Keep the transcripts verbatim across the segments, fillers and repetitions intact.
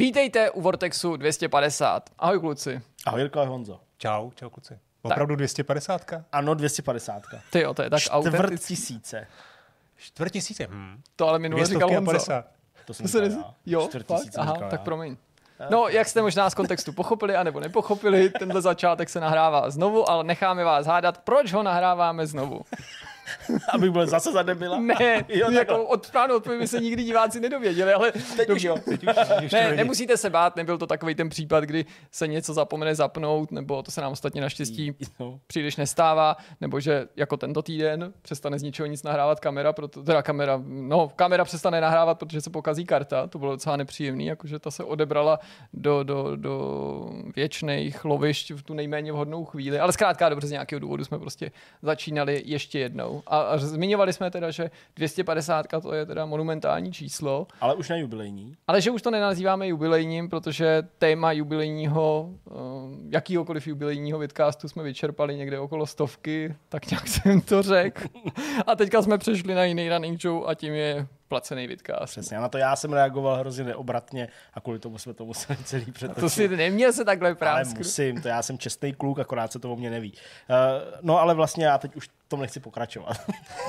Vítejte u Vortexu dvě stě padesát. Ahoj kluci. Ahoj Jirko, ahoj Honzo. Čau, čau kluci. Opravdu dvě stě padesát? Ano, dvě stě padesát. Ty jo, to je tak Čtvrt autentický. tisíce. Čtvrt tisíce? Hmm. To ale minule říkal Honzo. padesát. To jsem říkal já. Jo, Čtvrt fakt? tisíce Aha, říkal tak já. promiň. No, jak jste možná z kontextu pochopili, anebo nepochopili, tenhle začátek se nahrává znovu, ale necháme vás hádat, proč ho nahráváme znovu. Abych byl zase za debila? Ne, Jo, jako od správnou odpovědi se nikdy diváci nedověděli, ale Teď už jo. Teď už, už ne, nemusíte se bát, nebyl to takový ten případ, kdy se něco zapomene zapnout, nebo to se nám ostatně naštěstí No. příliš nestává, nebo že jako tento týden přestane z ničeho nic nahrávat kamera, proto, teda kamera, no kamera přestane nahrávat, protože se pokazí karta, to bylo docela nepříjemný, jakože ta se odebrala do, do, do věčných lovišť v tu nejméně vhodnou chvíli, ale zkrátka dobře z nějakého důvodu jsme prostě začínali ještě jednou. A, a zmiňovali jsme teda, že dvě stě padesát to je teda monumentální číslo. Ale už na jubilejní. Ale že už to nenazýváme jubilejním, protože téma jubilejního, jakýhokoliv jubilejního vidcastu jsme vyčerpali někde okolo stovky, tak nějak jsem to řekl. A teďka jsme přešli na jiný running show a tím je placený vidcast. Přesně, a na to já jsem reagoval hrozně neobratně a kvůli tomu jsme to museli celý přetočit. To si neměl se takhle Ale prásknout. musím, to já jsem čestný kluk, akorát se to o mě neví. Uh, no ale vlastně já teď už tom nechci pokračovat.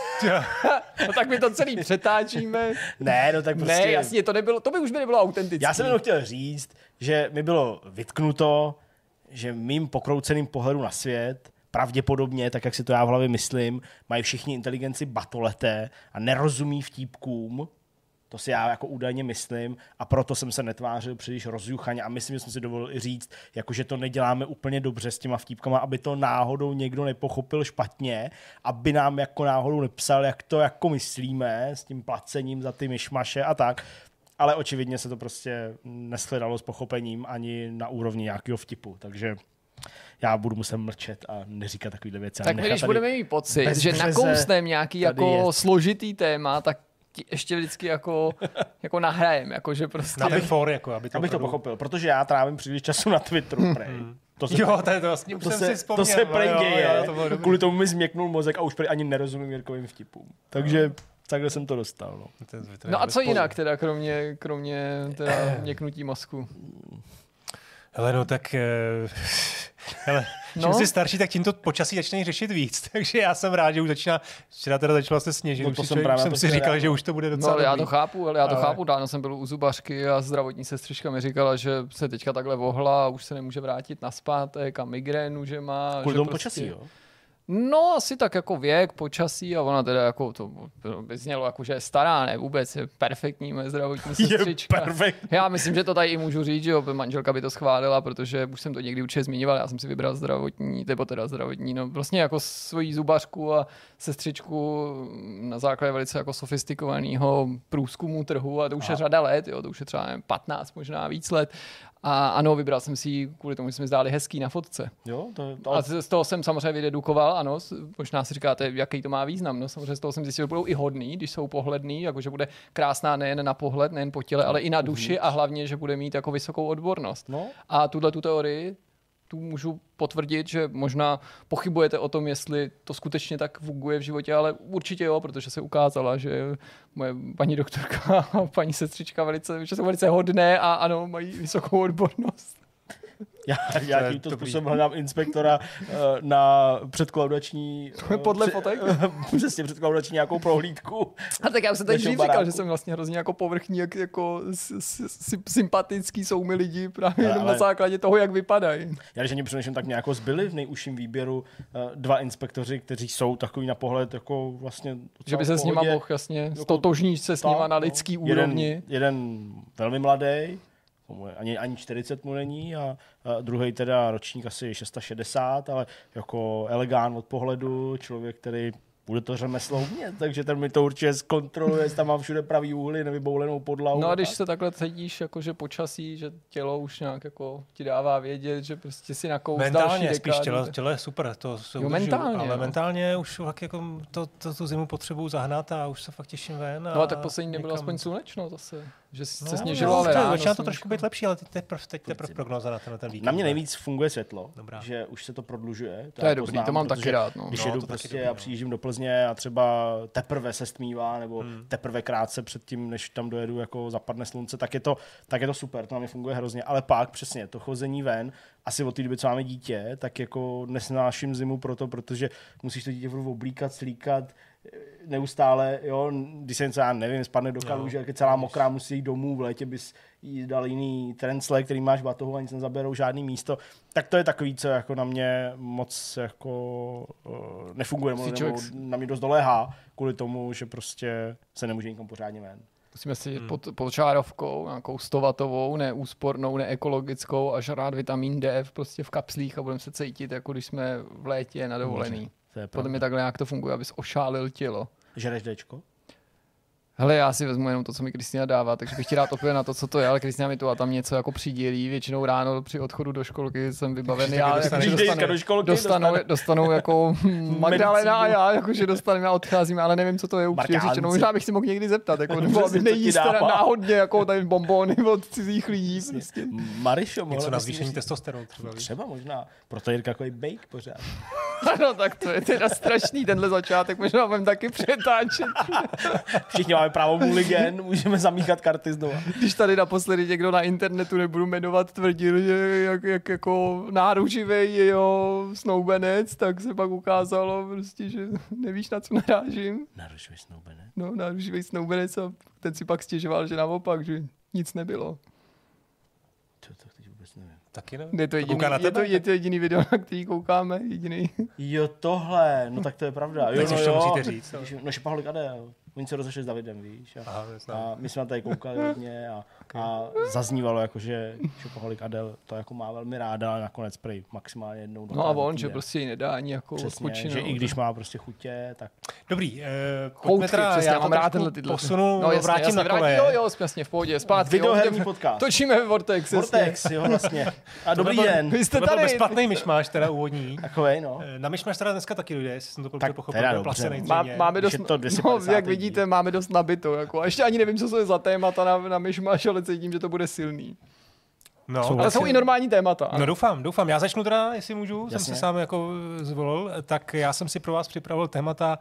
No tak my to celý přetáčíme. Ne, no tak prostě... Ne, jasně, to nebylo, to by už by nebylo autentické. Já jsem jenom chtěl říct, že mi bylo vytknuto, že mým pokrouceným pohledu na svět pravděpodobně, tak jak si to já v hlavě myslím, mají všichni inteligenci batoleté a nerozumí vtípkům. To si já jako údajně myslím a proto jsem se netvářil příliš rozjuchaně a myslím, že jsem si dovolil i říct, jako že to neděláme úplně dobře s těma vtípkama, aby to náhodou někdo nepochopil špatně, aby nám jako náhodou nepsal, jak to jako myslíme s tím placením za ty myšmaše a tak. Ale očividně se to prostě neshledalo s pochopením ani na úrovni nějakého vtipu, takže já budu muset mlčet a neříkat takovýhle věci. Tak my, když budeme mít pocit, že nakousneme nějaký jako je. složitý téma, tak ještě vždycky jako, jako nahrajem, jako že prostě... Na for, jako, aby to, abych to pochopil, protože já trávím příliš času na Twitteru, prej. To se, jo, to je to vlastně, to jsem se, si vzpomněl. To se prej děje, to kvůli tomu mi změknul mozek a už prej ani nerozumím Jirkovým vtipům. Takže no. Takhle jsem to dostal. No, no a co jinak teda, kromě, kromě teda měknutí mozku? Hele, no tak... Hele, čím no? jsi starší, tak tím to počasí začne řešit víc. Takže já jsem rád, že už začíná, včera teda začalo se sněžit. No, to jsem, jsem, jsem si říkal, že už to bude docela No ale dobrý. já to chápu, ale já to ale... chápu. Dávno jsem byl u zubařky a zdravotní sestřička mi říkala, že se teďka takhle vohla a už se nemůže vrátit nazpátek a migrénu, že má. Kvůli že tomu prostě... počasí, jo? No, asi tak jako věk, počasí a ona teda jako to by znělo jako, že je stará, ne vůbec, je perfektní moje zdravotní sestřička. Je perfektní. Já myslím, že to tady i můžu říct, že jo, manželka by to schválila, protože už jsem to někdy určitě zmiňoval, já jsem si vybral zdravotní, nebo teda zdravotní, no vlastně jako svoji zubařku a sestřičku na základě velice jako sofistikovaného průzkumu trhu a to už je řada let, jo, to už je třeba nevím, patnáct, možná víc let. A ano, vybral jsem si ji kvůli tomu, že jsme zdáli hezký na fotce. Jo, to, to... A z toho jsem samozřejmě vydedukoval, ano, možná si říkáte, jaký to má význam. No, samozřejmě z toho jsem zjistil, že budou i hodný, když jsou pohledný, jakože bude krásná nejen na pohled, nejen po těle, ale i na duši a hlavně, že bude mít jako vysokou odbornost. No. A tuhle tu teorii tu můžu potvrdit, že možná pochybujete o tom, jestli to skutečně tak funguje v životě, ale určitě jo, protože se ukázala, že moje paní doktorka a paní sestřička velice, že jsou velice hodné a ano, mají vysokou odbornost. Já, já tímto způsobem hledám inspektora uh, na předkolaudační... Uh, Podle fotek? Přesně, předkolaudační nějakou prohlídku. A tak já už jsem tady dřív říkal, že jsem vlastně hrozně jako povrchní, jak, jako s, s, s, sympatický jsou mi lidi právě jenom na základě toho, jak vypadají. Já když ani přemýšlím, tak mě jako zbyli v nejužším výběru uh, dva inspektoři, kteří jsou takový na pohled jako vlastně... Že by se s nima mohl jasně stotožníš se s nima na lidský no, úrovni. Jeden, jeden velmi mladý, ani, ani čtyřicet mu není a, a druhý teda ročník asi šedesát šest, ale jako elegán od pohledu, člověk, který bude to řemeslo umět, takže ten mi to určitě zkontroluje, jestli tam mám všude pravý úhly, nevyboulenou podlahu. No a když tak. se takhle cítíš, jakože počasí, že tělo už nějak jako ti dává vědět, že prostě si nakous další dekádu. Mentálně spíš tělo, tělo je super, to se jo, mentálně, ale jo. mentálně už fakt jako to, to, tu zimu potřebuju zahnat a už se fakt těším ven. A no a tak poslední nebylo aspoň slunečno zase, že se no, sněžilo, no, ale ráno. Začíná to trošku být lepší, ale teď teprve teď teprve prognoza na ten, ten víkend. Na mě nejvíc funguje světlo, Dobrá. že už se to prodlužuje. To, to je dobrý, to mám taky rád. No. Když no, jedu prostě a přijíždím do Plzně hrozně a třeba teprve se stmívá nebo hmm. teprve krátce před tím, než tam dojedu, jako zapadne slunce, tak je to, tak je to super, to na mě funguje hrozně. Ale pak přesně to chození ven, asi od té doby, co máme dítě, tak jako nesnáším zimu proto, protože musíš to dítě furt oblíkat, slíkat, neustále, jo, když se něco, já nevím, spadne do kaluže, jak je celá mokrá, musí jít domů, v létě bys jí dal jiný trencle, který máš v batohu a nic nezaberou žádný místo, tak to je takový, co jako na mě moc jako uh, nefunguje, nebo, nebo na mě dost doléhá, kvůli tomu, že prostě se nemůže nikam pořádně ven. Musíme si hmm. pod, pod čárovkou, nějakou stovatovou, neúspornou, neekologickou a žrát vitamin D prostě v kapslích a budeme se cítit, jako když jsme v létě na dovolený. Podle mě takhle nějak to funguje, abys ošálil tělo. Žereš Dčko? Hele, já si vezmu jenom to, co mi Kristýna dává, takže bych ti rád opět na to, co to je, ale Kristýna mi tu a tam něco jako přidělí. Většinou ráno při odchodu do školky jsem vybavený. Já dostaneš, jako, dostanu, do školky, dostanu, dostanu, dostanu jako Magdalena a já, jakože dostaneme a odcházíme, ale nevím, co to je upřímně řečeno. Možná bych si mohl někdy zeptat, jako, nebo aby nejíst náhodně jako tady bombony od cizích lidí. Prostě. Marišo, něco na zvýšení testosteronu třeba. Třeba možná, proto je takový bake pořád. Ano, tak to je teda strašný tenhle začátek, možná budeme taky přetáčet. Všichni máme právo mulligan, můžeme zamíchat karty znovu. Když tady naposledy někdo na internetu, nebudu jmenovat, tvrdil, že jak, jak jako náruživej jeho snoubenec, tak se pak ukázalo prostě, že nevíš, na co narážím. Náruživej snoubenec? No, náruživej snoubenec a ten si pak stěžoval, že naopak, že nic nebylo. Co to teď vůbec nevím. Taky ne? Je to jediný, je to, je to jediný video, na který koukáme, jediný. Jo, tohle, no tak to je pravda. Jo, tak no, co jo. musíte říct. No, no Šopaholik Adel. Oni se rozešli s Davidem, víš. A, Aha, a my jsme na tady koukali hodně a, okay. a zaznívalo, jako, že Šopaholik Adel to jako má velmi ráda, ale nakonec prej maximálně jednou. No a on, že prostě ji nedá ani jako odpočinout. Že i když má prostě chutě, tak... Dobrý, eh, pojďme teda, já to rád posunu, no, jasně, vrátím jasně, na kole. Jo, jo, jasně, v pohodě, zpátky. Videoherní podcast. Točíme Vortex. Vortex, jo, vlastně. A dobrý byl, den. Vy jste to tady. byl bezplatný myšmáš, teda úvodní. Takovej, no. Na myšmáš teda dneska taky dojde, jestli jsem to tak pochopil, teda placený Má, máme dost, no, jak vidíte, máme dost nabito. Jako. A ještě ani nevím, co to je za témata na, na myšmaš, ale cítím, že to bude silný. No, jsou ale jsou i normální témata. Ano. No doufám, doufám. Já začnu teda, jestli můžu, Jasně. jsem se sám jako zvolil, tak já jsem si pro vás připravil témata,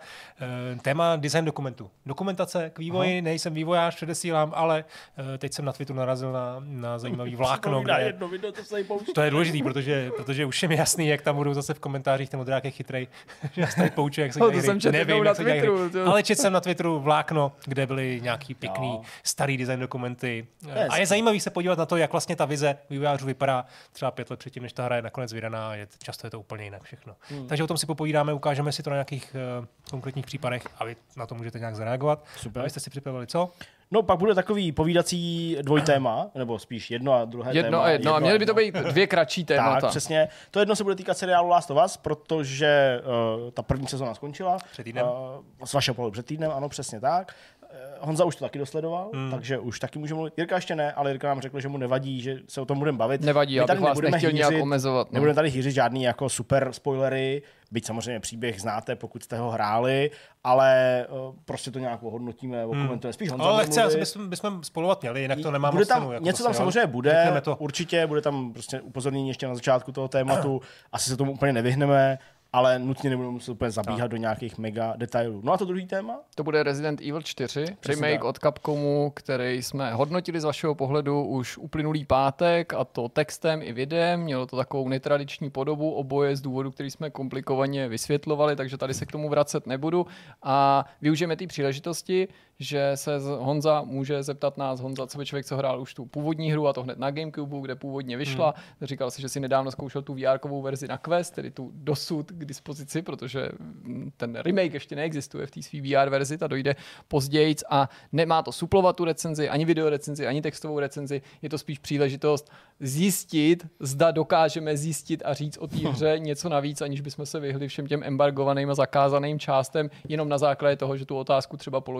téma design dokumentu. Dokumentace k vývoji, Aha. nejsem vývojář, předesílám, ale teď jsem na Twitteru narazil na, na zajímavý vlákno. Kde... Jedno video, to, se to je důležitý, protože, protože už je mi jasný, jak tam budou zase v komentářích ten modrák je chytrej. Já se tady pouču, jak se dělají no, hry. Nevím, na jak se dělají Twitteru, hry. Ale četl jsem na Twitteru vlákno, kde byly nějaký pěkný no. starý design dokumenty. Yes. A je zajímavý se podívat na to, jak vlastně ta vize vývojářů vypadá třeba pět let předtím, než ta hra je nakonec vydaná, je, často je to úplně jinak všechno. Hmm. Takže o tom si popovídáme, ukážeme si to na nějakých uh, konkrétních případech a vy na to můžete nějak zareagovat. Super. A vy jste si připravili co? No pak bude takový povídací dvojtéma, nebo spíš jedno a druhé jedno téma. A jedno, jedno a měly by to být dvě kratší témata. Tak, přesně. To jedno se bude týkat seriálu Last of Us, protože uh, ta první sezóna skončila. Před týdnem. Uh, z vašeho pohledu před týdnem, ano, přesně tak. Honza už to taky dosledoval, hmm. takže už taky může mluvit. Jirka ještě ne, ale Jirka nám řekl, že mu nevadí, že se o tom budeme bavit. Nevadí, já bych vás nechtěl nějak omezovat. No. Nebudeme tady hýřit žádný jako super spoilery, byť samozřejmě příběh znáte, pokud jste ho hráli, ale uh, prostě to nějak ohodnotíme, okomentujeme. Hmm. Spíš Honza ale chce, bychom, bychom spolovat měli, jinak to nemám bude tam, cenu, jako něco tam si, samozřejmě bude, určitě, bude tam prostě upozornění ještě na začátku toho tématu, asi se tomu úplně nevyhneme, ale nutně nebudeme muset úplně zabíhat no. do nějakých mega detailů. No a to druhý téma? To bude Resident Evil čtyři, remake od Capcomu, který jsme hodnotili z vašeho pohledu už uplynulý pátek, a to textem i videem. Mělo to takovou netradiční podobu, oboje z důvodu, který jsme komplikovaně vysvětlovali, takže tady se k tomu vracet nebudu. A využijeme té příležitosti, že se Honza může zeptat nás, Honza, co by člověk, co hrál už tu původní hru, a to hned na Gamecube, kde původně vyšla. Hmm. Říkal si, že si nedávno zkoušel tu V R-kovou verzi na Quest, tedy tu dosud k dispozici, protože ten remake ještě neexistuje v té svý V R verzi, ta dojde později a nemá to suplovat tu recenzi, ani video recenzi, ani textovou recenzi, je to spíš příležitost zjistit, zda dokážeme zjistit a říct o té hře něco navíc, aniž bychom se vyhli všem těm embargovaným a zakázaným částem, jenom na základě toho, že tu otázku třeba položí hmm.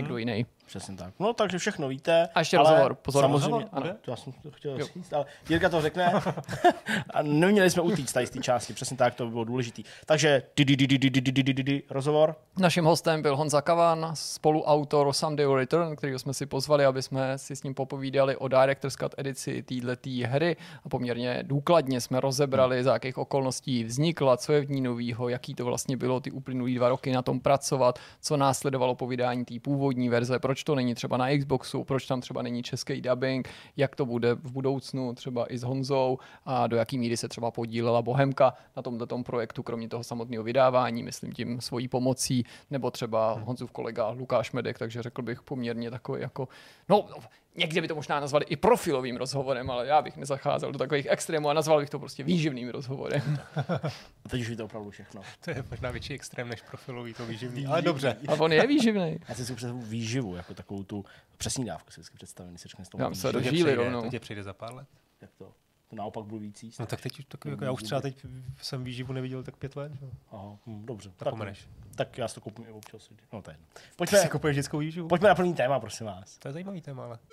někdo jiný. Přesně tak. No, takže všechno víte. A ještě rozhovor, pozor. Samozřejmě, ano, já jsem to chtěl jo. říct, ale Jirka to řekne. A neměli jsme utíct tady z té části, přesně tak, to by bylo důležitý. Takže rozhovor. Naším hostem byl Honza Kavan, spoluautor Someday Return, kterýho jsme si pozvali, aby jsme si s ním popovídali o Director's Cut edici této hry a poměrně důkladně jsme rozebrali, za jakých okolností vznikla, co je v ní novýho, jaký to vlastně bylo ty uplynulý dva roky na tom pracovat, co následovalo po vydání té původní verze, proč to není třeba na Xboxu, proč tam třeba není český dubbing, jak to bude v budoucnu třeba i s Honzou a do jaký míry se třeba podílela Bohemka na tomto projektu, kromě toho samotného vydávání, myslím tím svojí pomocí, nebo třeba Honzův kolega Lukáš Medek, takže řekl bych poměrně takový jako, no někde by to možná nazvali i profilovým rozhovorem, ale já bych nezacházel do takových extrémů a nazval bych to prostě výživným rozhovorem. A teď už víte opravdu všechno. To je možná větší extrém než profilový, to výživný, ale dobře. A on je výživný. Já si představu výživu, jako takovou tu přesní dávku si vždycky představím, když se řekne s tomu. Já se dožíli rovnou. To tě přijde za pár let. Jak to? To naopak budu víc jíst. No tak teď, tak, jako já už třeba teď jsem výživu neviděl tak pět let. Aha, hm, dobře. Tak, tak, tak já si to koupím i občas. No to je. Pojďme, Ty si kupuješ dětskou výživu? Pojďme na plný téma, prosím vás. To je zajímavý téma, ale...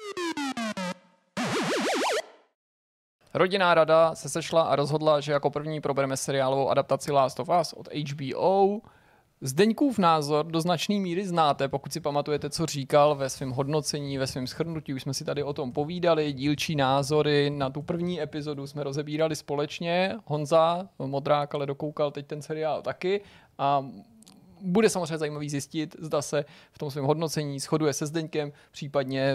Rodinná rada se sešla a rozhodla, že jako první probereme seriálovou adaptaci Last of Us od H B O. Zdeňkův názor do značné míry znáte, pokud si pamatujete, co říkal ve svém hodnocení, ve svém shrnutí. Už jsme si tady o tom povídali, dílčí názory na tu první epizodu jsme rozebírali společně. Honza Modrák ale dokoukal teď ten seriál taky a bude samozřejmě zajímavý zjistit, zda se v tom svém hodnocení shoduje se Zdeňkem, případně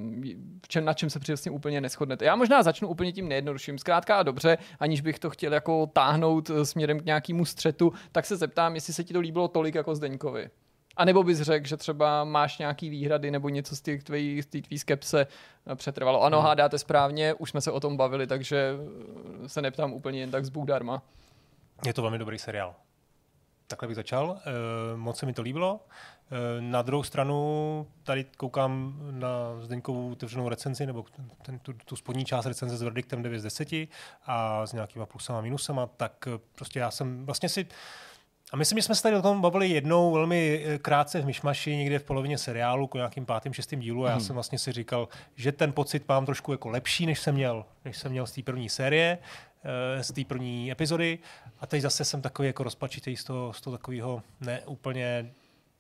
v čem, na čem se přesně úplně neshodnete. Já možná začnu úplně tím nejjednodušším. Zkrátka a dobře, aniž bych to chtěl jako táhnout směrem k nějakému střetu, tak se zeptám, jestli se ti to líbilo tolik jako Zdeňkovi. A nebo bys řekl, že třeba máš nějaký výhrady nebo něco z té tvý, tvý skepse přetrvalo. Ano, hmm. hádáte správně, už jsme se o tom bavili, takže se neptám úplně jen tak z Bůh darma. Je to velmi dobrý seriál. Takhle bych začal. E, moc se mi to líbilo. E, na druhou stranu tady koukám na Zdeňkovou otevřenou recenzi, nebo ten, tu, tu spodní část recenze s verdiktem devět z deseti a s nějakýma plusama a minusama, tak prostě já jsem vlastně si... A myslím, že jsme se tady o tom bavili jednou velmi krátce v myšmaši, někde v polovině seriálu, k nějakým pátým, šestým dílu a já hmm. jsem vlastně si říkal, že ten pocit mám trošku jako lepší, než jsem měl, než jsem měl z té první série, z té první epizody a teď zase jsem takový jako rozpačitý z toho, z toho takového neúplně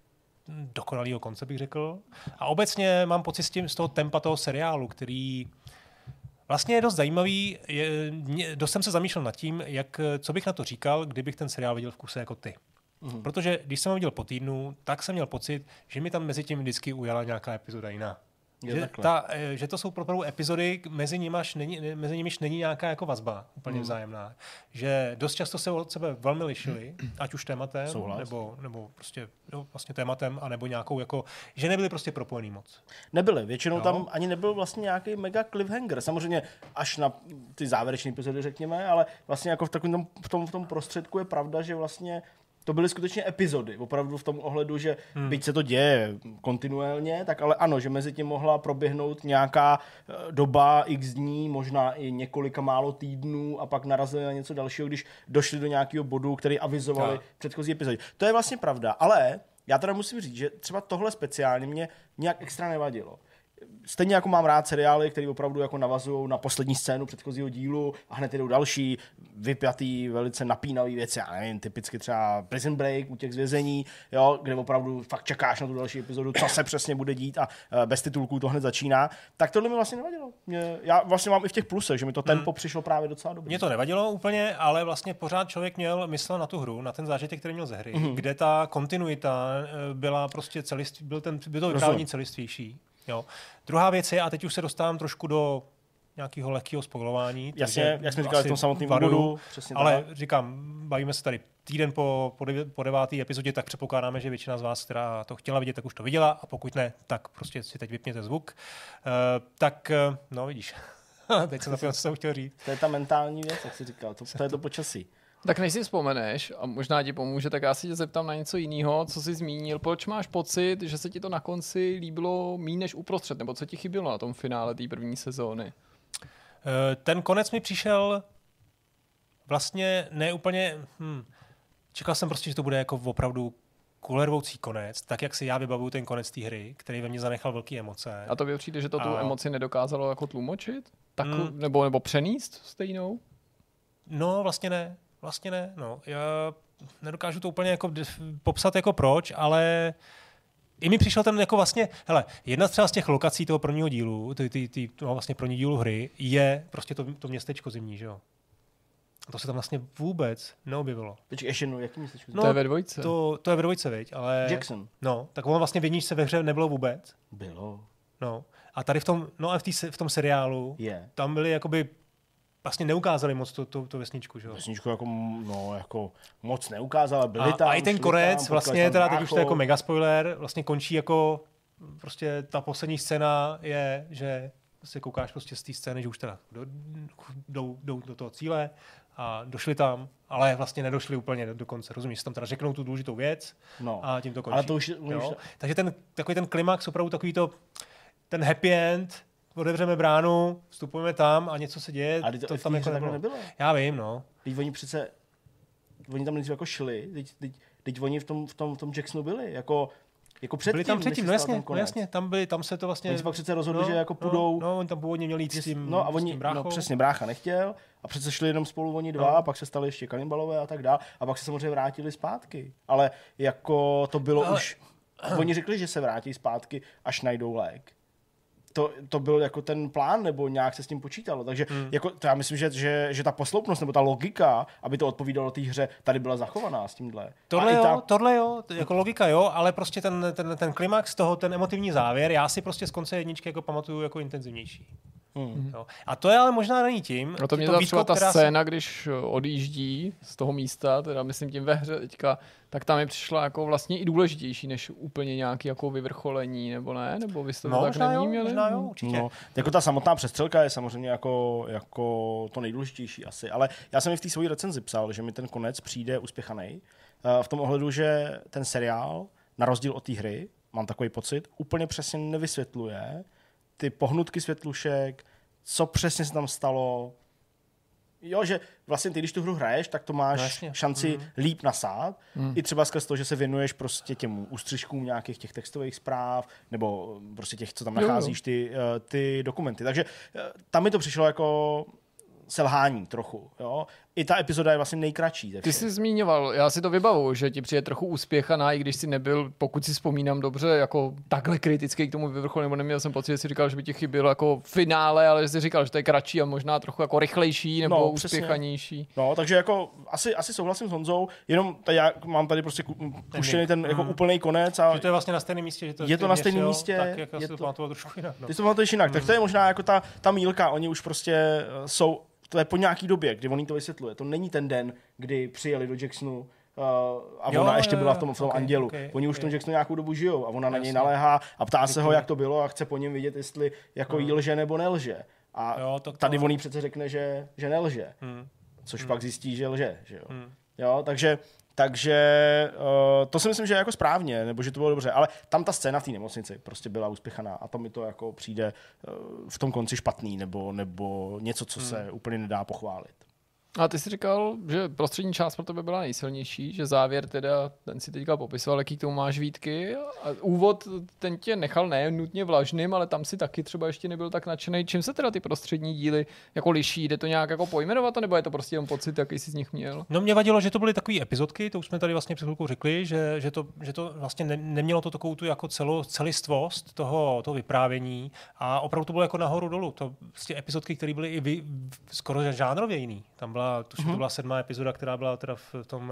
dokonalého konce, bych řekl. A obecně mám pocit s tím, z toho tempa toho seriálu, který vlastně je dost zajímavý. Je, dost jsem se zamýšlel nad tím, jak, co bych na to říkal, kdybych ten seriál viděl v kuse jako ty. Mm. Protože když jsem ho viděl po týdnu, tak jsem měl pocit, že mi tam mezi tím vždycky ujala nějaká epizoda jiná. Že, ta, že to jsou opravdu epizody, mezi nimiž není, mezi nimiž není nějaká jako vazba úplně mm. vzájemná. Že dost často se od sebe velmi lišily, ať už tématem, nebo, nebo prostě no, vlastně tématem, anebo nějakou jako, že nebyly prostě propojený moc. Nebyly, většinou no. Tam ani nebyl vlastně nějaký mega cliffhanger. Samozřejmě až na ty závěrečné epizody řekněme, ale vlastně jako v takovém tom, v tom, v tom prostředku je pravda, že vlastně to byly skutečně epizody, opravdu v tom ohledu, že hmm. byť se to děje kontinuálně, tak ale ano, že mezi tím mohla proběhnout nějaká doba x dní, možná i několika málo týdnů a pak narazili na něco dalšího, když došli do nějakého bodu, který avizovali no. předchozí epizody. To je vlastně pravda, ale já teda musím říct, že třeba tohle speciálně mě nějak extra nevadilo. Stejně jako mám rád seriály, které opravdu jako navazují na poslední scénu předchozího dílu a hned jdou další vypjatý, velice napínavý věci, já nevím, typicky třeba Prison Break u těch zvězení, jo, kde opravdu fakt čekáš na tu další epizodu, co se přesně bude dít a bez titulků to hned začíná. Tak tohle mi vlastně nevadilo. Mě, já vlastně mám i v těch plusech, že mi to tempo hmm. přišlo právě docela dobře. Mně to nevadilo úplně, ale vlastně pořád člověk měl myslet na tu hru, na ten zážitek, který měl ze hry, hmm. kde ta kontinuita byla prostě celiství, byl ten byl to vyprávění celistvější. Jo. Druhá věc je, a teď už se dostávám trošku do nějakého lehkého spoilování. Jasně, jak jsme říkali v tom samotném úvodu. Ale tak. Říkám, bavíme se tady týden po, po, dev, po deváté epizodě, tak předpokládáme, že většina z vás, která to chtěla vidět, tak už to viděla a pokud ne, tak prostě si teď vypněte zvuk. Uh, tak, uh, no vidíš, teď jsem napěl, co jsem chtěl říct. To je ta mentální věc, jak jsi říkal, to, to je to počasí. Tak než si vzpomeneš, a možná ti pomůže, tak já si tě zeptám na něco jiného, co jsi zmínil. Proč máš pocit, že se ti to na konci líbilo méně než uprostřed? Nebo co ti chybělo na tom finále té první sezóny? Ten konec mi přišel vlastně ne úplně... Hm, čekal jsem prostě, že to bude jako opravdu kulervoucí konec, tak jak si já vybavuju ten konec té hry, který ve mně zanechal velké emoce. A to by přijde, že to tu a... emoci nedokázalo jako tlumočit? Taku, mm. nebo, nebo přenést stejnou? No, vlastně ne. Vlastně ne. No. Já nedokážu to úplně jako popsat jako proč, ale i mi přišel ten jako vlastně, hele, jedna třeba z těch lokací toho prvního dílu, ty, ty, ty, no vlastně první dílu hry, je prostě to, to městečko zimní, že jo? A to se tam vlastně vůbec neobjevilo. Počkej, ještě jednou, jaký městečko? No, to je ve dvojce. To, to je ve dvojce, viď, ale... Jackson. No, tak ono vlastně v jedničce ve hře nebylo vůbec. Bylo. No, a tady v tom, no a v, tý, v tom seriálu, yeah. tam byly jakoby vlastně neukázali moc tu, tu, tu vesničku, že jo? Vesničku jako, no, jako moc neukázala, byli a, tam. A i ten konec, tam, vlastně teda teď už to je jako mega spoiler, vlastně končí jako, prostě ta poslední scéna je, že se koukáš prostě z té scény, že už teda jdou do, do toho cíle a došli tam, ale vlastně nedošli úplně do, do konce, rozumíš? Tam teda řeknou tu důležitou věc no. a tím to končí. Ale to už, už... Takže ten, takový ten klimax, opravdu takový to, ten happy end, otevřeme bránu, vstupujeme tam a něco se děje. A to, to tam jako nebylo. nebylo. Já vím, no. Teď oni přece, oni tam nejdřív jako šli, teď, teď, teď oni v tom, v tom, v tom Jacksonu byli, jako, jako předtím. Byli tam předtím, no jasně, no jasně, tam byli, tam se to vlastně... Oni se pak přece rozhodli, no, že jako půjdou... No, no, oni tam původně měli jít s tím, no, a oni, s tím bráchou. No přesně, brácha nechtěl a přece šli jenom spolu oni dva, no. A pak se stali ještě kanibalové a tak dál a pak se samozřejmě vrátili zpátky. Ale jako to bylo ale... už... Oni řekli, že se vrátí zpátky, až najdou lék. To, to byl jako ten plán, nebo nějak se s tím počítalo. Takže hmm. jako, to já myslím, že, že, že ta posloupnost nebo ta logika, aby to odpovídalo té hře, tady byla zachovaná s tímhle. Tohle jo, ta... tohle jo, jako logika jo, ale prostě ten, ten, ten klimax toho, ten emotivní závěr, já si prostě z konce jedničky jako pamatuju jako intenzivnější. Hmm. Jo. A to je ale možná není tím. No to mě to třeba ta scéna, se... když odjíždí z toho místa, teda myslím tím ve hře teďka, tak tam mi přišla jako vlastně i důležitější než úplně nějaký jako vyvrcholení, nebo ne? Nebo vy jste to no, tak nevnímali? Možná jo, určitě. No, jako ta samotná přestřelka je samozřejmě jako, jako to nejdůležitější asi, ale já jsem i v té své recenzi psal, že mi ten konec přijde uspěchaný. V tom ohledu, že ten seriál, na rozdíl od té hry, mám takový pocit, úplně přesně nevysvětluje ty pohnutky světlušek, co přesně se tam stalo. Jo, že vlastně ty, když tu hru hraješ, tak to máš no, šanci mm. líp nasát. Mm. I třeba skrz to, že se věnuješ prostě těm ústřižkům nějakých těch textových zpráv, nebo prostě těch, co tam nacházíš, ty, ty dokumenty. Takže tam mi to přišlo jako selhání trochu. Jo? I ta epizoda je vlastně nejkratší. Ty jsi zmiňoval, já si to vybavuju, že ti přijde trochu úspěchaná, i když jsi nebyl, pokud si vzpomínám dobře, jako takhle kritický k tomu vyvrcholu, nebo neměl jsem pocit, že jsi říkal, že by ti chybělo jako finále, ale že jsi říkal, že to je kratší a možná trochu jako rychlejší nebo no, úspěchanější. No, takže jako asi, asi souhlasím s Honzou, jenom tady, já mám tady prostě puštěný ten jako mm. úplný konec. A že to je vlastně na stejném místě. Že to je to na stejném místě. Tak jak je to pamatoval trošku jinak. No. Ty to pamatuješ jinak, mm. tak to je možná jako ta, ta mílka, oni už prostě jsou. To je po nějaký době, kdy on jí to vysvětluje. To není ten den, kdy přijeli do Jacksonu uh, a jo, ona ještě jo, byla v tom, v tom okay, andělu. Okay, oni okay. už v tom Jacksonu nějakou dobu žijou a ona Jasně. na něj naléhá a ptá se ho, jak to bylo a chce po něm vidět, jestli jako jí lže nebo nelže. A jo, to, to... tady on jí přece řekne, že, že nelže. Hmm. Což hmm. pak zjistí, že lže. Že jo? Hmm. Jo, takže Takže uh, to si myslím, že je jako správně, nebo že to bylo dobře, ale tam ta scéna v té nemocnici prostě byla uspěchaná a to mi to jako přijde uh, v tom konci špatný, nebo, nebo něco, co se hmm. úplně nedá pochválit. A ty jsi říkal, že prostřední část pro tebe byla nejsilnější, že závěr teda, ten si teďka popisoval, jaký k tomu máš výtky. A úvod ten tě nechal ne nutně vlažným, ale tam si taky třeba ještě nebyl tak nadšený. Čím se teda ty prostřední díly jako liší? Jde to nějak jako pojmenovat, nebo je to prostě jen pocit, jaký jsi z nich měl? No mě vadilo, že to byly takové epizodky, to už jsme tady vlastně před chvilkou řekli, že, že, to, že to vlastně ne, nemělo to takovou tu jako celou celistvost toho, toho vyprávění a opravdu to bylo jako nahoru dolů. To vlastně epizodky, které byly i vy, skoro žánrově jiný. Tam byla, tuším, mm-hmm. to byla sedmá epizoda, která byla teda v tom,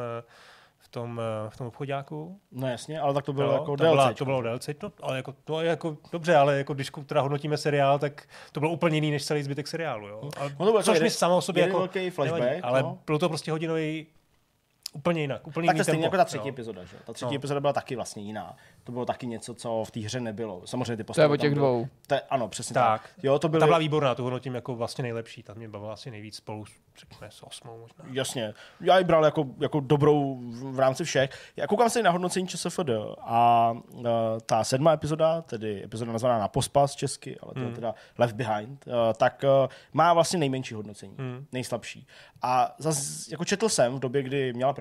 v tom, v tom obchoďáku. No jasně, ale tak to bylo no, jako to byla, D L C. To bylo D L C, no, ale jako, to je jako dobře, ale jako když teda hodnotíme seriál, tak to bylo úplně jiný než celý zbytek seriálu. Jo? Ale, no to bylo což mi samo o sobě jako velký flashback, nevadí, ale no. bylo to prostě hodinový úplně jinak. Úplně tak to stejně tempo, jako ta třetí no. epizoda. Že? Ta třetí no. epizoda byla taky vlastně jiná. To bylo taky něco, co v té hře nebylo. Samozřejmě ty postavy. To je o těch dvou. To je, ano, přesně tak. tak. Jo, to byly... Ta byla výborná, tu hodnotím jako vlastně nejlepší. Ta mě bavila asi nejvíc spolu řekněme s osmou možná. Jasně. Já ji bral jako, jako dobrou v rámci všech. Já koukám se na hodnocení ČSFD a uh, ta sedmá epizoda, tedy epizoda nazvaná Na pospas česky, ale to hmm. je teda Left Behind, uh, tak uh, má vlastně nejmenší hodnocení. Hmm. Nejslabší. A zase jako četl jsem v době, kdy měla premiéru,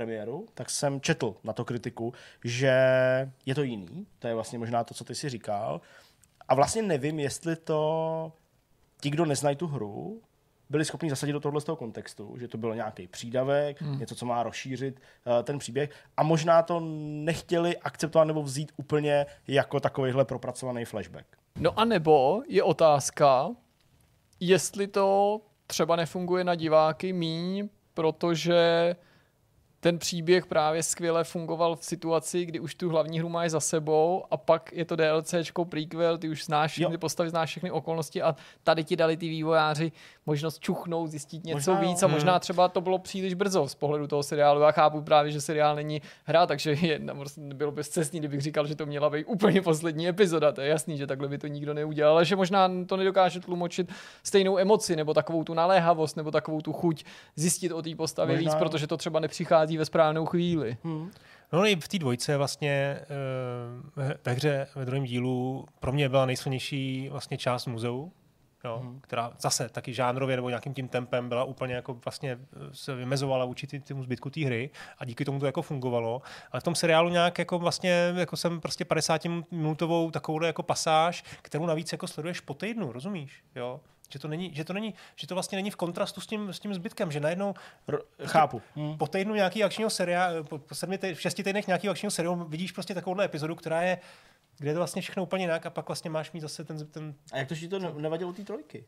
premiéru, tak jsem četl na to kritiku, že je to jiný. To je vlastně možná to, co ty si říkal. A vlastně nevím, jestli to ti, kdo neznají tu hru, byli schopni zasadit do tohohle z toho kontextu, že to byl nějaký přídavek, hmm. něco, co má rozšířit uh, ten příběh a možná to nechtěli akceptovat nebo vzít úplně jako takovýhle propracovaný flashback. No a nebo je otázka, jestli to třeba nefunguje na diváky míň, protože ten příběh právě skvěle fungoval v situaci, kdy už tu hlavní hru máš za sebou a pak je to DLCčko, prequel, ty už znáš všechny postavy, znáš všechny okolnosti a tady ti dali ty vývojáři možnost čuchnout, zjistit něco možná, víc a možná třeba to bylo příliš brzo z pohledu toho seriálu. Já chápu právě, že seriál není hra, takže je, bylo by scestný, kdybych říkal, že to měla být úplně poslední epizoda. To je jasný, že takhle by to nikdo neudělal, ale že možná to nedokáže tlumočit stejnou emoci nebo takovou tu naléhavost nebo takovou tu chuť zjistit o té postavě možná víc, protože to třeba nepřichází ve správnou chvíli. Hmm. No i v té dvojce vlastně ve hře ve druhém dílu pro mě byla nejsilnější vlastně část muzeu, jo, hmm. která zase taky žánrově nebo nějakým tím tempem byla úplně jako vlastně se vymezovala vůči tomu zbytku té hry a díky tomu to jako fungovalo. Ale v tom seriálu nějak jako vlastně jako jsem prostě padesátiminutovou takovou jako pasáž, kterou navíc jako sleduješ po týdnu, rozumíš? Jo? Že to není, že to není, že to vlastně není v kontrastu s tím, s tím zbytkem, že najednou R- chápu. Hmm. Po týdnu nějaký akčního seriálu, po, po sedmi tý, v šesti týdnech nějakého akčního seriálu vidíš prostě takovouhle epizodu, která je, kde je to vlastně všechno úplně jinak a pak vlastně máš mít zase ten... ten... A jak to, že to nevadilo u té trojky?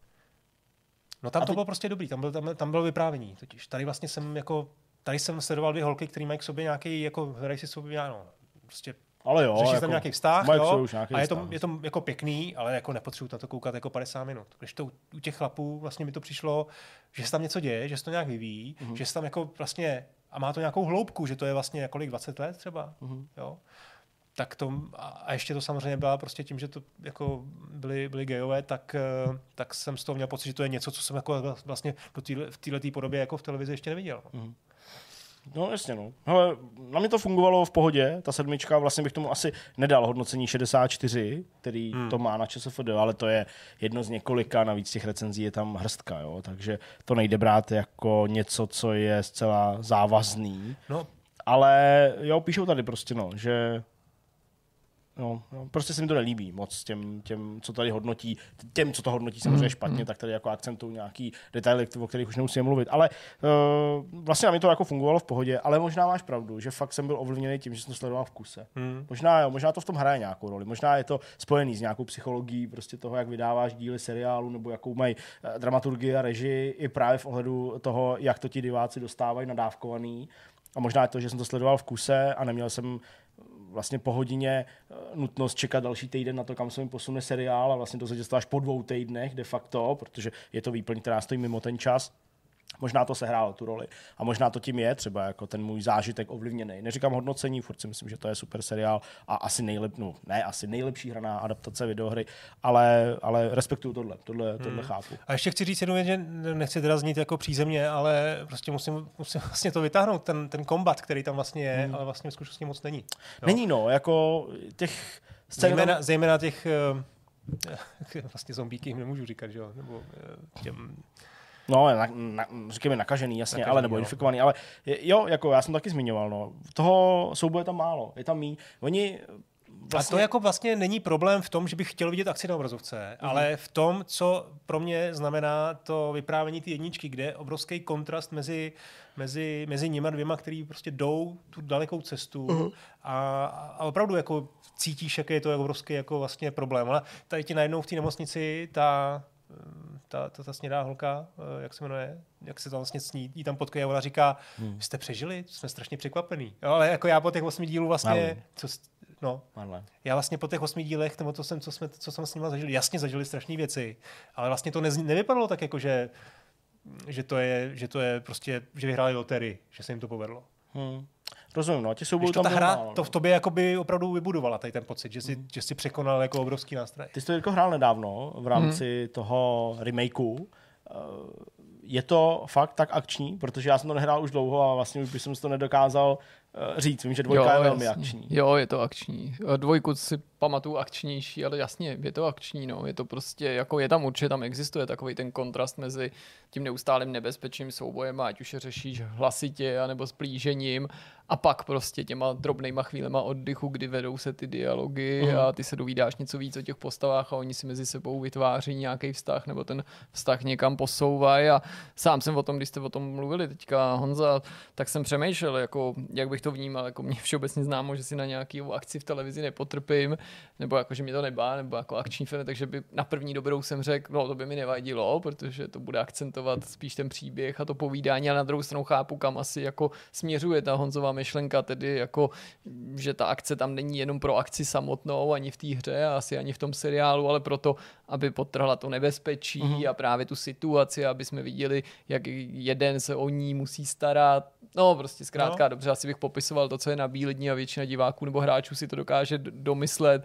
No tam a to teď... bylo prostě dobrý, tam, byl, tam, tam bylo vyprávění totiž. Tady vlastně jsem jako, tady jsem sledoval dvě holky, které mají k sobě nějaký, jako hrají si sobě, no, prostě ale jo, řešíš jako, tam nějaký vztah, jo, nějaký a je to, vztah. je to jako pěkný, ale jako nepotřebuji na to koukat jako padesát minut. Když to u těch chlapů vlastně mi to přišlo, že se tam něco děje, že se to nějak vyvíjí, mm-hmm. že se tam jako vlastně, a má to nějakou hloubku, že to je vlastně kolik, dvacet let třeba, mm-hmm. jo. Tak to, a ještě to samozřejmě byla prostě tím, že to jako byli, byli gejové, tak, tak jsem z toho měl pocit, že to je něco, co jsem jako vlastně do týhle, v této podobě jako v televizi ještě neviděl. Mm-hmm. No jasně, no. Hele, na mě to fungovalo v pohodě, ta sedmička, vlastně bych tomu asi nedal hodnocení šedesát čtyři, který hmm. to má na ČSFD, ale to je jedno z několika, navíc těch recenzí je tam hrstka, jo, takže to nejde brát jako něco, co je zcela závazný. No. Ale jo, píšou tady prostě, no, že... No, no, prostě se mi to nelíbí moc těm, těm, co tady hodnotí, těm, co to hodnotí samozřejmě špatně, mm. tak tady jako akcentují nějaký detaily, o kterých už nemusím mluvit, ale uh, vlastně na mě to jako fungovalo v pohodě, ale možná máš pravdu, že fakt jsem byl ovlivněný tím, že jsem to sledoval v kuse. Mm. Možná jo, možná to v tom hraje nějakou roli, možná je to spojený s nějakou psychologií prostě toho, jak vydáváš díly seriálu, nebo jakou mají uh, dramaturgii a režii, i právě v ohledu toho, jak to ti diváci dostávají nadávkovaný. A možná je to, že jsem to sledoval v kuse a neměl jsem vlastně po hodině nutnost čekat další týden na to, kam se mi posune seriál a vlastně to se děje až po dvou týdnech de facto, protože je to výplň, která stojí mimo ten čas. Možná to sehrálo tu roli a možná to tím je třeba jako ten můj zážitek ovlivněný. Neříkám hodnocení, furt si myslím, že to je super seriál a asi nejlepší, no, ne asi nejlepší hraná adaptace videohry, ale, ale respektuju tohle, tohle, tohle hmm. chápu. A ještě chci říct jednu věc, že nechci teda znít jako přízemně, ale prostě musím, musím vlastně to vytáhnout, ten, ten kombat, který tam vlastně je, hmm. ale vlastně v skutečnosti moc není. Jo. Není no, jako těch scén... Zejména, tam... zejména těch vlastně zombíky jim nemůžu říkat, že jo, nebo těm... No, na, na, říkáme nakažený, jasně, nakažený, ale nebo jo. infikovaný, ale jo, jako já jsem taky zmiňoval, no. Toho souboje tam málo, je tam míň. Oni vlastně... A to jako vlastně není problém v tom, že bych chtěl vidět akci na obrazovce, mm. ale v tom, co pro mě znamená to vyprávění ty jedničky, kde je obrovský kontrast mezi, mezi, mezi nimi dvěma, který prostě jdou tu dalekou cestu mm. a, a opravdu jako cítíš, jaký je to obrovský jako vlastně problém. Ale tady ti najednou v té nemocnici ta Ta, ta, ta snědá holka, jak se jmenuje, jak se tam vlastně sní, jí tam potkají a ona říká, hmm. jste přežili, jsme strašně překvapení. Jo, ale jako já po těch osmi dílů vlastně, co, no, Marle. já vlastně po těch osmi dílech, nebo to jsem, co, jsme, co jsem s nima zažili, jasně zažili strašné věci, ale vlastně to nez, nevypadalo tak, jako že, že, to je, že to je prostě, že vyhráli loterii, že se jim to povedlo. Hmm. Rozumím, no, ti soubojů tam ta hra málo, to v tobě jakoby opravdu vybudovala tady ten pocit, že jsi, hmm. že jsi překonal jako obrovský nástroj. Ty jsi to jako hrál nedávno v rámci hmm. toho remakeu. Je to fakt tak akční, protože já jsem to nehrál už dlouho a vlastně už bych jsem to nedokázal říct. Vím, že dvojka jo, je velmi jasný. akční. Jo, je to akční. Dvojku si pamatuju akčnější, ale jasně, je to akční, no. Je to prostě, jako je tam určitě, tam existuje takový ten kontrast mezi tím neustálým nebezpečným soubojem, ať už je řešíš hlasitě, anebo splížením, a pak prostě těma drobnejma chvílema oddychu, kdy vedou se ty dialogy mm. a ty se dovídáš něco víc o těch postavách a oni si mezi sebou vytváří nějaký vztah, nebo ten vztah někam posouvají. A sám jsem o tom, když jste o tom mluvili teďka, Honza, tak jsem přemýšlel, jako, jak bych to vnímal, jako mě všeobecně známo, že si na nějaký akci v televizi nepotrpím, nebo jako, že mě to nebá, nebo jako akční film, takže by na první dobrou jsem řekl, no to by mi nevadilo, protože to bude akcentovat spíš ten příběh a to povídání, ale na druhou stranu chápu, kam asi jako směřuje ta Honzová myšlenka, tedy jako, že ta akce tam není jenom pro akci samotnou, ani v té hře, asi ani v tom seriálu, ale proto, aby podtrhla to nebezpečí mm-hmm. a právě tu situaci, aby jsme viděli, jak jeden se o ní musí starat. No prostě zkrátka no. Dobře, asi bych popisoval to, co je na bílední a většina diváků nebo hráčů si to dokáže domyslet,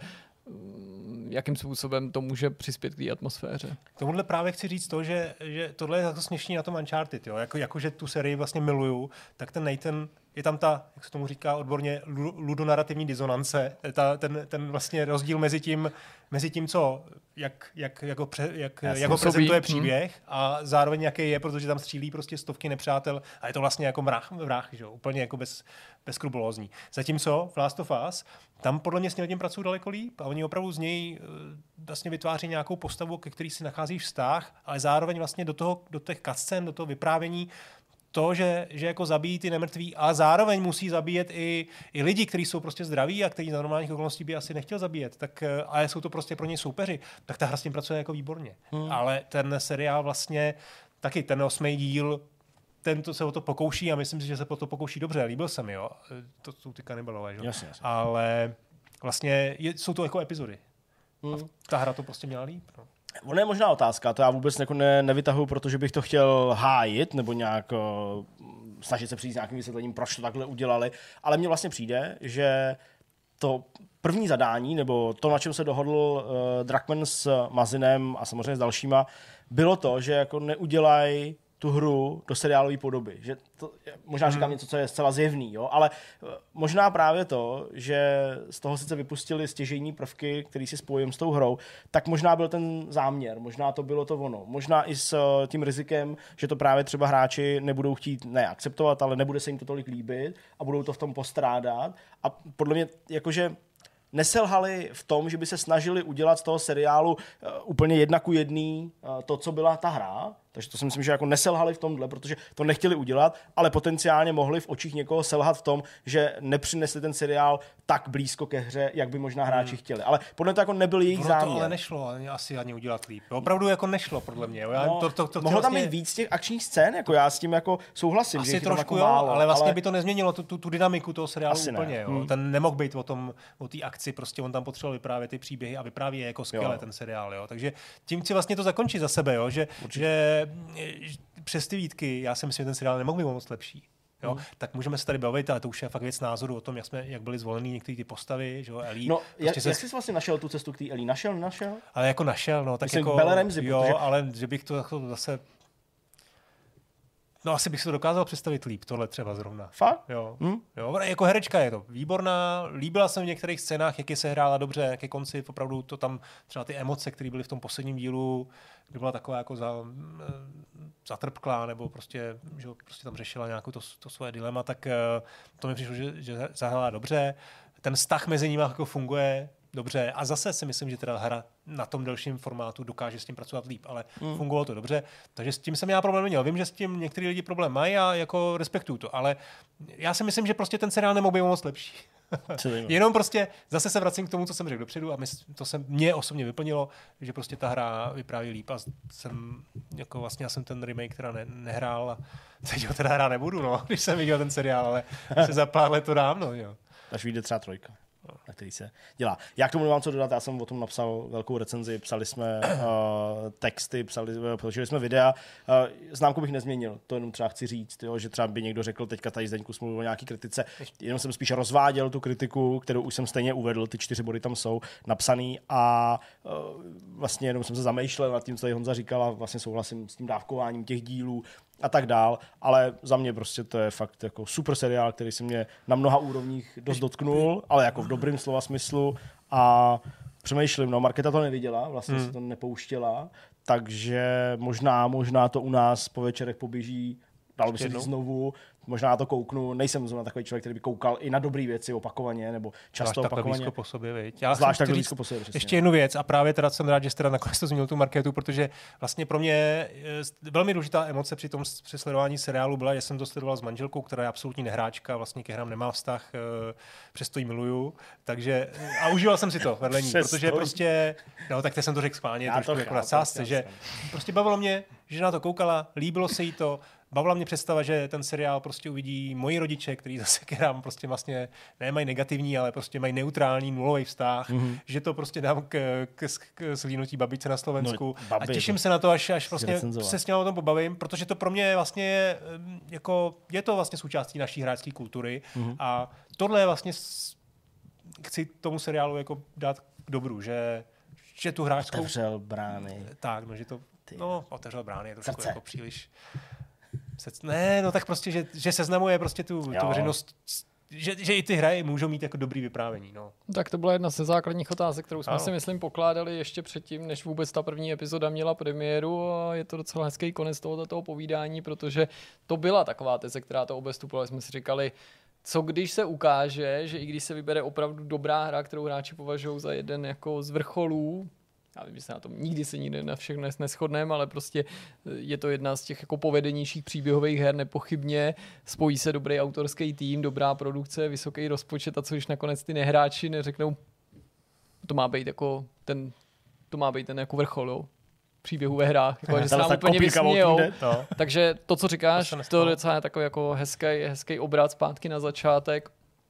jakým způsobem to může přispět k té atmosféře. K tomuhle právě chci říct to, že, že tohle je to směšný na tom Uncharted. Jo? Jako, jako, že tu sérii vlastně miluju, tak ten Nathan, je tam ta, jak se tomu říká odborně, ludonarativní disonance, ta, ten, ten vlastně rozdíl mezi tím, mezi tím co, jak, jak, jako, pře, jak, jako prezentuje příběh hmm. a zároveň jaký je, protože tam střílí prostě stovky nepřátel a je to vlastně jako vrah, vrah že? Úplně jako bez, bezskrupulózní. Zatímco v Last of Us, tam podle mě s tím pracují daleko líp a oni opravdu z něj vlastně vytváří nějakou postavu, ke který si nachází vztah, ale zároveň vlastně do toho, do těch cutscén, do toho vyprávění to, že, že jako zabíjí ty nemrtví a zároveň musí zabíjet i, i lidi, kteří jsou prostě zdraví a kteří za normálních okolností by asi nechtěl zabíjet, tak, ale jsou to prostě pro ně soupeři, tak ta hra s tím pracuje jako výborně. Hmm. Ale ten seriál vlastně, taky ten osmý díl, ten to se o to pokouší a myslím si, že se o to pokouší dobře. Líbil se mi, jo. To jsou ty kanibalové, že? Jasně, jasně. Ale vlastně je, jsou to jako epizody. Hmm. A ta hra to prostě měla líp, no. Ono je možná otázka, to já vůbec jako ne, nevytahuji, protože bych to chtěl hájit, nebo nějak uh, snažit se přijít s nějakým vysvětlením, proč to takhle udělali, ale mně vlastně přijde, že to první zadání, nebo to, na čem se dohodl uh, Druckmann s Mazinem a samozřejmě s dalšíma, bylo to, že jako neudělají tu hru do seriálové podoby. Že to, možná říkám hmm. něco, co je zcela zjevný, jo? Ale možná právě to, že z toho sice vypustili stěžejní prvky, který si spojím s tou hrou, tak možná byl ten záměr, možná to bylo to ono. Možná i s tím rizikem, že to právě třeba hráči nebudou chtít neakceptovat, ale nebude se jim to tolik líbit a budou to v tom postrádat. A podle mě jakože neselhali v tom, že by se snažili udělat z toho seriálu uh, úplně jedna ku jedný uh, to, co byla ta hra. Takže to si myslím, že jako neselhali v tomhle, protože to nechtěli udělat, ale potenciálně mohli v očích někoho selhat v tom, že nepřinesli ten seriál tak blízko ke hře, jak by možná hráči hmm. chtěli. Ale podle to jako nebyl jejich ono záměr. To ale nešlo asi ani udělat líp. Opravdu jako nešlo podle mě. Já no, to, to, to mohlo vlastně... tam být víc těch akčních scén, jako já s tím jako souhlasím. Asi že trošku jako jo, málo, ale vlastně ale... by to nezměnilo tu, tu, tu dynamiku toho seriálu asi úplně. Ne. Jo. Hmm. Ten nemohl být o tom, o té akci, prostě on tam potřeboval vyprávět ty příběhy a vypráví je jako skvěle ten seriál. Jo. Takže tím chci vlastně to zakončit za sebe, jo, že, že přes ty výtky, já si myslím, že ten seriál nemohl být moc lepší. Jo? Mm. Tak můžeme se tady bavit, ale to už je fakt věc názoru o tom, jak, jsme, jak byli zvolení některé ty postavy, že jo, Ellie. No, prostě jak, se... jak jsi vlastně našel tu cestu k té Ellie? Našel, našel? Ale jako našel, no, tak myslím, jako... Bella Ramsey, jo, protože... ale že bych to jako zase... No asi bych si to dokázal představit líp, tohle třeba zrovna. Fakt? Jo. Hmm? Jo, jako herečka je to výborná, líbila se v některých scénách, jak je se hrála dobře, ke konci opravdu to tam, třeba ty emoce, které byly v tom posledním dílu, kdy byla taková jako za, zatrpklá, nebo prostě, že prostě tam řešila nějakou to, to svoje dilema, tak to mi přišlo, že, že zahrála dobře. Ten vztah mezi nimi jako funguje dobře a zase si myslím, že teda hra na tom delším formátu dokáže s tím pracovat líp, ale mm. fungovalo to dobře, takže s tím jsem já problém neměl. Vím, že s tím některý lidi problém mají a jako respektuju to, ale já si myslím, že prostě ten seriál nemohl být moc lepší. Jenom prostě zase se vracím k tomu, co jsem řekl dopředu a my, to se mě osobně vyplnilo, že prostě ta hra vypráví líp a jsem, jako vlastně já jsem ten remake teda ne, nehrál a teď ho teda hrát nebudu, no, když jsem viděl ten seriál, ale se za pár let to dám, no, jo. Až vyjde třeba trojka, na který se dělá. Já k tomu nemám co dodat, já jsem o tom napsal velkou recenzi, psali jsme uh, texty, psali, položili jsme videa. Uh, známku bych nezměnil, to jenom třeba chci říct, jo, že třeba by někdo řekl, teďka tady Zdeňku jsme mluvil o nějaký kritice, jenom jsem spíš rozváděl tu kritiku, kterou už jsem stejně uvedl, ty čtyři body tam jsou napsaný a uh, vlastně jenom jsem se zamýšlel nad tím, co tady Honza říkal a vlastně souhlasím s tím dávkováním těch dílů a tak dál, ale za mě prostě to je fakt jako super seriál, který se mě na mnoha úrovních dost dotknul, ale jako v dobrým slova smyslu a přemýšlím, no Markéta to neviděla, vlastně hmm. se to nepouštěla, takže možná, možná to u nás po večerech poběží, dalo by se říct znovu, možná na to kouknu, nejsem zrovna takový člověk, který by koukal i na dobré věci opakovaně, nebo často Zvlášť opakovaně. Zvlášť po sobě, viď? Já Zvlášť takhle blízko po sobě, přesně. Ještě jednu věc a právě teda jsem rád, že jste teda nakonec to zmínil tu Markétu, protože vlastně pro mě je velmi důležitá emoce při tom při sledování seriálu byla, že jsem to sledoval s manželkou, která je absolutní nehráčka, vlastně ke hrám nemá vztah, přesto ji miluju, takže a užíval jsem si to vedle ní, protože prostě, no tak teď jsem to řekl schválně, trošku jako na sázce, že prostě bavilo mě, že na to koukala, líbilo se jí to. Bavila mě představa, že ten seriál prostě uvidí moji rodiče, kteří zase k hrám prostě vlastně nemají negativní, ale prostě mají neutrální nulový vztah, mm-hmm. že to prostě dám k, k, k slínutí babičce na Slovensku no, babi, a těším se na to, až, až vlastně se s ním o tom pobavím, protože to pro mě vlastně jako je to vlastně součástí naší hráčské kultury mm-hmm. a tohle je vlastně chci tomu seriálu jako dát k dobru, že, že tu hráčskou... Otevřel brány. Tak, no, že to... No, otevřel brány, je trošku jako příliš... Ne, no tak prostě, že, že seznamuje prostě tu, tu veřejnost, že, že i ty hry můžou mít jako dobrý vyprávění. No. Tak to byla jedna ze základních otázek, kterou jsme ano. si myslím pokládali ještě předtím, než vůbec ta první epizoda měla premiéru a je to docela hezký konec tohoto toho povídání, protože to byla taková teze, která to obestupovala. Jsme si říkali, co když se ukáže, že i když se vybere opravdu dobrá hra, kterou hráči považují za jeden jako z vrcholů, já vím, že se na tom nikdy se nikdy na všechno neshodneme, ale prostě je to jedna z těch jako povedenějších příběhových her nepochybně. Spojí se dobrý autorský tým, dobrá produkce, vysoký rozpočet a co když nakonec ty nehráči neřeknou, to má být jako ten, to má být ten jako vrchol, jo? Příběhu ve hrách, jako, že se nám úplně vysmějou. No. Takže to, co říkáš, to je docela takový jako hezký, hezký obrat zpátky na začátek.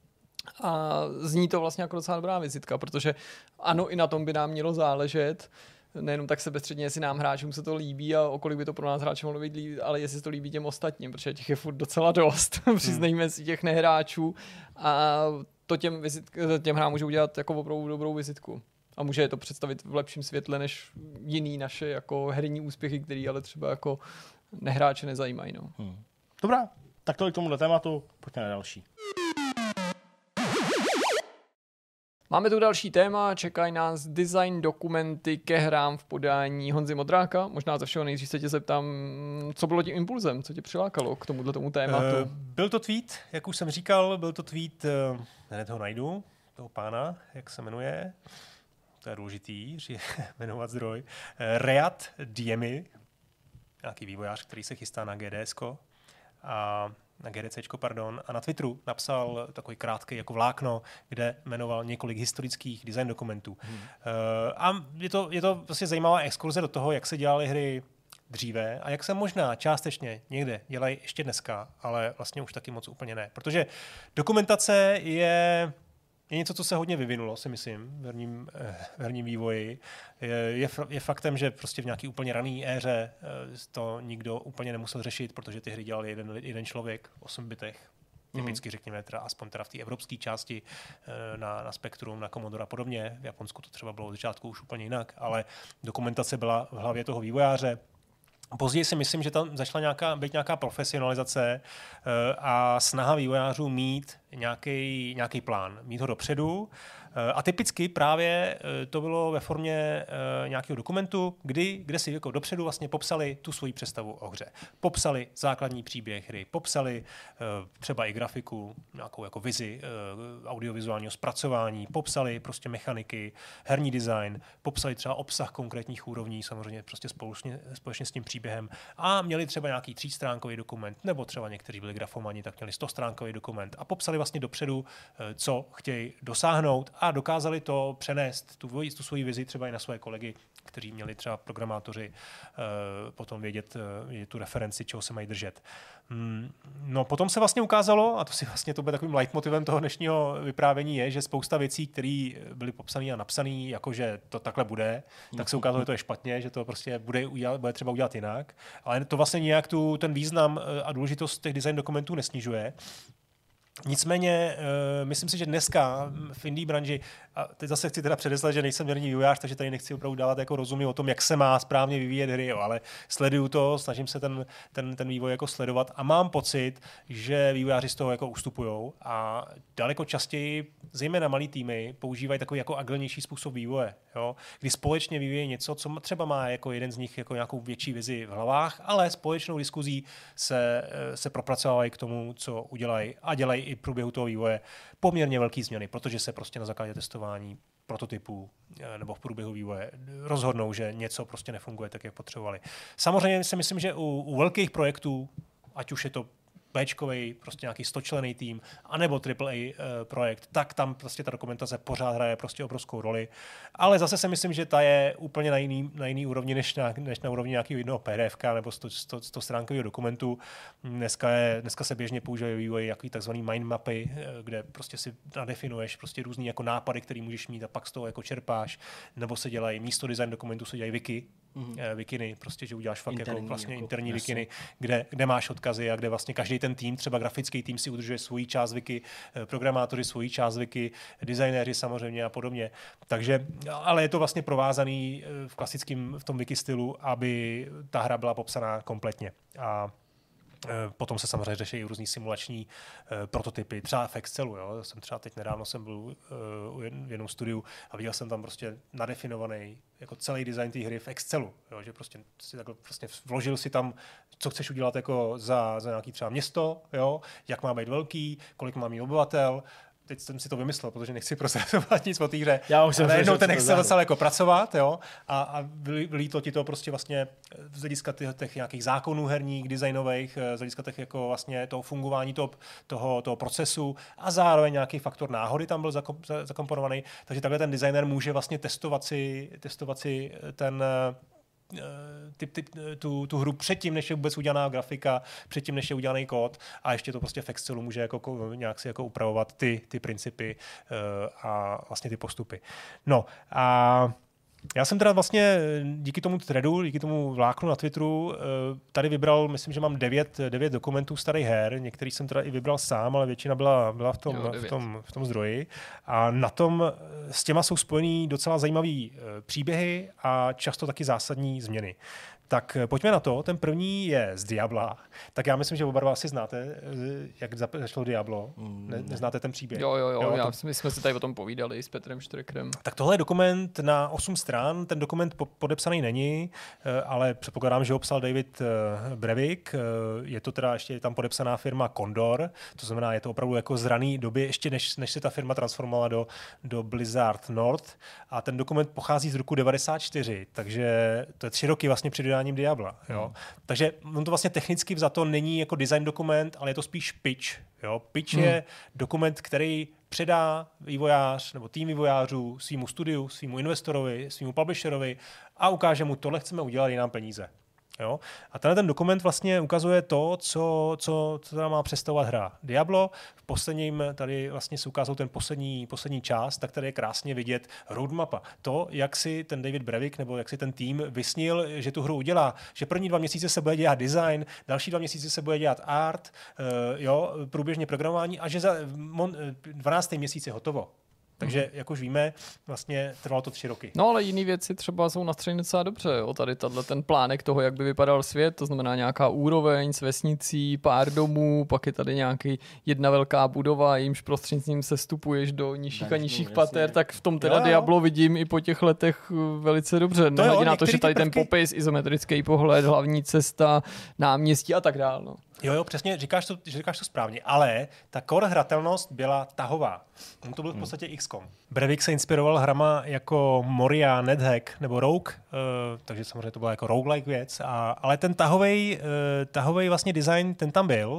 A zní to vlastně jako docela dobrá vizitka, protože ano, i na tom by nám mělo záležet, nejenom tak sebestředně, jestli nám hráčům se to líbí a okolik by to pro nás hráče mohlo být líbí, ale jestli se to líbí těm ostatním, protože těch je furt docela dost, přiznejme si těch nehráčů a to těm, vizit, těm hrám může udělat jako opravdu dobrou vizitku. A může je to představit v lepším světle než jiný naše jako herní úspěchy, který ale třeba jako nehráče nezajímají. No. Hmm. Dobrá, tak tolik k tomuhle tématu, pojďme na další. Máme tu další téma, čekají nás design dokumenty ke hrám v podání Honzy Modráka. Možná ze všeho nejdřív se tě zeptám, co bylo tím impulzem, co tě přilákalo k tomuhle tomu tématu? Uh, byl to tweet, jak už jsem říkal, byl to tweet, uh, hned ho najdu, toho pána, jak se jmenuje, to je důležitý, jmenovat zdroj, uh, Riyad Diemi, nějaký vývojář, který se chystá na GDSko a na GDCčko, pardon, a na Twitteru napsal takový krátký jako vlákno, kde jmenoval několik historických design dokumentů. Hmm. Uh, a je to, je to vlastně zajímavá exkurze do toho, jak se dělaly hry dříve a jak se možná částečně někde dělají ještě dneska, ale vlastně už taky moc úplně ne. Protože dokumentace je... Je něco, co se hodně vyvinulo, si myslím, v herním, v herním vývoji. Je, je, je faktem, že prostě v nějaký úplně rané éře to nikdo úplně nemusel řešit, protože ty hry dělal jeden, jeden člověk v osmi bitech. Typicky, řekněme, teda, aspoň teda v té evropské části na, na Spectrum, na Commodore a podobně. V Japonsku to třeba bylo od začátku už úplně jinak, ale dokumentace byla v hlavě toho vývojáře. Později si myslím, že tam začala nějaká, být nějaká profesionalizace uh, a snaha vývojářů mít nějaký, nějaký plán, mít ho dopředu. Uh, a typicky právě uh, to bylo ve formě uh, nějakého dokumentu, kdy, kde si jako dopředu vlastně popsali tu svoji představu o hře. Popsali základní příběh hry, popsali uh, třeba i grafiku, nějakou jako vizi uh, audiovizuálního zpracování, popsali prostě mechaniky, herní design, popsali třeba obsah konkrétních úrovní, samozřejmě prostě společně, společně s tím příběhem a měli třeba nějaký třístránkový dokument, nebo třeba někteří byli grafomani, tak měli stostránkový dokument a popsali vlastně dopředu, co chtějí dosáhnout a dokázali to přenést, tu, tu svoji vizi třeba i na své kolegy, kteří měli třeba programátoři potom vědět, vědět tu referenci, čeho se mají držet. No potom se vlastně ukázalo, a to si vlastně to bude takovým leitmotivem toho dnešního vyprávění je, že spousta věcí, které byly popsané a napsané, jakože to takhle bude, tak se ukázalo, že to je špatně, že to prostě bude, udělat, bude třeba udělat jinak. Ale to vlastně nějak tu, ten význam a důležitost těch design dokumentů nesnižuje. Nicméně, uh, myslím si, že dneska v indie branži, a teď zase chci teda předeslat, že nejsem herní vývojář, takže tady nechci opravdu dávat jako rozumy o tom, jak se má správně vyvíjet hry, jo, ale sleduju to, snažím se ten, ten, ten vývoj jako sledovat a mám pocit, že vývojáři z toho jako ustupujou a daleko častěji, zejména malý týmy, používají takový jako agilnější způsob vývoje, jo, kdy společně vyvíjí něco, co třeba má jako jeden z nich jako nějakou větší vizi v hlavách, ale společnou diskuzí se, se propracovávají k tomu, co udělají a dělají i v průběhu toho vývoje poměrně velký změny, protože se prostě na základě testování prototypů nebo v průběhu vývoje rozhodnou, že něco prostě nefunguje tak, jak potřebovali. Samozřejmě si myslím, že u, u velkých projektů, ať už je to Bčkovej, prostě nějaký stočlený tým, anebo triple A uh, projekt, tak tam prostě ta dokumentace pořád hraje prostě obrovskou roli. Ale zase si myslím, že ta je úplně na jiný, na jiný úrovni, než na, než na úrovni nějakého jednoho P D F ka nebo sto stránkového dokumentu. Dneska, je, dneska se běžně používají vývoj jaký takzvaný mind mapy, kde prostě si nadefinuješ prostě různý jako nápady, které můžeš mít a pak z toho jako čerpáš, nebo se dělají místo design dokumentu se dělají wiki, mm-hmm. wikiny, prostě, že uděláš fakt interní, jako vlastně jako interní wikiny, kde, kde máš odkazy a kde vlastně každý ten tým, třeba grafický tým si udržuje svoji část wiki, programátoři svoji část wiki, designéři samozřejmě a podobně. Takže, ale je to vlastně provázaný v klasickém, v tom wiki stylu, aby ta hra byla popsaná kompletně. A potom se samozřejmě řeší i různý simulační uh, prototypy, třeba v Excelu. Jo. Jsem třeba teď nedávno jsem byl uh, v jednom studiu a viděl jsem tam prostě nadefinovaný jako celý design té hry v Excelu. Jo, že prostě si takhle prostě vložil si tam, co chceš udělat jako za, za nějaký třeba město, jo, jak má být velký, kolik má mít obyvatel. Teď jsem si to vymyslel, protože nechci prosazovat nic o té hře. Já už jsem najednou ten Excel začal jako pracovat, jo, a, a vylítlo ti to prostě vlastně z hlediska těch, těch nějakých zákonů herních, designových, z hlediska těch jako vlastně toho fungování toho, toho, toho procesu a zároveň nějaký faktor náhody tam byl zakomponovaný, takže takhle ten designer může vlastně testovat si, testovat si ten Ty, ty, tu, tu hru předtím, než je vůbec udělaná grafika, předtím, než je udělaný kód a ještě to prostě v Excelu může jako, nějak si jako upravovat ty, ty principy uh, a vlastně ty postupy. No a já jsem teda vlastně díky tomu threadu, díky tomu vláknu na Twitteru tady vybral, myslím, že mám devět, devět dokumentů starých her, některý jsem teda i vybral sám, ale většina byla, byla v, tom, jo, v, tom, v tom zdroji. A na tom s těma jsou spojený docela zajímavý příběhy a často taky zásadní změny. Tak pojďme na to. Ten první je z Diabla. Tak já myslím, že oba dva asi znáte, jak začalo Diablo. Ne, neznáte ten příběh? Jo, jo, jo. jo já, to... My jsme si tady o tom povídali s Petrem Štrekrem. Tak tohle je dokument na osm stran. Ten dokument podepsaný není, ale předpokládám, že ho psal David Brevik. Je to teda ještě tam podepsaná firma Condor. To znamená, je to opravdu jako z rané doby, ještě než, než se ta firma transformovala do, do Blizzard North. A ten dokument pochází z roku devadesát čtyři, takže to je tři roky vlastně před vydáním Diabla. Jo. Hmm. Takže on to vlastně technicky vzato není jako design dokument, ale je to spíš pitch. Jo. Pitch hmm. je dokument, který předá vývojář nebo tým vývojářů svýmu studiu, svýmu investorovi, svýmu publisherovi a ukáže mu, tohle chceme udělat, dej nám peníze. Jo? A tenhle ten dokument vlastně ukazuje to, co, co, co teda má představovat hra. Diablo, v posledním, tady vlastně se ukázal ten poslední, poslední část, tak tady je krásně vidět roadmapa. To, jak si ten David Brevik nebo jak si ten tým vysnil, že tu hru udělá. Že první dva měsíce se bude dělat design, další dva měsíce se bude dělat art, uh, jo, průběžně programování a že za dvanáctý měsíc je hotovo. Takže, jak už víme, vlastně trvalo to tři roky. No ale jiné věci třeba jsou nastřeněny docela dobře. Jo. Tady tato, ten plánek toho, jak by vypadal svět, to znamená nějaká úroveň s vesnicí, pár domů, pak je tady nějaký jedna velká budova, jímž prostřednictvím se stupuješ do nižších a nižších pater, tak v tom teda jo, jo. Diablo vidím i po těch letech velice dobře. Nehledě na to, že tady prvky... ten popis, izometrický pohled, hlavní cesta, náměstí a tak dál. No. Jo, jo, přesně, říkáš to, říkáš to správně, ale ta core hratelnost byla tahová. On to byl v podstatě X COM. Brevik se inspiroval hrama jako Moria, NetHack nebo Rogue, uh, takže samozřejmě to byla jako roguelike věc, a, ale ten tahovej, uh, tahovej vlastně design, ten tam byl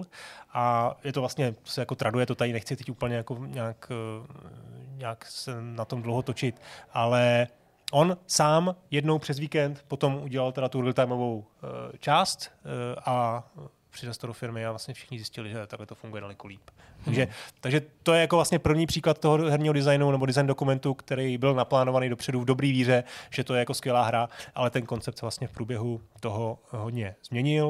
a je to vlastně, se jako traduje, to tady nechci teď úplně jako nějak, uh, nějak se na tom dlouho točit, ale on sám jednou přes víkend potom udělal teda tu real-timeovou uh, část uh, a přines to do firmy a vlastně všichni zjistili, že takhle to funguje daleko líp. Takže, hmm. takže to je jako vlastně první příklad toho herního designu nebo design dokumentu, který byl naplánovaný dopředu v dobrý víře, že to je jako skvělá hra, ale ten koncept se vlastně v průběhu toho hodně změnil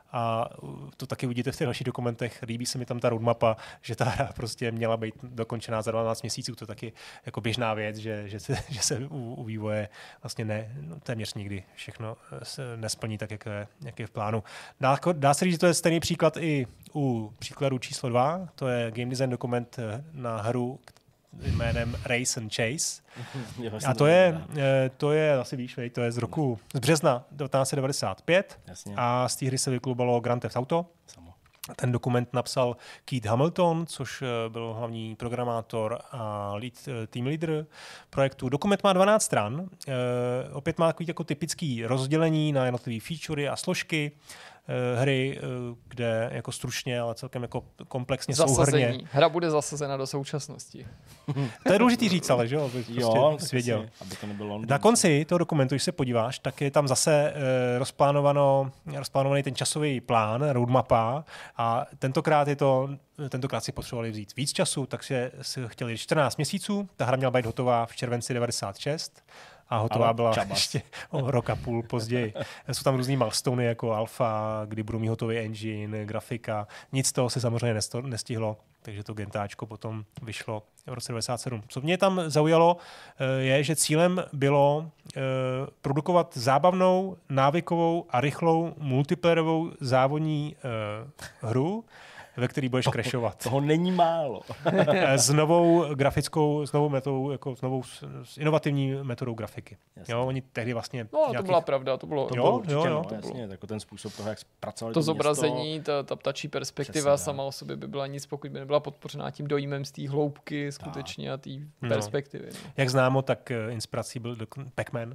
a to taky uvidíte v těch dalších dokumentech. Líbí se mi tam ta roadmapa, že ta hra prostě měla být dokončená za dvanáct měsíců. To taky jako běžná věc, že, že se, že se u, u vývoje vlastně ne, no, téměř nikdy všechno se nesplní tak, jak je, jak je v plánu. Dá, dá se říct, že to je stejný příklad i u příkladu číslo dva. To je game design dokument na hru jménem Race and Chase. A to je, to je, asi víš, vej, to je z roku, z března devatenáct set devadesát pět. Jasně. A z té hry se vyklubalo Grand Theft Auto. Samo. Ten dokument napsal Keith Hamilton, což byl hlavní programátor a lead, team leader projektu. Dokument má dvanáct stran. E, opět má takový jako typický rozdělení na jednotlivé featurey a složky hry, kde jako stručně, ale celkem jako komplexně zasazení. Souhrně. Hra bude zasazena do současnosti. To je důležitý říct, ale že jo, aby jo, prostě svěděl. Asi, aby to nebylo Na konci toho dokumentu, když se podíváš, tak je tam zase e, rozplánováno, rozplánovaný ten časový plán, roadmapa a tentokrát je to, tentokrát si potřebovali vzít víc času, takže si chtěli čtrnáct měsíců, ta hra měla být hotová v červenci devadesát šest. A hotová ale byla čabas. Ještě o rok a půl později. Jsou tam různý milestony jako alfa, kdy budou mít hotový engine, grafika. Nic z toho se samozřejmě nestihlo, takže to gentáčko potom vyšlo v roce devadesát sedm. Co mě tam zaujalo, je, že cílem bylo produkovat zábavnou, návykovou a rychlou multiplayerovou závodní hru, ve který budeš crashovat. Toho není málo. S novou grafickou, s novou metodou, jako s novou s inovativní metodou grafiky. Jo, oni tehdy vlastně... No, nějakých... to byla pravda, to bylo... To jo, bylo určitě, jo, jo, no, to jasně, jako ten způsob toho, jak pracovali to to zobrazení, ta, ta ptačí perspektiva přesně, sama o sobě by byla nic, pokud by nebyla podpořená tím dojímem z té hloubky skutečně a té no. perspektivy. No. Jak známo, tak inspirací byl Pac-Man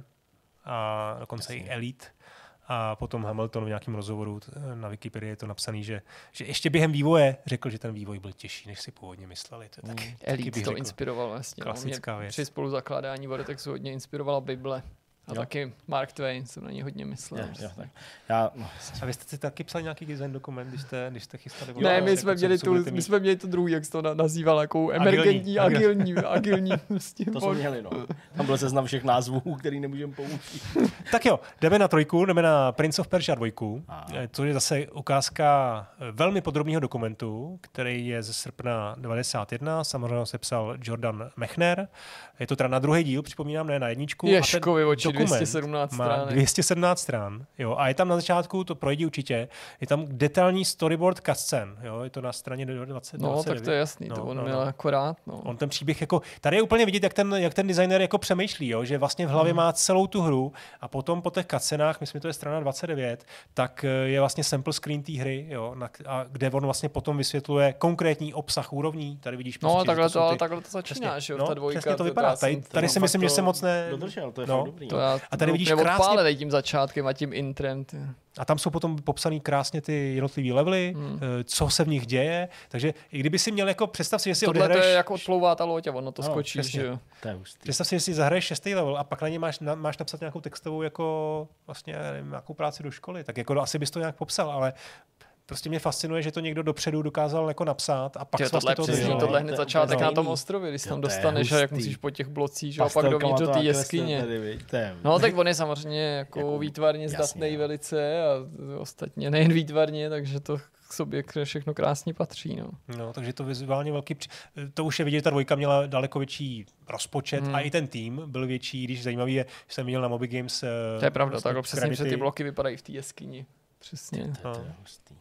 a dokonce jasně. i Elite. A potom Hamilton v nějakém rozhovoru na Wikipedii je to napsaný, že, že ještě během vývoje řekl, že ten vývoj byl těžší, než si původně mysleli. To je taky, mm. Elite to řekl. Inspiroval vlastně. Klasická věc. Při spoluzakládání Vortexu hodně inspirovala Bible. A jo. taky Mark Twain jsem na něj hodně myslel. Jo, jo, tak. Já, no. A vy jste si taky psali nějaký design dokument, když jste, když jste chystali? Ne, my jsme, jako měli tu, my jsme měli to druhý, jak jsi to nazýval, jako emergentní, agilní, agilní. agilní prostě to jsme měli, no. Tam byl seznam všech názvů, který nemůžeme použít. Tak jo, jdeme na trojku, jdeme na Prince of Persia dvojku, to je zase ukázka velmi podrobného dokumentu, který je ze srpna devadesát jedna, samozřejmě se psal Jordan Mechner. Je to teda na druhý díl, připomínám, ne na jedničku. Ježkovi oči, dvě stě sedmnáct stran. dvě stě sedmnáct stran, jo. A je tam na začátku, to projde určitě, je tam detailní storyboard cutscene, jo. Je to na straně dvacet. No, dvacet devět. Tak to je jasný, no, to on no, měl no. akorát, no. On ten příběh jako, tady je úplně vidět, jak ten, jak ten designer jako přemýšlí, jo, že vlastně v hlavě hmm. má celou tu hru a potom po těch cutscenách, myslím, to je strana dvacet devět, tak je vlastně sample screen té hry, jo, na, a kde on vlastně potom vysvětluje konkrétní obsah úrovní. Tady vidíš no, prostě, takhle to, ale ty... takhle to začíná, že jo, no, ta dvojka. Přesně to vypadá. Tady, tady si myslím, že se moc ne... Dodržel, to je no, dobrý. To já a tady vidíš krásně... tady tím začátkem a tím intrem. Ty. A tam jsou potom popsaný krásně ty jednotlivý levely, hmm. co se v nich děje. Takže i kdyby si měl jako, představ si, že si tohle odehraješ... to je jako odplouvá ta loď a ono to no, skočí, přesně. že jo. Představ si, že si zahraješ šestý level a pak na ně máš, na, máš napsat nějakou textovou jako vlastně nevím, nějakou práci do školy. Tak jako asi bys to nějak popsal, ale prostě mě fascinuje, že to někdo dopředu dokázal jako napsat a pak Tě, vlastně tohle to přesně, tohle hned začátek na tom ostrově, když tam dostaneš a jak musíš po těch blocích, a pak dovnitř do té jeskyně. No tak on je samozřejmě jako, jako výtvarně zdatnej velice a ostatně nejen výtvarně, takže to k sobě všechno krásně patří. No. no, takže to vizuálně velký... To už je vidět, ta dvojka měla daleko větší rozpočet hmm. a i ten tým byl větší, když zajímavý je, že jsem viděl na Moby Games... To je pravda, takhle přesně, že ty bloky vypadají v té jeskyni. Přesně. To, to, to je hustý.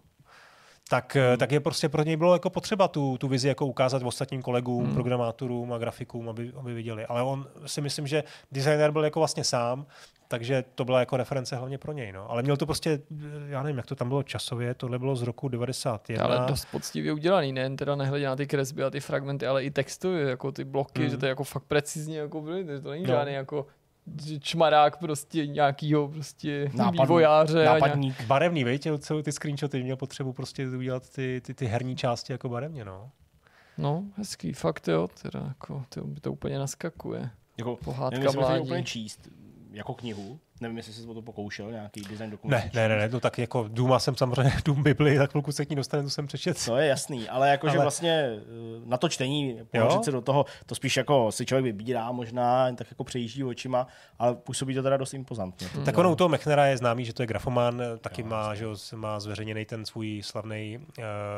Tak, hmm. tak je prostě pro něj bylo jako potřeba tu, tu vizi jako ukázat ostatním kolegům, hmm. programátorům a grafikům, aby, aby viděli. Ale on si myslím, že designer byl jako vlastně sám, takže to byla jako reference hlavně pro něj. No. Ale měl to prostě, já nevím, jak to tam bylo časově, tohle bylo z roku devadesát jedna. Ale dost poctivě udělaný, nejen teda nehledě na ty kresby a ty fragmenty, ale i textově, jako ty bloky, hmm. že to je jako fakt precizně jako byly, to není no. žádný jako čmarák prostě nějakýho prostě Nápadný, vývojáře. Nápadník. Nějak... Barevný, viď? Celý ty screenshoty měl potřebu prostě udělat ty, ty, ty herní části jako barevně, no. No, hezký, fakt jo, teda jako to, to úplně naskakuje. Jako, pohádka nevím, mládí. Úplně číst. jako knihu. Nevím, jestli jsi o to pokoušel, nějaký design dokument. Ne, ne, ne, to tak jako Doom jsem samozřejmě Doom Bibli, tak pokud se k ní dostane, to jsem přečet. To je jasný, ale jakože ale... vlastně na to čtení, pohořit se do toho, to spíš jako si člověk vybírá možná, tak jako přejíždí očima, ale působí to teda dost impozantně. Hmm. Tak ono u toho Machnera je známý, že to je grafoman, taky jo, má, že má zveřejněný ten svůj slavný uh,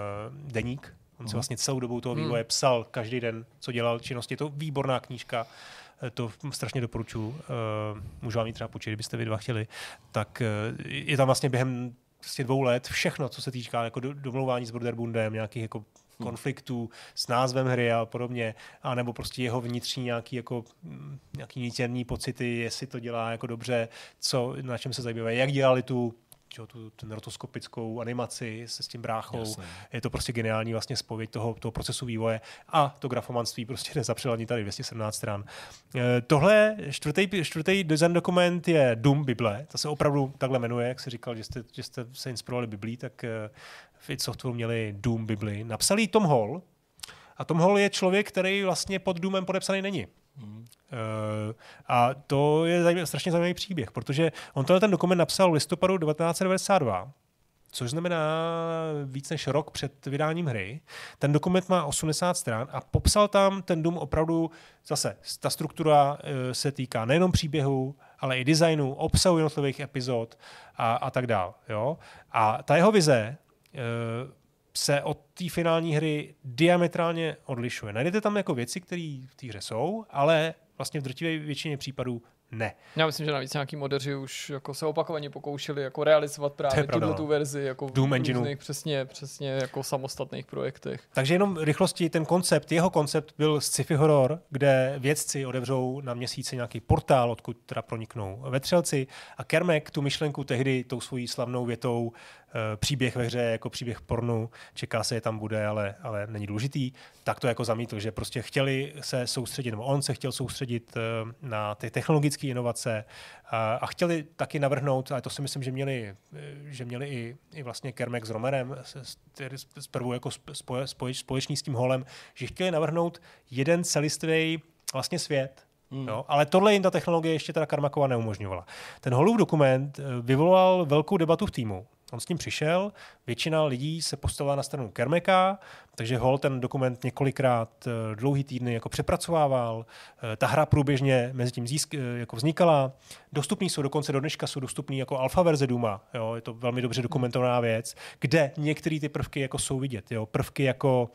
deník. On si vlastně celou dobu toho vývoje hmm. psal každý den, co dělal činnosti. Je to výborná knížka, to strašně doporučuji. Můžu vám ji třeba půjčit, kdybyste vy dva chtěli. Tak je tam vlastně během vlastně dvou let všechno, co se týká jako domlouvání s Broderbundem, nějakých jako konfliktů s názvem hry a podobně, a nebo prostě jeho vnitřní nějaký jako nějaký nitěrní pocity, jestli to dělá jako dobře, co, na čem se zabývají, jak dělali tu Čo, tu, tu rotoskopickou animaci se s tím bráchou. Jasně. Je to prostě geniální vlastně spověď toho, toho procesu vývoje a to grafomanství prostě nezapřel ani tady dvě stě sedmnáct stran. E, tohle čtvrtý, čtvrtý design dokument je Doom Bible. To se opravdu takhle jmenuje, jak jsi říkal, že jste, že jste se inspirovali Biblí, tak v id Softwareu měli Doom Bibli. Napsal ji Tom Hall a Tom Hall je člověk, který vlastně pod Doomem podepsaný není. Hmm. Uh, a to je zajímavý, strašně zajímavý příběh, protože on tenhle ten dokument napsal v listopadu devatenáct set devadesát dva, což znamená víc než rok před vydáním hry. Ten dokument má osmdesát stran a popsal tam ten Doom opravdu, zase ta struktura uh, se týká nejenom příběhu, ale i designu, obsahu jednotlivých epizod a, a tak dál. Jo? A ta jeho vize uh, se od té finální hry diametrálně odlišuje. Najdete tam jako věci, které v té hře jsou, ale vlastně v drtivé většině případů ne. Já myslím, že navíc nějaký modeři už jako se opakovaně pokoušeli jako realizovat právě tu verzi jako Doom v různých přesně, přesně jako samostatných projektech. Takže jenom rychlosti, ten koncept, jeho koncept byl sci-fi horor, kde vědci otevřou na měsíci nějaký portál, odkud teda proniknou vetřelci, a Kermek tu myšlenku tehdy tou svojí slavnou větou příběh ve hře jako příběh pornu, čeká se, je tam bude, ale, ale není důležitý, tak to jako zamítl, že prostě chtěli se soustředit, nebo on se chtěl soustředit na ty technologické inovace a, a chtěli taky navrhnout, ale to si myslím, že měli, že měli i, i vlastně Kermek s Romerem, zprvu jako spoje, spoje, společný s tím Hallem, že chtěli navrhnout jeden celistvý vlastně svět. Hmm. Jo, ale tohle jim ta technologie ještě teda Carmackova neumožňovala. Ten Hallův dokument vyvolal velkou debatu v týmu. On s ním přišel, většina lidí se postavila na stranu Kermeka, takže Hall ten dokument několikrát dlouhý týdny jako přepracovával. Ta hra průběžně mezi tím získ, jako vznikala. Dostupný jsou dokonce do dneška jsou dostupný jako alfa verze Dooma. Jo, je to velmi dobře dokumentovaná věc, kde některé ty prvky jako jsou vidět. Jo, prvky jako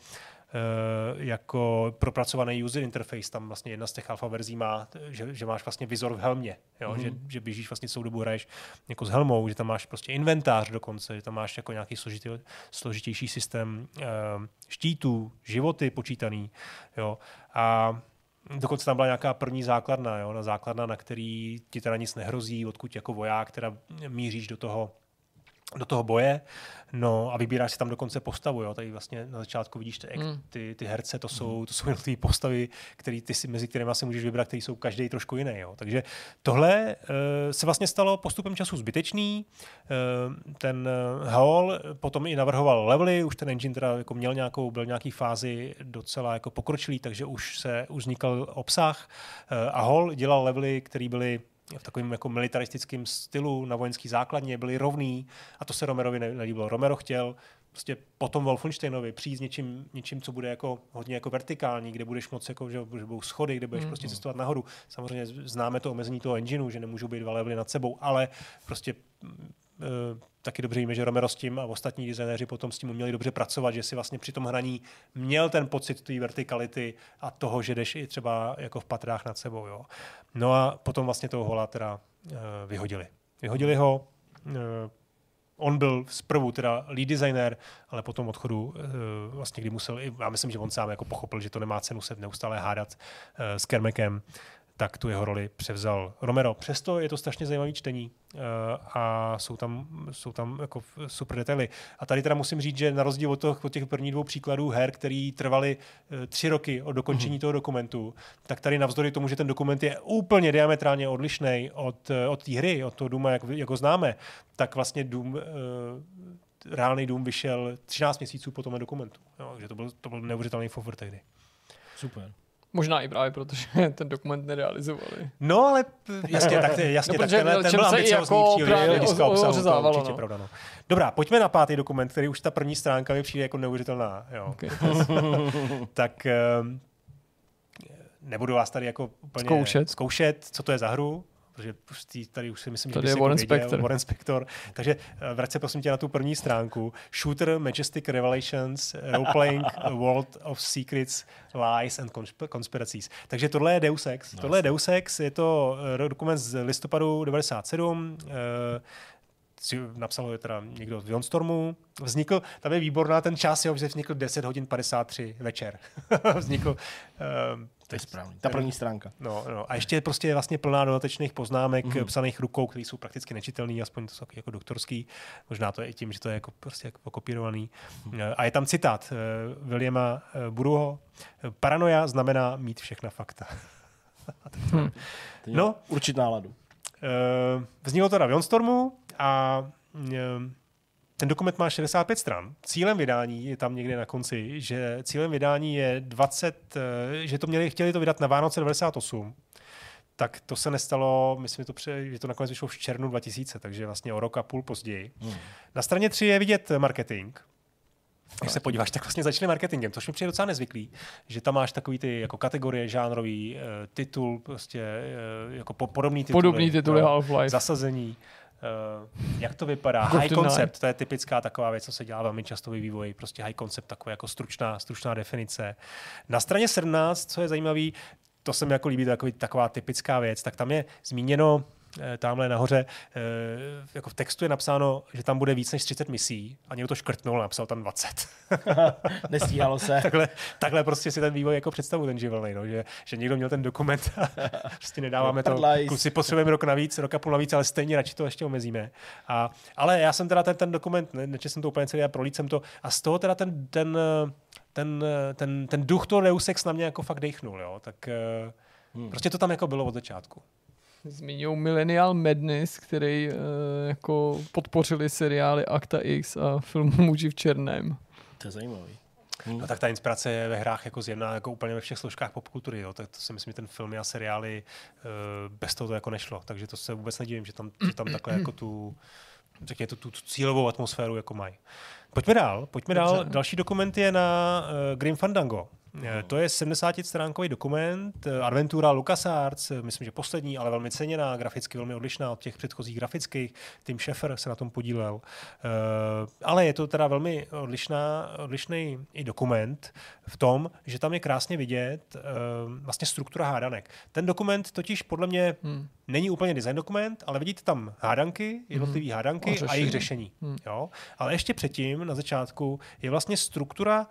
jako propracovaný user interface, tam vlastně jedna z těch alfa verzí má, že, že máš vlastně vizor v helmě, jo? Mm-hmm. Že, že běžíš vlastně celou dobu hraješ jako s helmou, že tam máš prostě inventář dokonce, že tam máš jako nějaký složitý, složitější systém uh, štítů, životy počítaný, jo? A dokonce tam byla nějaká první základna, jo? Na základna, na který ti teda nic nehrozí, odkud jako voják teda míříš do toho do toho boje, no a vybíráš si tam dokonce postavu, jo, tady vlastně na začátku vidíš ty, mm. ty, ty herce, to jsou, to jsou jednotlivé postavy, který ty si, mezi kterými si můžeš vybrat, který jsou každý trošku jiný, jo, takže tohle uh, se vlastně stalo postupem času zbytečný, uh, ten uh, Hall potom i navrhoval levely, už ten engine teda jako měl nějakou, byl nějaký fázi docela jako pokročilý, takže už se, už vznikal obsah uh, a Hall dělal levely, které byly v takovém jako militaristickém stylu na vojenský základně, byli rovný a to se Romerovi nelíbilo. Romero chtěl prostě potom Wolfensteinovi přijít s něčím, něčím, co bude jako hodně jako vertikální, kde budeš moc jako, že budou schody, kde budeš mm. prostě cestovat nahoru. Samozřejmě známe to omezení toho engineu, že nemůžou být dva levely nad sebou, ale prostě e, taky dobře víme, že Romero s tím a ostatní designéři potom s tím uměli dobře pracovat, že si vlastně při tom hraní měl ten pocit té vertikality a toho, že jdeš i třeba jako v patrách nad sebou. Jo. No a potom vlastně toho Halla teda uh, vyhodili. Vyhodili ho, uh, on byl zprvu teda lead designer, ale potom odchodu uh, vlastně, kdy musel, já myslím, že on sám jako pochopil, že to nemá cenu se neustále hádat uh, s Kermekem, tak tu jeho roli převzal Romero. Přesto je to strašně zajímavý čtení uh, a jsou tam, jsou tam jako super detaily. A tady teda musím říct, že na rozdíl od, toho, od těch prvních dvou příkladů her, který trvaly uh, tři roky od dokončení mm-hmm. toho dokumentu, tak tady navzdory tomu, že ten dokument je úplně diametrálně odlišný od, uh, od té hry, od toho Dooma, jak, jak ho známe, tak vlastně Doom, uh, reálný Doom vyšel třináct měsíců po tom dokumentu. Jo, takže to byl, to byl neuvěřitelný forward tehdy. Super. Možná i právě, protože ten dokument nerealizovali. No, ale jasně, tak jasně, no, tak tenhle, ten byl ambiciozní jako příliš hlediska obsahu, to určitě no. pravda. No. Dobrá, pojďme na pátý dokument, který už ta první stránka mi přijde jako neuvěřitelná. Jo. Okay. Tak nebudu vás tady jako úplně zkoušet. zkoušet, co to je za hru, protože tady už si myslím, tady že je jsi Warren jako viděl, Spector. Warren Spector. Takže vrať se prosím tě na tu první stránku. Shooter, Majestic Revelations, Role-Playing, World of Secrets, Lies and Conspiracies. Takže tohle je Deus Ex. No, tohle je Deus Ex, je to dokument z listopadu devadesát sedm, napsal ho teda někdo z Vionstormu. Vznikl, tam je výborná ten čas, jo, že vznikl deset hodin padesát tři večer. vznikl uh, to je správný. Ta první stránka. No, no. A ještě prostě je vlastně plná dodatečných poznámek mm-hmm. psaných rukou, které jsou prakticky nečitelné, aspoň to jsou jako doktorský. Možná to je i tím, že to je jako prostě jako pokopírovaný. Mm-hmm. A je tam citát uh, Williama uh, Burroughs. Paranoia znamená mít všechna fakta. hmm. No, určit náladu. Uh, vzniklo to na Vionstormu a uh, ten dokument má šedesát pět stran. Cílem vydání je tam někde na konci, že cílem vydání je dvacet, že to měli, chtěli to vydat na Vánoce devadesát osm. Tak to se nestalo, myslím, že to, pře, že to nakonec vyšlo v červnu dva tisíce, takže vlastně o rok a půl později. Hmm. Na straně tři je vidět marketing. Když se podíváš, tak vlastně začali marketingem, což mi přijde docela nezvyklý, že tam máš takový ty jako kategorie žánrový, titul, prostě jako podobný tituly. Podobný tituly Half-Life. Zasazení. Uh, jak to vypadá? High concept, to je typická taková věc, co se dělá velmi často ve vývoji. Prostě high concept, taková jako stručná, stručná definice. Na straně sedmnáct, co je zajímavý, to se mi jako líbí, takový, taková typická věc, tak tam je zmíněno tamhle nahoře, jako v textu je napsáno, že tam bude víc než třicet misí a někdo to škrtnul a napsal tam dvacet. Nestíhalo se. takhle, takhle prostě si ten vývoj jako představu ten živelný, no, že, že někdo měl ten dokument a prostě nedáváme to. Kluci potřebujeme rok navíc, rok a půl navíc, ale stejně radši to ještě omezíme. A, ale já jsem teda ten, ten dokument, ne, nečetl jsem to úplně celý, já prolít jsem to a z toho teda ten, ten, ten, ten, ten duch toho Deus Ex na mě jako fakt dejchnul, jo, tak hmm. prostě to tam jako bylo od začátku. Zmiňují Millennial Madness, který uh, jako podpořili seriály Akta X a film Muži v černém. To je zajímavý. Hmm. No tak ta inspirace je ve hrách jako zjevná jako úplně ve všech složkách popkultury. Jo. Tak to si myslím, že ten filmy a seriály uh, bez toho to jako nešlo. Takže to se vůbec nedivím, že tam, že tam takhle jako tu, řekněme, tu, tu cílovou atmosféru jako mají. Pojďme dál. Pojďme dál. Dobře. Další dokument je na uh, Grim Fandango. No. To je sedmdesátistránkový dokument, adventura LucasArts, myslím, že poslední, ale velmi ceněná, graficky velmi odlišná od těch předchozích grafických. Tim Schafer se na tom podílel. Uh, ale je to teda velmi odlišná, odlišný i dokument v tom, že tam je krásně vidět uh, vlastně struktura hádanek. Ten dokument totiž podle mě hmm. není úplně design dokument, ale vidíte tam hádanky, jednotlivý hmm. hádanky a, a jejich řešení. Hmm. Jo? Ale ještě předtím, na začátku, je vlastně struktura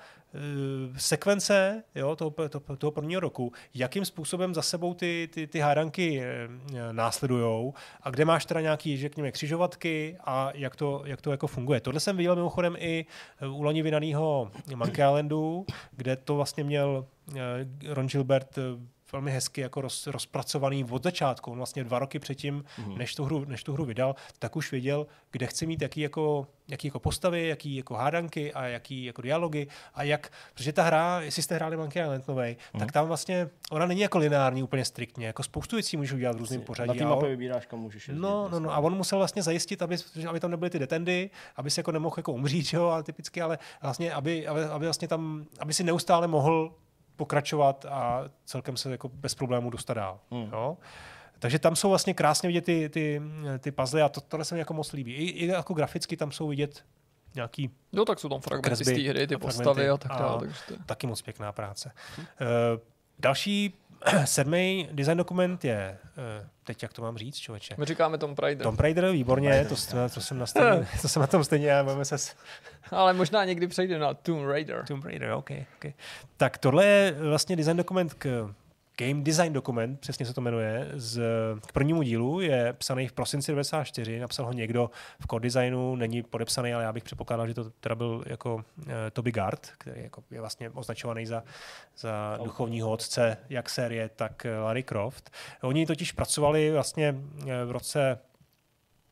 sekvence, jo, toho, toho, toho prvního roku, jakým způsobem za sebou ty, ty, ty hádanky následujou a kde máš teda nějaký, řekněme, křižovatky a jak to, jak to jako funguje. Tohle jsem viděl mimochodem i u loni vydaného Monkey Islandu, kde to vlastně měl Ron Gilbert velmi hezky jako roz, rozpracovaný od začátku. On vlastně dva roky předtím, mm. než, tu hru, než tu hru vydal, tak už věděl, kde chce mít jaký jako, jaký jako postavy, jaký jako hádanky a jaký jako dialogy a jak, protože ta hra, jestli jste hráli Monkey Island novej, mm. tak tam vlastně, ona není jako lineární úplně striktně, jako spoustu věcí můžu dělat v různém pořadí. Na té mapě vybíráš, kam můžeš jezdit. No, no, no, a on musel vlastně zajistit, aby, aby tam nebyly ty detendy, aby si jako nemohl jako umřít, jo, ale typicky, ale vlastně, aby, aby, aby vlastně tam, aby si neustále mohl pokračovat a celkem se jako bez problémů dostat dál. Hmm. Jo? Takže tam jsou vlastně krásně vidět ty, ty, ty puzzle a to, tohle se mi jako moc líbí. I, I jako graficky tam jsou vidět nějaký no tak jsou tam fragmenty z té hry, ty postavy a tak dále. Takže to... Taky moc pěkná práce. Hmm. Uh, další sedmý design dokument je, uh, teď jak to mám říct, člověče? My říkáme Tomb Raider. Tomb Raider, výborně, to, to, to, jsem na stejně, to jsem na tom stejně, budeme se... S... Ale možná někdy přejde na Tomb Raider. Tomb Raider, OK. okay. Tak tohle je vlastně design dokument k Game Design dokument, přesně se to jmenuje, z, k prvnímu dílu, je psaný v prosinci devadesát čtyři, napsal ho někdo v core designu, není podepsaný, ale já bych předpokládal, že to teda byl jako uh, Toby Gard, který jako je vlastně označovaný za, za duchovního otce jak série, tak Lara Croft. Oni totiž pracovali vlastně v roce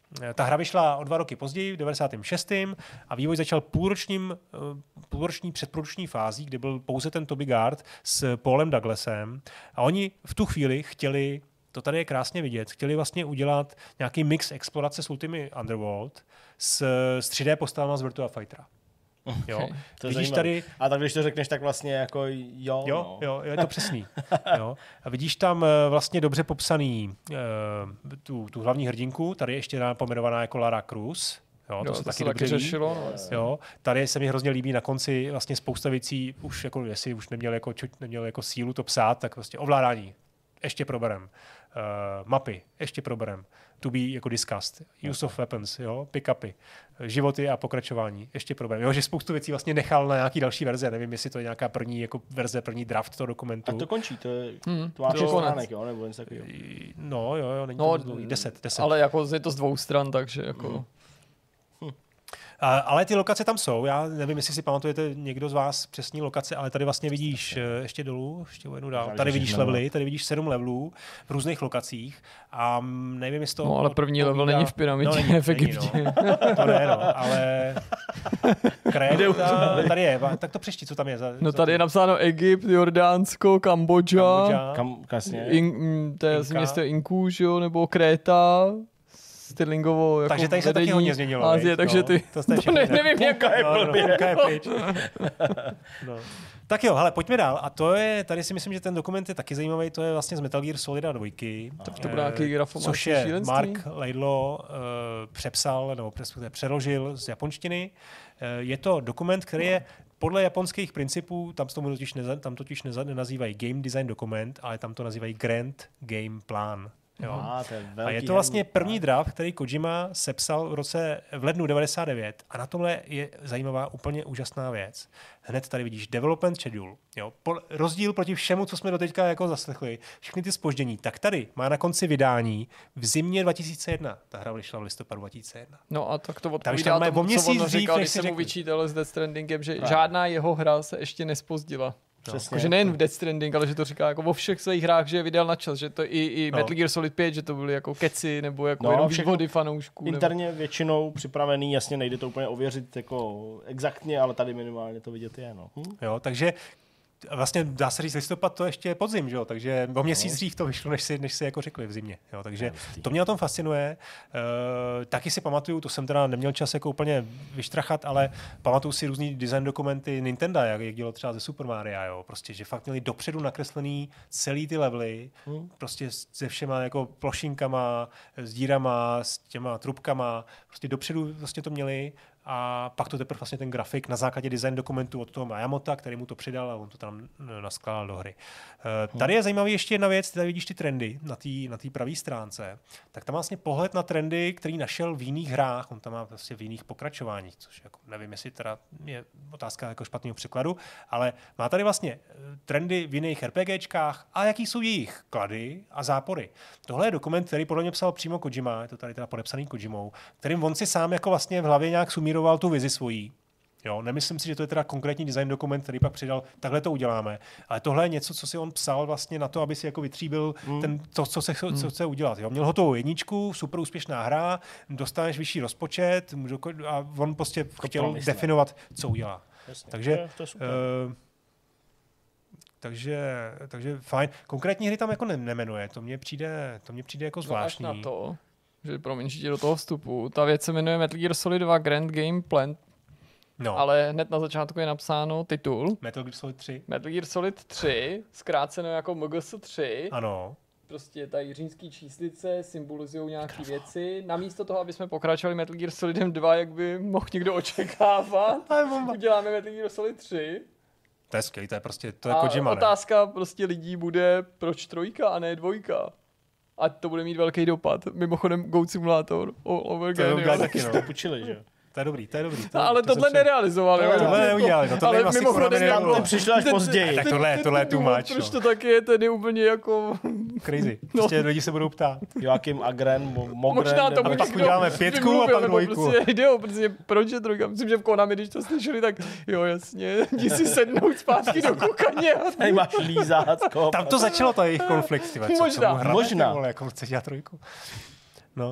Ta hra vyšla o dva roky později, v devadesátém šestém a vývoj začal půlročním, půlroční předprodukční fází, kdy byl pouze ten Toby Gard s Paulem Douglasem a oni v tu chvíli chtěli, to tady je krásně vidět, chtěli vlastně udělat nějaký mix explorace s Ultimate Underworld s, s tři dé postavama z Virtua Fightera. Jo. Okay. To vidíš tady... A tak když to řekneš, tak vlastně jako jo. Jo, no. jo, je to přesný. Jo. A vidíš tam vlastně dobře popsaný uh, tu, tu hlavní hrdinku, tady je ještě pomenovaná jako Lara Cruz. Jo, to, jo, se to taky se dobře taky řešilo. No, jo, tady se mi hrozně líbí na konci vlastně spousta věcí, už jako, jestli už neměl jako, neměl jako sílu to psát, tak vlastně ovládání, ještě proberem. Uh, mapy, ještě proberem. To be jako discussed. Use of weapons, jo, pick-upy, životy a pokračování, ještě proberem. Jo, že spoustu věcí vlastně nechal na nějaký další verze. Nevím, jestli to je nějaká první jako verze, první draft toho dokumentu. A to končí, to je hmm, to máš stránek, jo, nebo něco takového. No, jo, jo, není no, to dlouhý. Deset, deset. Ale jako je to z dvou stran, takže jako... Hmm. A, ale ty lokace tam jsou. Já nevím, jestli si pamatujete někdo z vás přesní lokace, ale tady vlastně vidíš uh, ještě dolů, ještě o jednu dál. Tady vidíš levely, tady vidíš sedm levelů v různých lokacích a nevím, jestli to... No, ale první level není v pyramidě, no, není, v Egyptě. Není, no. To ne, no, ale... Kréta, tady je, tak to přečti, co tam je. Za, no tady je napsáno Egypt, Jordánsko, Kambodža, Kambodža. Kam, kasně. In, to je město Inku, že jo, nebo Kréta, Stirlingovo jako takže tady se taky hodně změnilo. Azie, takže ty, to, to ne, nevím, jaká je blbě. No. Tak jo, hele, pojďme dál. A to je, tady si myslím, že ten dokument je taky zajímavý, to je vlastně z Metal Gear Solid dva. Tak to bude nějaký grafomat. Což je Mark Laidlaw uh, přepsal, nebo přeložil z japonštiny. Uh, je to dokument, který je podle japonských principů, tam, tomu totiž, neza, tam totiž neza, nenazývají game design dokument, ale tam to nazývají grand game plan. Jo. A, je a je to vlastně první draft, který Kojima sepsal v roce v lednu devadesát devět. A na tomhle je zajímavá, úplně úžasná věc. Hned tady vidíš development schedule. Jo. Po, rozdíl proti všemu, co jsme doteďka jako zaslechli, všechny ty zpoždění. Tak tady má na konci vydání v zimě dva tisíce jedna. Ta hra vyšla v listopadu dva tisíce jedna. No a tak to odpovídá tomu, co on říkal, když se mu vyčítal s Death Strandingem, že Právě. žádná jeho hra se ještě nespozdila. No. Že nejen v Death Stranding, ale že to říká jako vo všech svých hrách, že je vydal na čas, že to i, i no. Metal Gear Solid pět, že to byly jako keci nebo jako no, jenom vývody fanoušků. Interně nebo... většinou připravený, jasně nejde to úplně ověřit jako exaktně, ale tady minimálně to vidět je. No. Hm? Jo, takže vlastně dá se říct listopad, to ještě je podzim, že jo? Takže o měsíc dřív to vyšlo, než si, než si jako řekli v zimě. Jo? Takže to mě na tom fascinuje. E, taky si pamatuju, to jsem teda neměl čas jako úplně vyštrachat, ale pamatuju si různý design dokumenty Nintendo, jak, jak dělalo třeba ze Super Mario, jo? Prostě, že fakt měli dopředu nakreslený celý ty levely, hmm. prostě se všema jako plošinkama, s dírama, s těma trubkama, prostě dopředu vlastně to měli. A pak to teprve vlastně ten grafik na základě design dokumentu od toho Miyamoto, který mu to přidal a on to tam naskládal do hry. Uh, tady je zajímavý ještě jedna věc, tady vidíš ty trendy na té na té pravé stránce. Tak tam vlastně pohled na trendy, který našel v jiných hrách, on tam má vlastně v jiných pokračováních, což jako nevím, jestli teda je otázka jako špatného překladu, ale má tady vlastně trendy v jiných RPGčkách a jaký jsou jejich klady a zápory. Tohle je dokument, který podle mě psal přímo Kojima, je to tady teda podepsaný Kojimou, kterým on si sám jako vlastně v hlavě nějak sumíroval tu vizi svojí. Jo, nemyslím si, že to je teda konkrétní design dokument, který pak přidal, takhle to uděláme. Ale tohle je něco, co si on psal vlastně na to, aby si jako vytříbil mm. ten, to, co se co, co chce udělat. Jo, měl hotovou jedničku, super úspěšná hra, dostaneš vyšší rozpočet a on prostě chtěl definovat, co udělá. Jasně, takže, to je, to je super. Uh, takže, takže fajn. Konkrétní hry tam jako ne, nemenuje, to mně přijde, to mně přijde jako zvláštní. Na to, že promiň, že do toho vstupu. Ta věc se jmenuje Metal Gear Solid dva Grand Game Plan. No. Ale hned na začátku je napsáno titul. Metal Gear Solid tři. Metal Gear Solid tři, zkráceno jako M G S tři. Ano. Prostě tady římský číslice symbolizují nějaké věci. Namísto toho, aby jsme pokračovali Metal Gear Solidem dva, jak by mohl někdo očekávat, uděláme Metal Gear Solid tři. To je skvělý, to je prostě, to je a Kojima, otázka prostě lidí bude, proč trojka a ne dvojka. A to bude mít velký dopad. Mimochodem Goat Simulator all over again. To je taky to pučili, že jo. To je dobrý, to je dobrý. To, no, ale to tohle nerealizovali. To, tohle neudělali, no to ale mimochodem tam to přišlo až později. Tak tohle, tohle je too much. Proč to tak je, tedy úplně jako... Crazy. Prostě no. Lidi se budou ptát. Joachim Agren, Mogren. Možná to a pak uděláme pětku a pak dvojku. Prostě, jo, protože proč je trojka? Myslím, že v Konami, když to slyšeli, tak jo, jasně, jdi si sednout zpátky do kukaně. Tady máš lízátko. Tam to začalo, ta jejich konflikt. Možná. Možná. Jako chce dělat trojku. No.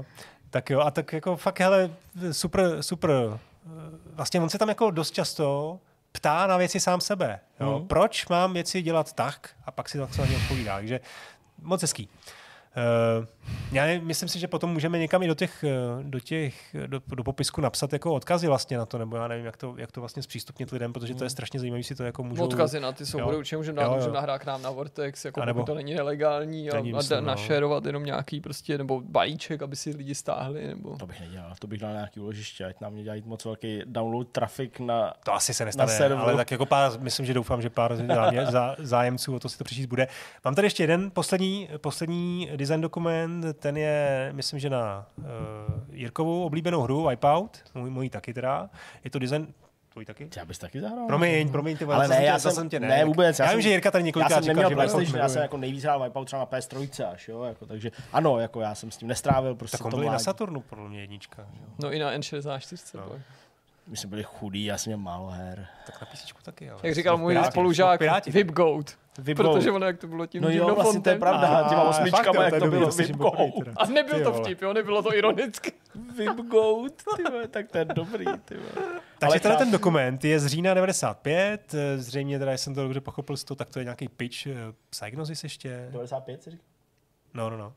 Tak jo, a tak jako fakt, hele, super, super. Vlastně on se tam jako dost často ptá na věci sám sebe. Jo? Mm. Proč mám věci dělat tak? A pak si to na ně odpovídá. Takže moc hezký. Uh, já ne, myslím si, že potom můžeme někam i do těch, do těch, do, do popisku napsat jako odkazy vlastně na to, nebo já nevím, jak to, jak to vlastně zpřístupnit lidem, protože to je strašně zajímavé, si to jako můžou... Odkazy na ty soubory určitě můžeme dát, můžeme nahrát k nám na Vortex, jako nebo, pokud to není nelegální a, a da, našerovat jenom nějaký prostě, nebo balíček, aby si lidi stáhli, nebo... To bych nedělal, to bych dal nějaký úložiště, ať nám dělají moc velký download trafik na To asi se nestane, ale tak jako pár, myslím, že doufám, že pár zá, zájemců o to si to přečíst bude. Mám tady ještě jeden poslední, poslední design dokument, ten je, myslím, že na uh, Jirkovou oblíbenou hru Wipeout, můj, můj taky teda. Je to design... Tvůj taky? Já bys taky zahrál. Promiň, promiň, ty ale ne, jsem já tě, jsem, jsem tě ne. ne vůbec. Já, já vím, že Jirka tady několikrát říkal, říkal, že PlayStation, já jsem jako nejvíc hrál Wipeout třeba na P S tři až, jo, jako, takže ano, jako já jsem s tím nestrávil prostě. Tak on byl na Saturnu, podle mě jednička. Jo. No i na N šedesát čtyři. No. My jsme byli chudí, já jsem měl málo her. Tak na písečku taky, ale... Jak říkal můj spolužák, Vipgoat. Protože ono, jak to bylo tím no jo, vlastně to je pravda, těma osmičkama, jak to bylo Vipgoat. A nebyl to vtip, jo, nebylo to ironicky. Vipgoat, tak to je dobrý, tyhle. Takže tenhle ten dokument je z října devadesát pět, zřejmě teda, jsem to dobře pochopil z toho, tak to je nějaký pitch Psygnosis ještě. devadesát pět si říká? No, no, no.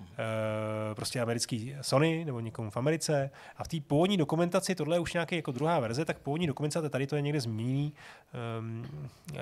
Uh, prostě americký Sony nebo někomu v Americe a v té původní dokumentaci, tohle je už nějaký jako druhá verze, tak původní dokumentace, tady to je někde zmíněný. Um, uh,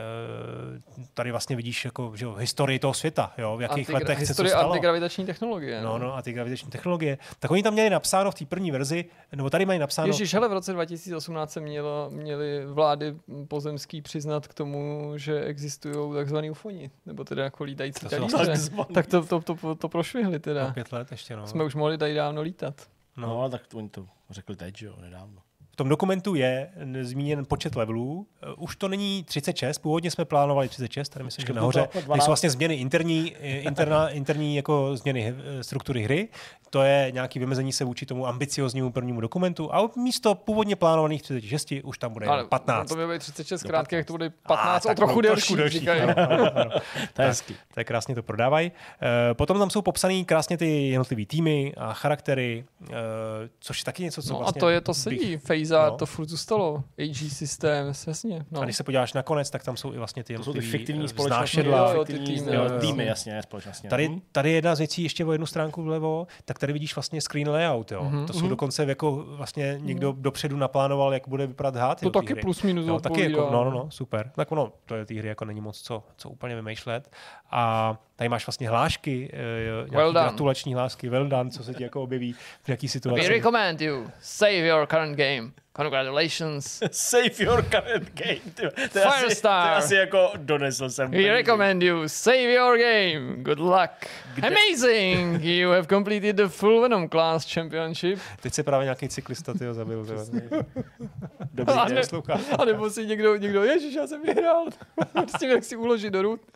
tady vlastně vidíš jako, že jo, historii toho světa, jo, v jakých Antigra- letech se co stalo. Antigravitační technologie. No, no, antigravitační technologie. Tak oni tam měli napsáno v té první verzi, nebo tady mají napsáno... Ježiš, hele, v roce dva tisíce osmnáct se mělo, měli vlády pozemský přiznat k tomu, že existují takzvaný ufoni, nebo teda jako lítající talíře. Tak to, to, to, to, to prošvihli teda. No, pět let ještě, no. Jsme už mohli tady dávno lítat. No, no tak to, oni to řekli teď, že jo, nedávno. V tom dokumentu je zmíněn počet levelů. Už to není třicet šest, původně jsme plánovali třicet šest, tady myslím, že nahoře jsou vlastně změny interní, interna, interní jako změny struktury hry. To je nějaký vymezení se vůči tomu ambicioznímu prvnímu dokumentu a místo původně plánovaných třicet šest už tam bude ale patnáct. To by bylo třicet šest krátké, jak to bude patnáct a, o trochu delší. delší. No, no, no, no. To je hezký. Tak krásně to prodávají. Potom tam jsou popsaný krásně ty jednotlivý týmy a charaktery, což je taky něco, co no vlastně... a to je to sedí. Phasar, no. To furt zůstalo. A G systém, jasně. No. A když se podíváš nakonec, tak tam jsou i vlastně ty jednotlivý fiktivní společnosti. Týmy, jasně, společnosti. Tady, tady je jedna z věcí ještě o jednu stránku vlevo, tak tady vidíš vlastně screen layout, jo. Mm-hmm. To jsou dokonce jako vlastně někdo mm-hmm. dopředu naplánoval, jak bude vypadat hát. To taky hry. Plus minus no, taky jako, no, no, no, super. Tak ono, to je té hry jako není moc co, co úplně vymýšlet. A tady máš vlastně hlášky, nějaký well gratulační hlásky, well done, co se ti jako objeví v nějaký situaci. We recommend you save your current game. Congratulations. Save your current game. To je asi, to je asi jako donesl jsem. We recommend you save your game. Good luck. Kde? Amazing. You have completed the full Venom Class Championship. Teď se právě nějaký cyklista tyho zabil. Dobrý a, ne, a nebo si někdo, někdo, ježiš, já jsem vyhrál. S tím, jak si uložit do růd.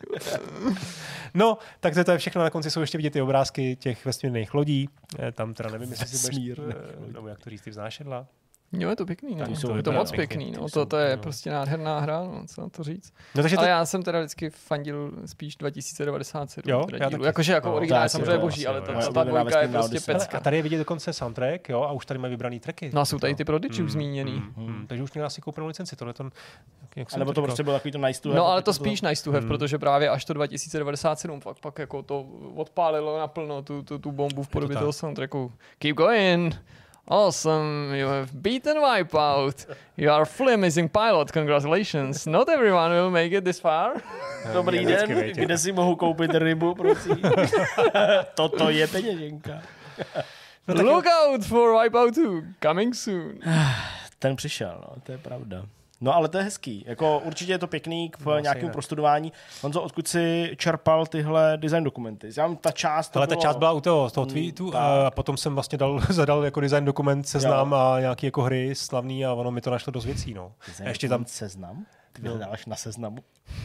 No, tak to je všechno. Na konci jsou ještě vidět ty obrázky těch vesmírných lodí. Tam teda nevím, jestli si budeš, nebo jak to říct, ty vznášedla. Jo, je to pěkný, no. To je to moc pěkný, no. To, to je prostě nádherná hra, no, co na to říct. No, ale to... já jsem teda vždycky fandil spíš dva tisíce devadesát sedm. Jo, jakože jako no, originál samozřejmě boží, ale ta, ta dvojka je prostě pecka. A tady je vidět dokonce soundtrack, jo, a už tady mají vybraný tracky. No a jsou tady ty Prodigy už zmíněný. Takže už měl asi koupenou licenci, tohle to... A nebo to prostě bylo takový to nice to have. No ale to spíš nice to have, protože právě až to dva tisíce devadesát sedm pak, pak jako to odpálilo naplno tu, tu, tu bombu v podobě toho soundtracku. Keep going! Awesome, you have beaten Wipeout. You are a fully amazing pilot, congratulations. Not everyone will make it this far. Dobrý den, kde si mohu koupit rybu, prosím? Toto je peněženka. No, look out for Wipeout two, coming soon. Ten přišel, no, to je pravda. No ale to je hezký. Jako, určitě je to pěkný k no, nějakému prostudování. Honzo, odkud si čerpal tyhle design dokumenty? Já ta část... Tohle ta část byla u toho, z toho tweetu mm, a potom jsem vlastně dal, zadal jako design dokument seznam jo. a nějaký jako hry slavný a ono mi to našlo dost věcí. No. Design ještě tam seznam? Ty vyhledáváš na seznamu?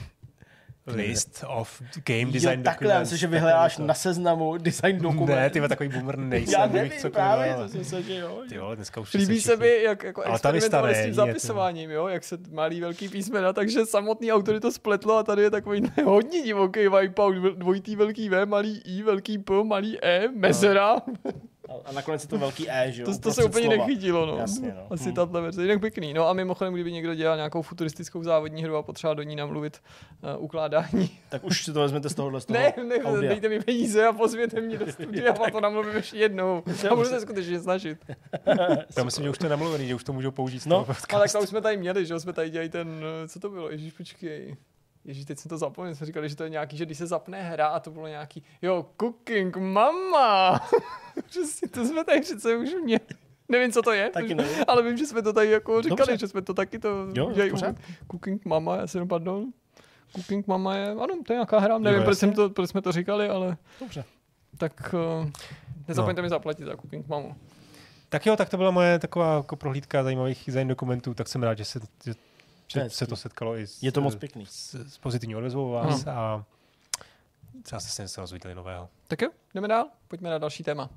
List of game design jo, takhle, documents. Že vyhledáš na seznamu design dokument. Ne, ty takový boomer nejsem. Já nevím, co právě, to jsem se, že jo. Ty vole, dneska už líbí se mi, jak jako experimentovali s tím zapisováním, jo, jak se malý velký písmena, takže samotný autory to spletlo a tady je takový hodně divoký Wipeout, dvojitý velký V, malý I, velký P, malý E, mezera. A nakonec je to velký E, že jo? To, to se úplně slova. Nechytilo, no. Jasně, no. Asi hmm. tato verze. Jinak pěkný. No a mimochodem, kdyby někdo dělal nějakou futuristickou závodní hru a potřeba do ní namluvit uh, ukládání. Tak už si to vezmete z tohohle z toho Ne, ne, audia. Dejte mi peníze a pozvěte mě do studia a to namluvím ještě jednou. A budu se skutečně snažit. Já myslím, že už to je namluvený, že už to můžou použít. No, ale tak to už jsme tady měli, že jsme tady dělali ten, co to bylo, ježíš, počkej. Ježíš, teď jsem to zapomněl, jsme říkali, že to je nějaký, že když se zapne hra a to bylo nějaký, jo, cooking mama. Přesně, to jsme tady přece už měli. Nevím, co to je, taky nevím. Ale vím, že jsme to tady jako říkali, Dobře. že jsme to taky to jo, dělají. Cooking mama, já se jenom pardon. Cooking mama je, ano, to je nějaká hra, nevím, proč, jsem to, proč jsme to říkali, ale... Dobře. Tak uh, nezapomeňte no. mi zaplatit za Cooking mamu. Tak jo, tak to byla moje taková jako prohlídka zajímavých design dokumentů, tak jsem rád, že se... Že že se to setkalo i s, je to moc pěkný. S, s pozitivní odezvou vás hmm. a třeba jste se něco rozvíjeli nového. Tak jo, jdeme dál, pojďme na další téma.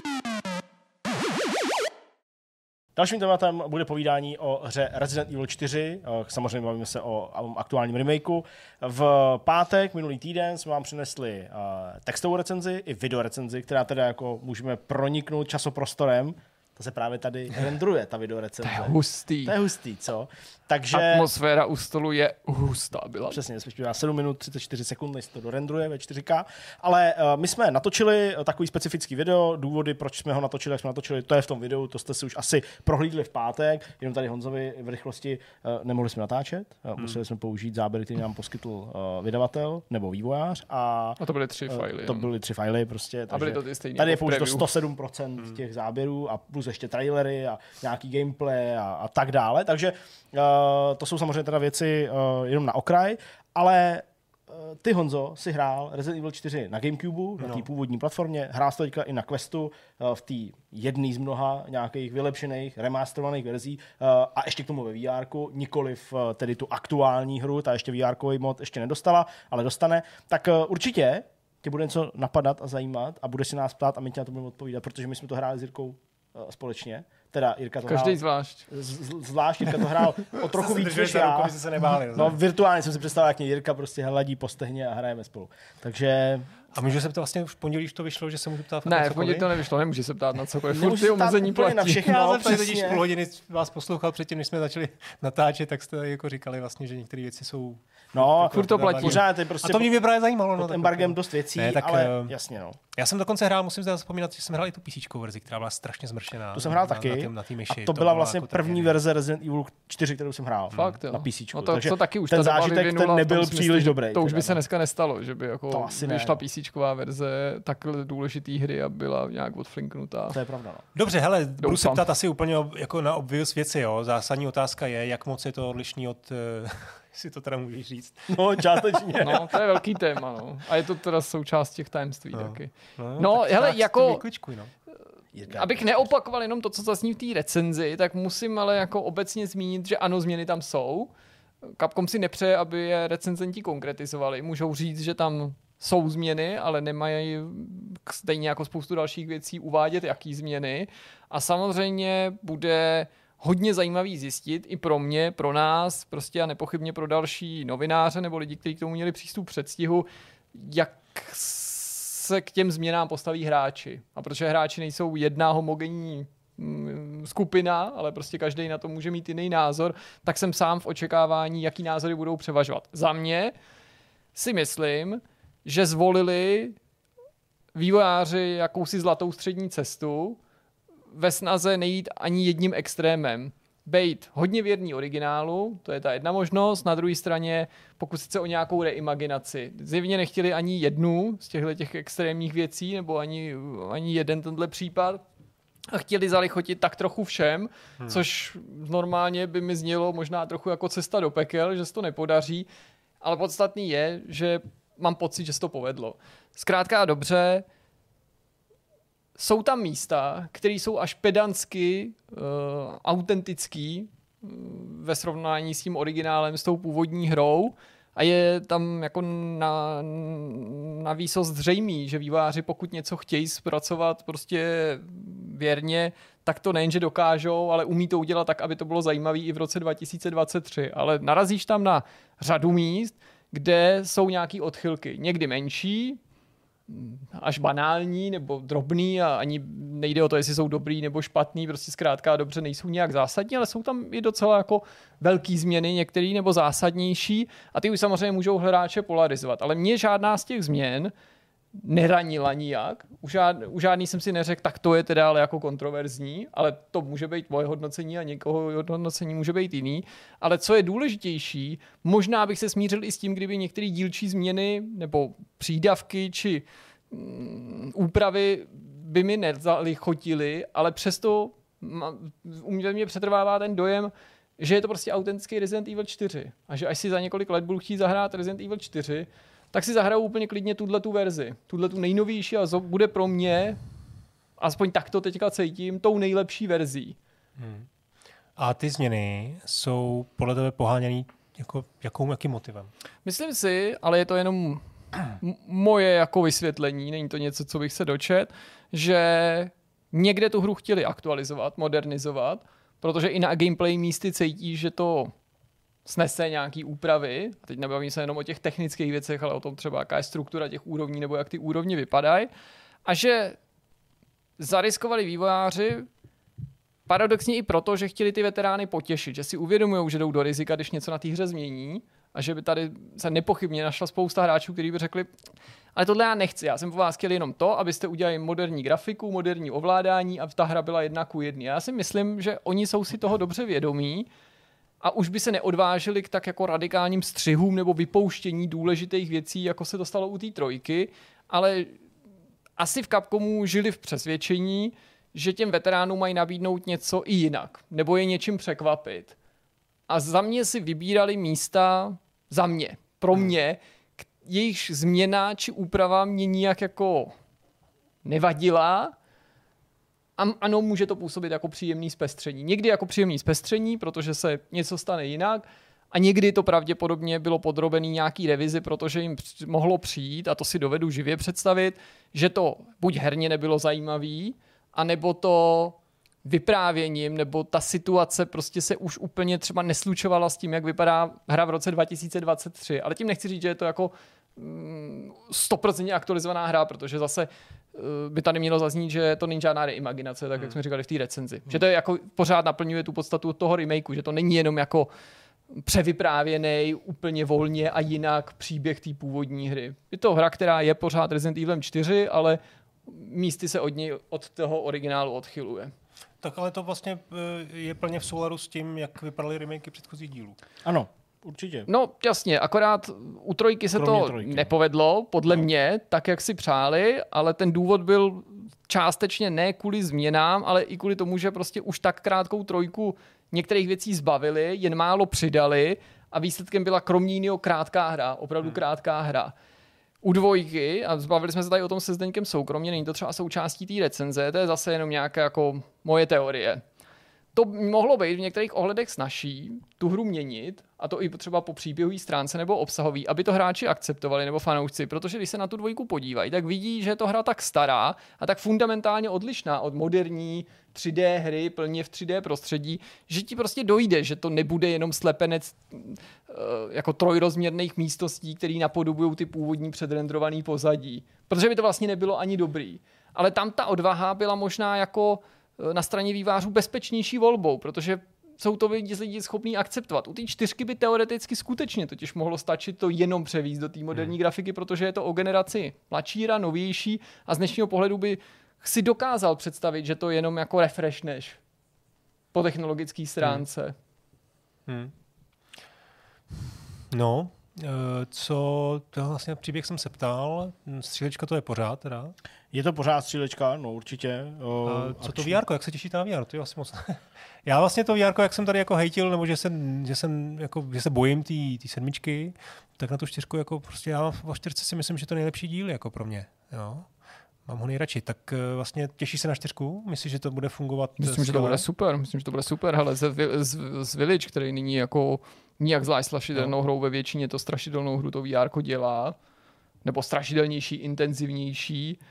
Dalším tématem bude povídání o hře Resident Evil čtyři. Samozřejmě bavíme se o aktuálním remakeu. V pátek, minulý týden, jsme vám přinesli textovou recenzi i video recenzi, která teda jako můžeme proniknout časoprostorem. To se právě tady rendruje, ta videorecenze. To je hustý. To je hustý, co? Takže... Atmosféra u stolu je hustá byla. Přesně, spíš bývá sedm minut třicet čtyři sekund, než se to dorendruje ve čtyři ká. Ale uh, my jsme natočili takový specifický video, důvody, proč jsme ho natočili, jak jsme natočili, to je v tom videu, to jste si už asi prohlídli v pátek, jenom tady Honzovi v rychlosti uh, nemohli jsme natáčet, uh, hmm. museli jsme použít záběry, který nám poskytl uh, vydavatel nebo vývojář. A, a to byly tři uh, fajly. To byly tři fajly prostě. A byly to ty stejný. Tady je použito sto sedm procent hmm. těch záběrů a plus ještě trailery a nějaký gameplay a, a tak dále. Takže uh, to jsou samozřejmě teda věci uh, jenom na okraj, ale uh, ty, Honzo, si hrál Resident Evil čtyři na Gamecube, no. na té původní platformě, hrál jsi to teďka i na Questu uh, v té jedné z mnoha nějakých vylepšených, remasterovaných verzí uh, a ještě k tomu ve vé érku, nikoliv uh, tedy tu aktuální hru, ta ještě vé érkový mod ještě nedostala, ale dostane, tak uh, určitě tě bude něco napadat a zajímat a bude si nás ptát a my tě na to budeme odpovídat, protože my jsme to hráli s Jirkou uh, společně. Teda Jirka to Každý hrál, zvlášť. Z, zvlášť Jirka to hrál o trochu víc než já. Rukou, se nebáli, no virtuálně jsem si představil, jak mě Jirka prostě hladí po stehně a hrajeme spolu. Takže... A můžu se ptát vlastně v pondělí, už to vyšlo, že se můžu ptát ne, v pondělí to nevyšlo, nemůžu se ptát na cokoliv. Furt ty omezení platí. Na všechno, já jsem přesně půl hodiny vás poslouchal předtím, než jsme začali natáčet, tak jste jako říkali vlastně, že některé věci jsou... No, furt to platí. Pořád je prostě a to mě právě zajímalo. Pod no, embargem dost věcí, ne, tak, ale uh, jasně no. Já jsem dokonce hrál, musím zde zapomínat, že jsem hrál i tu písíčkovou verzi, která byla strašně zmršená. To jsem hrál na, taky. Na tým, na tý myši. A to, to byla vlastně jako první verze Resident Evil čtyři, kterou jsem hrál. Fakt, jo. Na písíčku. No to, takže to taky už ten zážitek ten nebyl příliš dobrý. To už by se dneska nestalo, že by jako vyšla ne, písíčková verze takhle důležitý hry a byla nějak odflinknutá. To je pravda, no. Dobře, hele, Doufám. budu se ptát asi úplně jako na obvious věci, jo. Zásadní otázka je, jak moc je to odlišný od... si to teda můžeš říct. No, částečně. No, to je velký téma, no. A je to teda součást těch tajemství no. taky. No, no hele, jako... Kličkuj, no. Abych neopakoval jenom to, co zazní v té recenzi, tak musím ale jako obecně zmínit, že ano, změny tam jsou. Capcom si nepřeje, aby je recenzenti konkretizovali. Můžou říct, že tam jsou změny, ale nemají stejně jako spoustu dalších věcí uvádět, jaký změny. A samozřejmě bude hodně zajímavý zjistit i pro mě, pro nás, prostě a nepochybně pro další novináře nebo lidi, kteří k tomu měli přístup v předstihu, jak se k těm změnám postaví hráči. A protože hráči nejsou jedna homogenní skupina, ale prostě každý na to může mít jiný názor, tak jsem sám v očekávání, jaký názory budou převažovat. Za mě si myslím, že zvolili vývojáři jakousi zlatou střední cestu ve snaze nejít ani jedním extrémem. Bejt hodně věrný originálu, to je ta jedna možnost, na druhé straně pokusit se o nějakou reimaginaci. Zjevně nechtěli ani jednu z těchto těch extrémních věcí, nebo ani, ani jeden tenhle případ, a chtěli zalichotit tak trochu všem, hmm. což normálně by mi znělo možná trochu jako cesta do pekel, že se to nepodaří, ale podstatný je, že mám pocit, že se to povedlo. Zkrátka a dobře, jsou tam místa, které jsou až pedantsky uh, autentický uh, ve srovnání s tím originálem, s tou původní hrou a je tam jako na, na výsost zřejmý, že vývojáři pokud něco chtějí zpracovat prostě věrně, tak to nejenže dokážou, ale umí to udělat tak, aby to bylo zajímavé i v roce dva tisíce dvacet tři. Ale narazíš tam na řadu míst, kde jsou nějaké odchylky. Někdy menší, až banální nebo drobný a ani nejde o to, jestli jsou dobrý nebo špatný, prostě zkrátka dobře nejsou nějak zásadní, ale jsou tam i docela jako velký změny některý nebo zásadnější a ty už samozřejmě můžou hráče polarizovat, ale mě žádná z těch změn neranila nijak. U, žád, u žádný jsem si neřekl, tak to je teda ale jako kontroverzní, ale to může být moje hodnocení a někoho hodnocení může být jiný. Ale co je důležitější, možná bych se smířil i s tím, kdyby některé dílčí změny nebo přídavky či mm, úpravy by mi nezalichotily, ale přesto u mě přetrvává ten dojem, že je to prostě autentický Resident Evil čtyři a že až si za několik let budu chtít zahrát Resident Evil čtyři, tak si zahraju úplně klidně tuhle verzi. Tuhle tu nejnovější a bude pro mě, aspoň tak to teďka cítím, tou nejlepší verzí. Hmm. A ty změny jsou podle tebe poháněný jako, jakou, jakým motivem? Myslím si, ale je to jenom m- moje jako vysvětlení, není to něco, co bych se dočet, že někde tu hru chtěli aktualizovat, modernizovat, protože i na gameplay místy cítí, že to snese nějaký úpravy, a teď nebavím se jenom o těch technických věcech, ale o tom třeba, jaká je struktura těch úrovní, nebo jak ty úrovně vypadají, a že zariskovali vývojáři paradoxně i proto, že chtěli ty veterány potěšit, že si uvědomují, že jdou do rizika, když něco na té hře změní, a že by tady se nepochybně našla spousta hráčů, kteří by řekli, ale tohle já nechci, já jsem po vás chtěl jenom to, abyste udělali moderní grafiku, moderní ovládání a ta hra byla jedna ku jedný. Já si myslím, že oni jsou si toho dobře vědomí, a už by se neodvážili k tak jako radikálním střihům nebo vypouštění důležitých věcí, jako se dostalo u té trojky, ale asi v Capcomu žili v přesvědčení, že těm veteránům mají nabídnout něco i jinak, nebo je něčím překvapit. A za mě si vybírali místa, za mě, pro mě, jejich změna či úprava mě nijak jako nevadila. Ano, může to působit jako příjemný zpestření. Někdy jako příjemný zpestření, protože se něco stane jinak, a někdy to pravděpodobně bylo podrobené nějaký revizi, protože jim mohlo přijít, a to si dovedu živě představit, že to buď herně nebylo zajímavý, anebo to vyprávěním, nebo ta situace prostě se už úplně třeba neslučovala s tím, jak vypadá hra v roce dva tisíce dvacet tři. Ale tím nechci říct, že je to jako sto procent aktualizovaná hra, protože zase by tady mělo zaznít, že to není žádná reimaginace, tak hmm. jak jsme říkali v té recenzi. Hmm. Že to je jako pořád naplňuje tu podstatu toho remakeu, že to není jenom jako převyprávěnej úplně volně a jinak příběh té původní hry. Je to hra, která je pořád Resident Evil čtyři, ale místy se od něj, od toho originálu odchyluje. Tak ale to vlastně je plně v souladu s tím, jak vypadaly remakey předchozích dílů. Ano. Určitě. No jasně, akorát u trojky se Kromě to trojky. nepovedlo, podle no. mě, tak jak si přáli, ale ten důvod byl částečně ne kvůli změnám, ale i kvůli tomu, že prostě už tak krátkou trojku některých věcí zbavili, jen málo přidali a výsledkem byla kromě jiného krátká hra, opravdu hmm. krátká hra. U dvojky, a zbavili jsme se tady o tom se Zdeňkem soukromně, není to třeba součástí té recenze, to je zase jenom nějaká jako moje teorie. To mohlo být v některých ohledech snazší tu hru měnit, a to i třeba po příběhové stránce nebo obsahový, aby to hráči akceptovali nebo fanoušci, protože když se na tu dvojku podívají, tak vidí, že je to hra tak stará a tak fundamentálně odlišná od moderní tři dé hry plně v tři dé prostředí, že ti prostě dojde, že to nebude jenom slepenec jako trojrozměrných místností, který napodobují ty původní předrendrovaný pozadí, protože by to vlastně nebylo ani dobrý. Ale tam ta odvaha byla možná jako na straně vývářů bezpečnější volbou, protože jsou to lidi schopní akceptovat. U té čtyřky by teoreticky skutečně totiž mohlo stačit to jenom převízt do té moderní hmm. grafiky, protože je to o generaci mladší, novější a z dnešního pohledu by si dokázal představit, že to jenom jako refreshneš po technologické stránce. Hmm. Hmm. No, co, to vlastně příběh jsem se ptal, střílečka to je pořád teda? Je to pořád střílečka, no určitě. A co to vé er, jak se těšíte na vé er? To je asi moc. Já vlastně to vé er, jak jsem tady jako hejtil, nebo že, jsem, že, jsem, jako, že se bojím té sedmičky, tak na tu čtyřku jako prostě já o čtyřce si myslím, že to je nejlepší díl jako pro mě. Jo. Mám ho nejradši. Tak vlastně těšíš se na čtyřku? Myslíš, že to bude fungovat? Myslím, že to bude super. Myslím, že to bude super. Hele, z, z, z Village, který nyní jako nijak zvlášť strašidelnou no. hrou ve většině, to strašidelnou hru to vé er dělá, nebo strašidelnější, intenzivnější.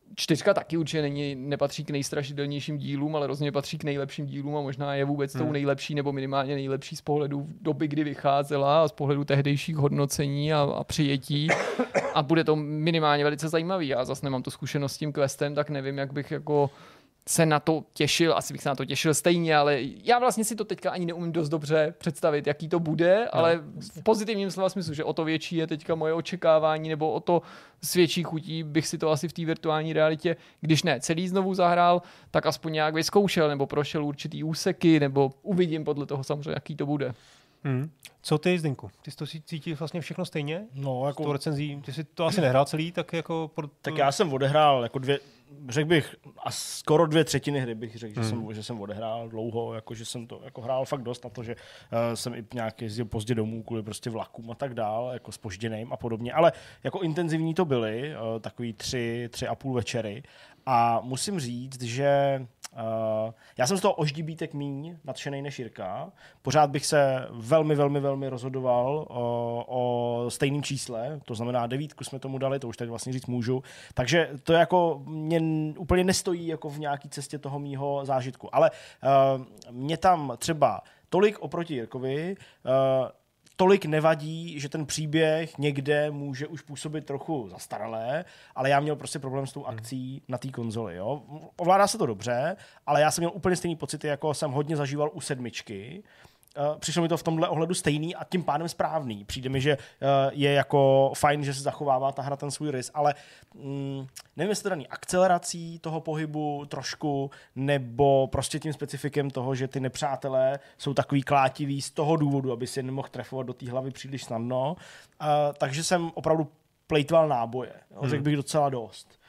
Čtyřka taky určitě není, nepatří k nejstrašidelnějším dílům, ale rozhodně patří k nejlepším dílům a možná je vůbec hmm. tou nejlepší nebo minimálně nejlepší z pohledu doby, kdy vycházela a z pohledu tehdejších hodnocení a, a přijetí a bude to minimálně velice zajímavý. Já zase nemám tu zkušenost s tím questem, tak nevím, jak bych jako se na to těšil, asi bych se na to těšil stejně, ale já vlastně si to teďka ani neumím dost dobře představit, jaký to bude, no, ale v pozitivním slova smyslu, že o to větší je teďka moje očekávání, nebo o to s větší chutí bych si to asi v té virtuální realitě, když ne celý znovu zahrál, tak aspoň nějak vyzkoušel, nebo prošel určitý úseky, nebo uvidím podle toho samozřejmě, jaký to bude. Hmm. Co ty, Zdenku? Ty jsi to cítil vlastně všechno stejně? No, jako... S tou recenzí, ty jsi to asi nehrál celý, tak jako... Tak já jsem odehrál jako dvě, řekl bych, a skoro dvě třetiny hry bych řekl, hmm. že, jsem, že jsem odehrál dlouho, jako, že jsem to jako hrál fakt dost na to, že uh, jsem i nějak jezdil pozdě domů kvůli prostě vlakům a tak dál, jako zpožděným a podobně, ale jako intenzivní to byly, uh, takový tři, tři a půl večery a musím říct, že Uh, já jsem z toho oždibítek míň nadšenej než Jirka. Pořád bych se velmi, velmi, velmi rozhodoval o, o stejném čísle, to znamená devítku jsme tomu dali, to už teď vlastně říct můžu. Takže to jako mě úplně nestojí jako v nějaký cestě toho mýho zážitku. Ale uh, mě tam třeba tolik oproti Jirkovi uh, tolik nevadí, že ten příběh někde může už působit trochu zastaralé, ale já měl prostě problém s tou akcí na té konzoli. Jo? Ovládá se to dobře, ale já jsem měl úplně stejný pocity, jako jsem hodně zažíval u sedmičky. Přišlo mi to v tomhle ohledu stejný a tím pádem správný. Přijde mi, že je jako fajn, že se zachovává ta hra ten svůj rys, ale mm, nevím, jestli to daný akcelerací toho pohybu trošku, nebo prostě tím specifikem toho, že ty nepřátelé jsou takový klátiví z toho důvodu, aby si je nemohl trefovat do té hlavy příliš snadno. Uh, takže jsem opravdu plejtval náboje. Hmm. Řekl bych docela dost.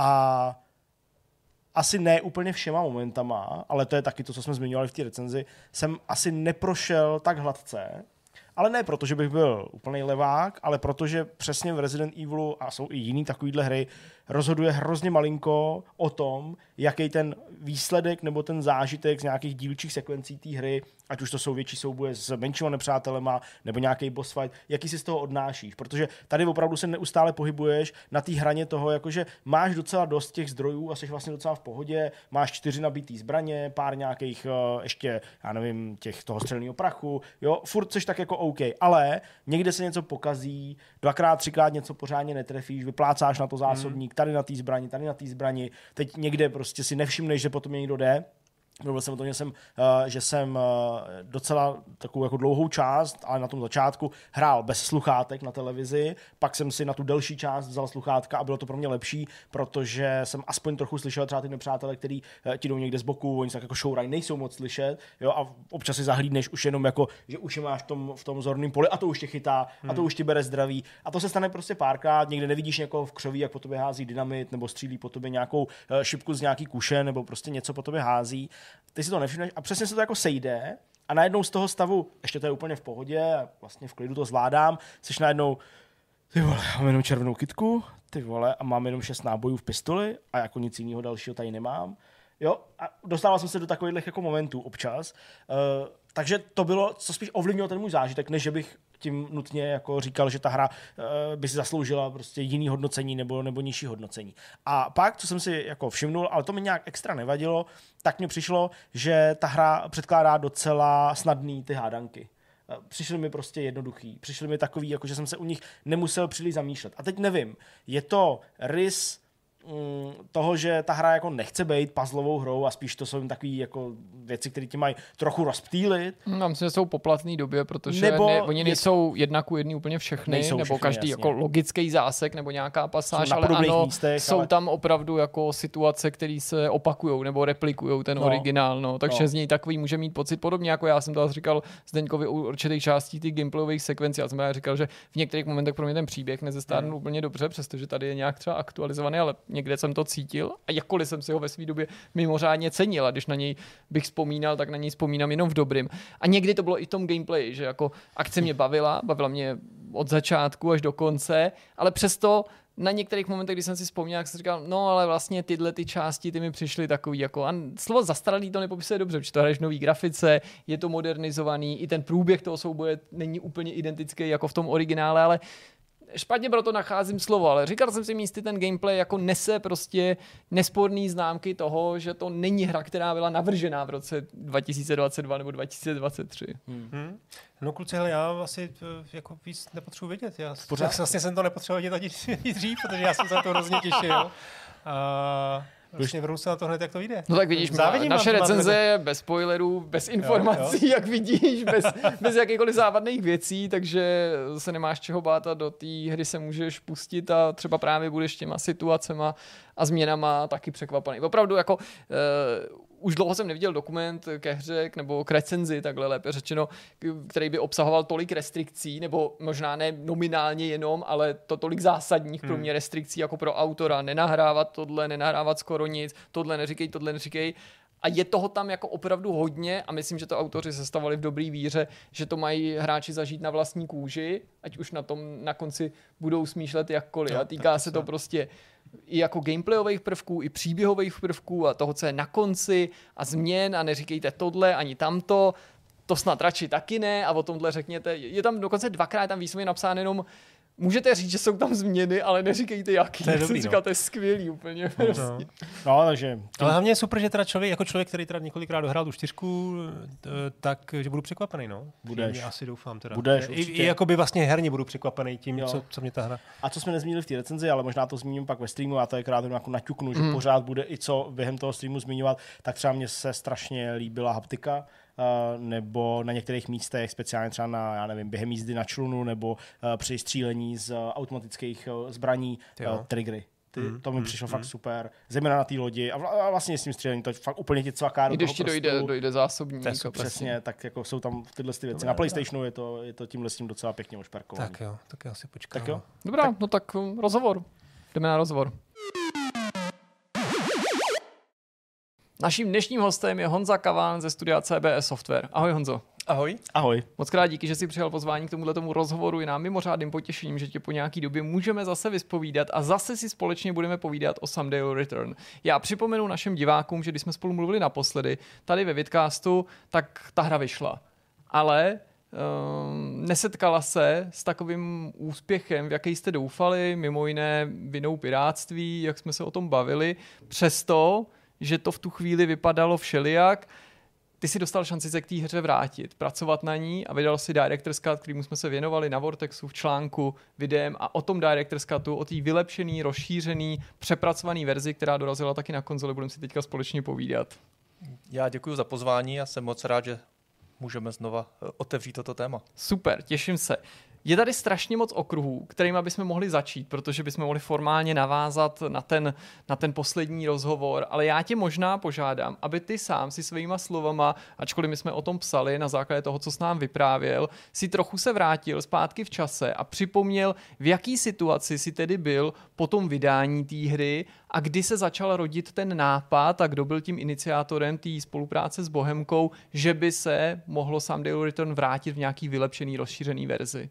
A asi ne úplně všema momentama, ale to je taky to, co jsme zmiňovali v té recenzi, jsem asi neprošel tak hladce, ale ne proto, že bych byl úplný levák, ale protože přesně v Resident Evilu, a jsou i jiný takovýhle hry, rozhoduje hrozně malinko o tom, jaký ten výsledek nebo ten zážitek z nějakých dílčích sekvencí té hry, ať už to jsou větší souboje s menšíma nepřátelema nebo nějaký boss fight, jaký si z toho odnášíš, protože tady opravdu se neustále pohybuješ na té hraně toho, jakože máš docela dost těch zdrojů a jsi vlastně docela v pohodě, máš čtyři nabitý zbraně, pár nějakých uh, ještě, já nevím, těch toho střelného prachu, jo, furt seš tak jako OK, ale někde se něco pokazí, dvakrát, třikrát něco pořádně netrefíš, vyplácáš na to zásobník, tady na té zbrani, tady na té zbrani, teď někde prostě si nevšimneš, že potom někdo jde. Mluvil jsem o tom, že jsem, uh, že jsem uh, docela takovou jako dlouhou část, ale na tom začátku hrál bez sluchátek na televizi, pak jsem si na tu delší část vzal sluchátka a bylo to pro mě lepší, protože jsem aspoň trochu slyšel třeba ty nepřátelé, kteří uh, ti jdou někde z boku, oni se tak jako šourají, nejsou moc slyšet, jo, a občas si zahlídneš už jenom jako, že už je máš v tom, v tom zorném poli a to už tě chytá, hmm. a to už ti bere zdraví a to se stane prostě párkrát, někde nevidíš někoho v křoví, jak po tobě hází dynamit nebo střílí po tobě nějakou uh, šipku z nějaký kuše nebo prostě něco po tobě hází. Ty si to nevšimneš a přesně se to jako sejde a najednou z toho stavu, ještě to je úplně v pohodě a vlastně v klidu to zvládám, seš najednou, ty vole, mám jenom červenou kytku, ty vole, a mám jenom šest nábojů v pistoli a jako nic jiného dalšího tady nemám. Jo, a dostával jsem se do takových jako momentů občas, uh, takže to bylo, co spíš ovlivnilo ten můj zážitek, než že bych tím nutně jako říkal, že ta hra uh, by si zasloužila prostě jiný hodnocení nebo, nebo nižší hodnocení. A pak, co jsem si jako všimnul, ale to mi nějak extra nevadilo, tak mi přišlo, že ta hra předkládá docela snadný ty hádanky. Přišly mi prostě jednoduchý. Přišly mi takový, jako že jsem se u nich nemusel příliš zamýšlet. A teď nevím, je to rys toho, že ta hra jako nechce být puzzlovou hrou a spíš to jsou takové jako věci, které ti mají trochu rozptýlit. Já myslím, že jsou poplatný době, protože nebo ne, oni nejsou jedna ku jedný úplně všechny, nebo všechny, každý jasně. Jako logický zásek nebo nějaká pasáž, ale ano, místech, jsou ale... tam opravdu jako situace, které se opakujou nebo replikujou ten no. originál, no. Takže no. z něj takový může mít pocit podobně, jako já jsem to říkal Zdeňkovi u určitých částí těch gameplayových sekvencí. Já jsem říkal, že v některých momentech pro mě ten příběh nezestárnul hmm. úplně dobře, přestože tady je nějak třeba aktualizovaný, ale někde jsem to cítil a jakkoliv jsem si ho ve své době mimořádně cenil a když na něj bych vzpomínal, tak na něj vzpomínám jenom v dobrým. A někdy to bylo i v tom gameplay, že jako akce mě bavila, bavila mě od začátku až do konce, ale přesto na některých momentech, kdy jsem si vzpomněl, jak jsem říkal, no ale vlastně tyhle ty části, ty mi přišly takový jako, a slovo zastaralý to nepopisuje dobře, protože to hraješ v nový grafice, je to modernizovaný, i ten průběh toho souboje není úplně identický jako v tom originále, ale špatně proto nacházím slovo, ale říkal jsem si místy, ten gameplay jako nese prostě nesporný známky toho, že to není hra, která byla navržená v roce dva tisíce dvacet dva nebo dva tisíce dvacet tři. Hmm. Hmm. No kluci, hele, já asi jako víc nepotřebuji vědět. Já pořád vlastně jsem to nepotřeboval vědět ani dřív, protože já jsem se na to hrozně těšil. A vlastně vrhnu se na to hned, jak to vyjde. No tak vidíš, Závidím naše recenze je bez spoilerů, bez informací, jo, jo. jak vidíš, bez, bez jakýchkoliv závadných věcí, takže se nemáš čeho bát a do té hry se můžeš pustit a třeba právě budeš těma situacema a změnama taky překvapený. Opravdu jako uh, už dlouho jsem neviděl dokument ke hře nebo k recenzi, takhle lépe řečeno, který by obsahoval tolik restrikcí, nebo možná ne nominálně jenom, ale to tolik zásadních hmm. pro mě restrikcí jako pro autora. Nenahrávat tohle, nenahrávat skoro nic, tohle neříkej, tohle neříkej. A je toho tam jako opravdu hodně a myslím, že to autoři sestavovali v dobrý víře, že to mají hráči zažít na vlastní kůži, ať už na tom na konci budou smýšlet jakkoliv. No, a týká se to prostě i jako gameplayových prvků, i příběhových prvků a toho, co je na konci a změn a neříkejte tohle ani tamto, to snad radši taky ne a o tomhle řekněte. Je tam dokonce dvakrát tam výslovně napsáno jenom můžete říct, že jsou tam změny, ale neříkejte jaký. To je dobrý, říkal, no. To je skvělý úplně. No, no. no takže... Ale hlavně je super, že teda člověk, jako člověk, který teda několikrát dohrál tu čtyřku, tak, že budu překvapený, no. Budeš. Tím asi doufám teda. Budeš, I, I jakoby vlastně herně budu překvapený tím, co, co mě ta hra. A co jsme nezmínili v té recenzi, ale možná to zmíním pak ve streamu, já to je krát jako naťuknu, že mm. pořád bude i co během toho streamu zmiňovat, tak třeba mně se strašně líbila haptika, Uh, nebo na některých místech, speciálně třeba na, já nevím, během jízdy na člunu, nebo uh, při střílení z uh, automatických uh, zbraní, uh, triggery. Ty, mm, to mi mm, přišlo mm. fakt super. Zejména na té lodi a, vla, a vlastně s tím střílením to fakt úplně ti cvaká do toho prostě. dojde, dojde zásobník. Přesně, tak jako jsou tam tyhle ty věci. Dobrá, na PlayStationu je to, je to tímhle s tím docela pěkně ošperkované. Tak jo, tak já si počkám. Tak jo. Dobrá, tak. no tak um, rozhovor. Jdeme na rozhovor. Naším dnešním hostem je Honza Kaván ze studia C B S Software. Ahoj Honzo. Ahoj. Ahoj. Moc krát díky, že jsi přijal pozvání k tomuto rozhovoru. Je nám mimořádným potěšením, že tě po nějaký době můžeme zase vyspovídat a zase si společně budeme povídat o Someday Will Return. Já připomenu našim divákům, že když jsme spolu mluvili naposledy tady ve Vidcastu, tak ta hra vyšla. Ale um, nesetkala se s takovým úspěchem, v jaký jste doufali, mimo jiné vinou pirátství, jak jsme se o tom bavili. Přesto, že to v tu chvíli vypadalo všelijak, ty si dostal šanci se k té hře vrátit, pracovat na ní a vydal si Director's Cut, kterému jsme se věnovali na Vortexu v článku, videem a o tom Director's Cutu, o té vylepšený, rozšířený, přepracovaný verzi, která dorazila taky na konzoli, budeme si teďka společně povídat. Já děkuji za pozvání a jsem moc rád, že můžeme znova otevřít toto téma. Super, těším se. Je tady strašně moc okruhů, kterými bychom mohli začít, protože bychom mohli formálně navázat na ten, na ten poslední rozhovor, ale já tě možná požádám, aby ty sám si svýma slovama, ačkoliv my jsme o tom psali na základě toho, co jsi nám vyprávěl, si trochu se vrátil zpátky v čase a připomněl, v jaký situaci si tedy byl po tom vydání té hry a kdy se začal rodit ten nápad a kdo byl tím iniciátorem té spolupráce s Bohemkou, že by se mohlo Someday Will Return vrátit v nějaký vylepšený, rozšířený verzi.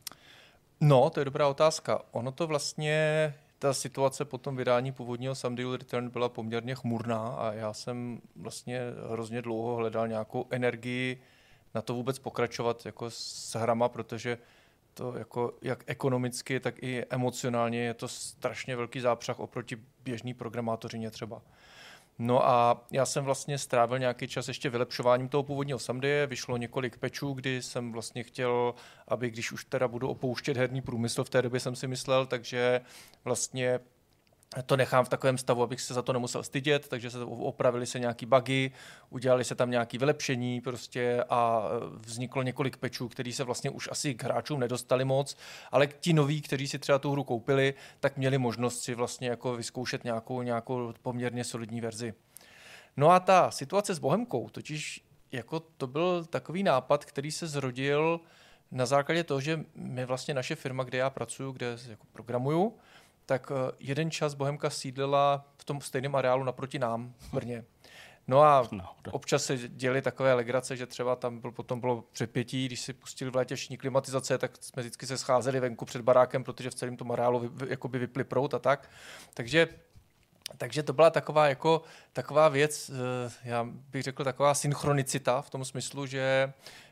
No, to je dobrá otázka. Ono to vlastně, ta situace po tom vydání původního Someday Will Return byla poměrně chmurná a já jsem vlastně hrozně dlouho hledal nějakou energii na to vůbec pokračovat jako s hrama, protože to jako jak ekonomicky, tak i emocionálně je to strašně velký zápřah oproti běžný programátořině třeba. No a já jsem vlastně strávil nějaký čas ještě vylepšováním toho původního Somedaye, vyšlo několik patchů, kdy jsem vlastně chtěl, aby když už teda budu opouštět herní průmysl, v té době jsem si myslel, takže vlastně to nechám v takovém stavu, abych se za to nemusel stydět, takže se opravili se nějaký bugy, udělali se tam nějaké vylepšení prostě a vzniklo několik patchů, který se vlastně už asi k hráčům nedostali moc, ale ti noví, kteří si třeba tu hru koupili, tak měli možnost si vlastně jako vyzkoušet nějakou, nějakou poměrně solidní verzi. No a ta situace s Bohemkou, totiž jako to byl takový nápad, který se zrodil na základě toho, že my vlastně naše firma, kde já pracuji, kde jako programuju, tak jeden čas Bohemka sídlila v tom stejném areálu naproti nám v Brně. No a občas se děly takové legrace, že třeba tam byl, potom bylo přepětí, když si pustili v létě všichni klimatizace, tak jsme vždycky se scházeli venku před barákem, protože v celém tom areálu vy, jakoby vyply proud a tak. Takže Takže to byla taková, jako, taková věc, já bych řekl taková synchronicita v tom smyslu, že,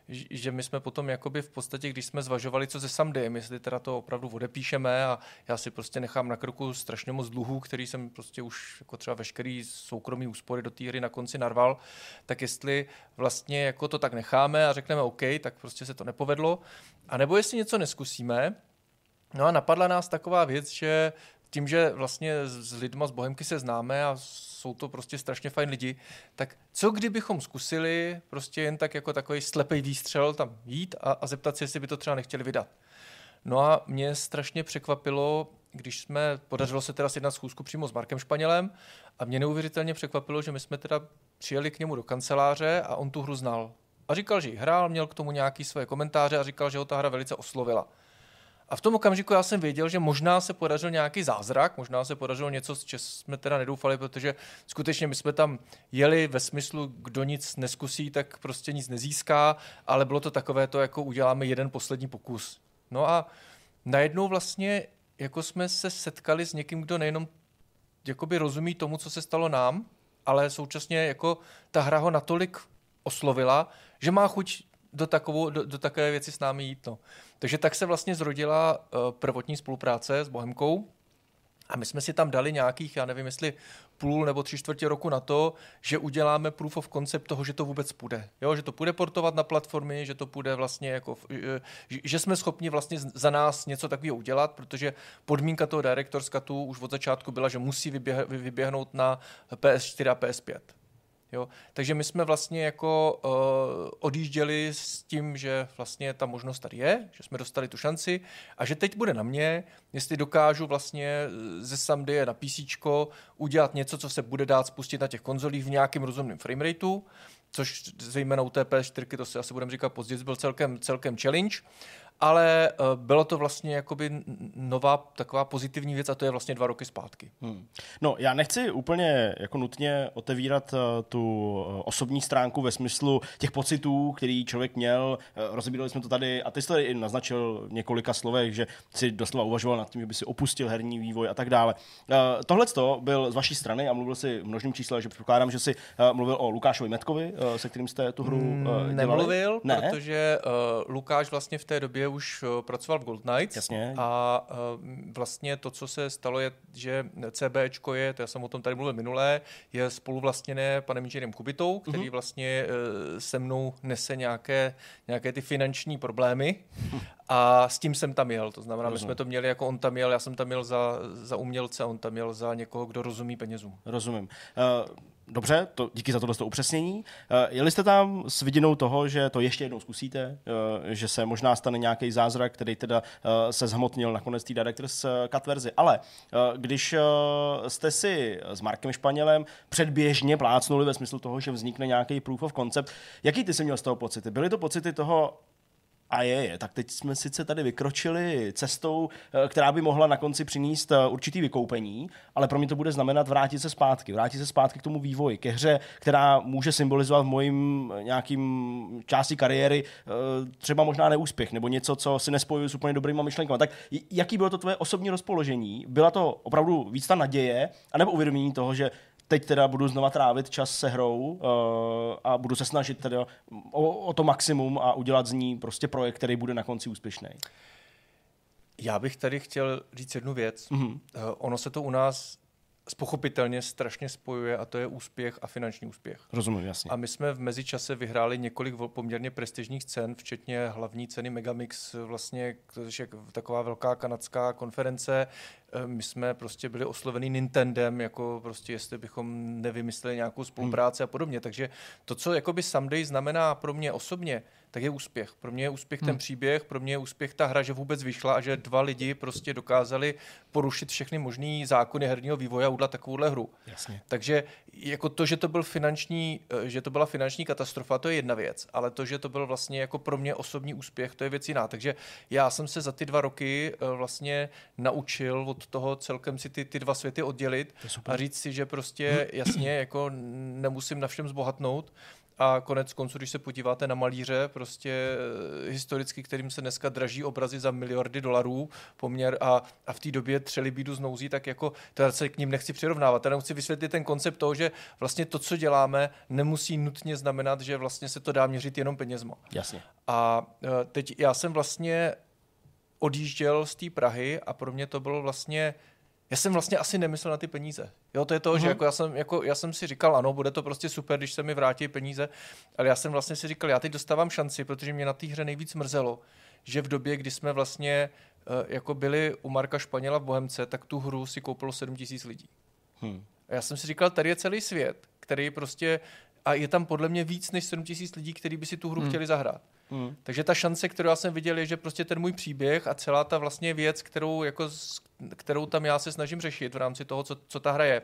že my jsme potom jakoby v podstatě, když jsme zvažovali, co se Someday, jestli teda to opravdu odepíšeme a já si prostě nechám na krku strašně moc dluhů, který jsem prostě už jako třeba veškerý soukromý úspory do té hry na konci narval, tak jestli vlastně jako to tak necháme a řekneme OK, tak prostě se to nepovedlo, a nebo jestli něco neskusíme. No a napadla nás taková věc, že tím, že vlastně s lidma z Bohemky se známe a jsou to prostě strašně fajn lidi, tak co kdybychom zkusili prostě jen tak jako takový slepej výstřel tam jít a, a zeptat se, jestli by to třeba nechtěli vydat. No a mě strašně překvapilo, když jsme, podařilo se teda sjednat schůzku přímo s Markem Španělem a mě neuvěřitelně překvapilo, že my jsme teda přijeli k němu do kanceláře a on tu hru znal. A říkal, že ji hrál, měl k tomu nějaký své komentáře a říkal, že ho ta hra velice oslovila. A v tom okamžiku já jsem věděl, že možná se podařil nějaký zázrak, možná se podařilo něco, s čím jsme teda nedoufali, protože skutečně my jsme tam jeli ve smyslu, kdo nic neskusí, tak prostě nic nezíská, ale bylo to takové to, jako uděláme jeden poslední pokus. No a najednou vlastně jako jsme se setkali s někým, kdo nejenom jakoby rozumí tomu, co se stalo nám, ale současně jako ta hra ho natolik oslovila, že má chuť do, takovou, do, do takové věci s námi jít. No. Takže tak se vlastně zrodila uh, prvotní spolupráce s Bohemkou a my jsme si tam dali nějakých, já nevím, jestli půl nebo tři čtvrtě roku na to, že uděláme proof of concept toho, že to vůbec půjde. Jo, že to půjde portovat na platformy, že to půjde vlastně jako, že jsme schopni vlastně za nás něco takového udělat, protože podmínka toho Director's Cutu už od začátku byla, že musí vyběh, vyběhnout na P S čtyři a P S pět. Jo, takže my jsme vlastně jako uh, odjížděli s tím, že vlastně ta možnost tady je, že jsme dostali tu šanci a že teď bude na mě, jestli dokážu vlastně ze Someday na PCčko udělat něco, co se bude dát spustit na těch konzolích v nějakém rozumném framerateu, což zejména u té P S čtyři, to si asi budeme říkat později, byl celkem, celkem challenge, ale uh, bylo to vlastně jakoby nová taková pozitivní věc a to je vlastně dva roky zpátky. Hmm. No, já nechci úplně jako nutně otevírat uh, tu uh, osobní stránku ve smyslu těch pocitů, který člověk měl. Uh, rozebírali jsme to tady a ty jsi to i naznačil v několika slovech, že si doslova uvažoval nad tím, že by si opustil herní vývoj a tak dále. Uh, tohleto byl z vaší strany a mluvil si v množném čísle, že předpokládám, že si uh, mluvil o Lukášovi Metkovi, uh, se kterým jste tu hru uh, dělali. Nemluvil, ne? Protože uh, Lukáš vlastně v té době už pracoval v Gold Knights. Jasně. A uh, vlastně to, co se stalo, je, že CBčko je, to já jsem o tom tady mluvil minulé, je spoluvlastněné panem inženýrem Kubitou, který mm-hmm. vlastně uh, se mnou nese nějaké, nějaké ty finanční problémy a s tím jsem tam jel. To znamená, Rozumím. My jsme to měli, jako on tam jel, já jsem tam jel za, za umělce, on tam jel za někoho, kdo rozumí penězům. Rozumím. Uh... Dobře, to, díky za tohle upřesnění. Jeli jste tam s vidinou toho, že to ještě jednou zkusíte, že se možná stane nějaký zázrak, který teda se zhmotnil nakonec té Director's Cut verzi, ale když jste si s Markem Španělem předběžně plácnuli ve smyslu toho, že vznikne nějaký proof of concept, jaký ty jsi měl z toho pocity? Byly to pocity toho, a je, je, tak teď jsme sice tady vykročili cestou, která by mohla na konci přinést určitý vykoupení, ale pro mě to bude znamenat vrátit se zpátky, vrátit se zpátky k tomu vývoji, ke hře, která může symbolizovat v mojím nějakým části kariéry třeba možná neúspěch, nebo něco, co si nespojuji s úplně dobrýma myšlenkami. Tak jaký bylo to tvoje osobní rozpoložení? Byla to opravdu víc ta naděje, anebo uvědomění toho, že teď teda budu znova trávit čas se hrou uh, a budu se snažit teda o, o to maximum a udělat z ní prostě projekt, který bude na konci úspěšný. Já bych tady chtěl říct jednu věc. Mm-hmm. Uh, ono se to u nás pochopitelně strašně spojuje a to je úspěch a finanční úspěch. Rozumím, jasně. A my jsme v mezičase vyhráli několik poměrně prestižních cen, včetně hlavní ceny Megamix, vlastně taková velká kanadská konference. My jsme prostě byli osloveni Nintendem, jako prostě jestli bychom nevymysleli nějakou spolupráci hmm. a podobně. Takže to, co jakoby Someday znamená pro mě osobně, tak je úspěch. Pro mě je úspěch hmm. ten příběh, pro mě je úspěch ta hra, že vůbec vyšla a že dva lidi prostě dokázali porušit všechny možný zákony herního vývoje a udělat takovouhle hru. Jasně. Takže jako to, že to byl finanční, že to byla finanční katastrofa, to je jedna věc, ale to, že to byl vlastně jako pro mě osobní úspěch, to je věc jiná. Takže já jsem se za ty dva roky vlastně naučil od toho celkem si ty, ty dva světy oddělit a říct si, že prostě jasně jako nemusím na všem zbohatnout, A konec konců, když se podíváte na malíře, prostě historicky, kterým se dneska draží obrazy za miliardy dolarů poměr a, a v té době třeli bídu z nouzí, tak jako teda se k ním nechci přirovnávat. Teda chci vysvětlit ten koncept toho, že vlastně to, co děláme, nemusí nutně znamenat, že vlastně se to dá měřit jenom penězma. Jasně. A teď já jsem vlastně odjížděl z té Prahy a pro mě to bylo vlastně Já jsem vlastně asi nemyslel na ty peníze. Jo, to je to, uh-huh. že jako já, jsem, jako, já jsem si říkal, ano, bude to prostě super, když se mi vrátí peníze, ale já jsem vlastně si říkal, já teď dostávám šanci, protože mě na té hře nejvíc mrzelo, že v době, kdy jsme vlastně uh, jako byli u Marka Španěla v Bohemce, tak tu hru si koupilo sedm tisíc lidí. Hmm. A já jsem si říkal, tady je celý svět, který prostě, a je tam podle mě víc než sedm tisíc lidí, kteří by si tu hru hmm. chtěli zahrát. Hmm. Takže ta šance, kterou já jsem viděl, je, že prostě ten můj příběh a celá ta vlastně věc, kterou, jako, kterou tam já se snažím řešit v rámci toho, co, co ta hra je,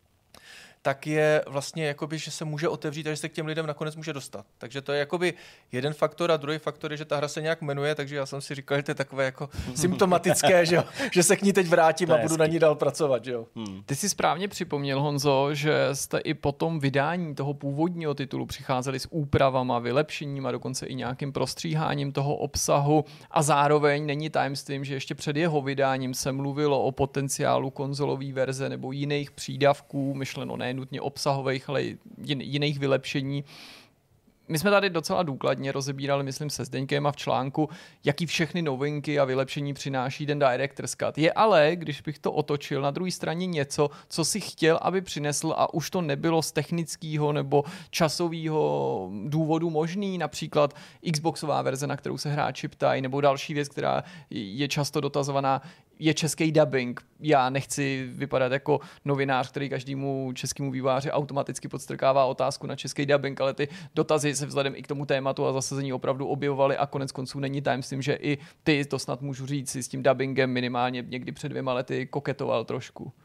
tak je vlastně jakoby, že se může otevřít a že se k těm lidem nakonec může dostat. Takže to je jakoby jeden faktor a druhý faktor je, že ta hra se nějak jmenuje, takže já jsem si říkal, že to je takové jako symptomatické, že, jo? Že se k ní teď vrátím a budu na ní dál pracovat. Že jo? Hmm. Ty jsi správně připomněl, Honzo, že jste i po tom vydání toho původního titulu přicházeli s úpravama, vylepšením a dokonce i nějakým prostříháním toho obsahu a zároveň není tajemstvím, že ještě před jeho vydáním se mluvilo o potenciálu konzolové verze nebo jiných přídavků, myšleno ne nutně obsahových, ale jiných vylepšení. My jsme tady docela důkladně rozebírali, myslím, se Zdeňkem a v článku, jaký všechny novinky a vylepšení přináší ten Director's Cut. Je ale, když bych to otočil, na druhé straně něco, co si chtěl, aby přinesl a už to nebylo z technického nebo časového důvodu možný, například Xboxová verze, na kterou se hráči ptají, nebo další věc, která je často dotazovaná, je český dubbing. Já nechci vypadat jako novinář, který každému českému vývojáři automaticky podstrkává otázku na český dubbing, ale ty dotazy se vzhledem i k tomu tématu a zasazení opravdu objevovaly a konec konců není tajemstvím, že i ty, to snad můžu říct, si s tím dubbingem minimálně někdy před dvěma lety koketoval trošku.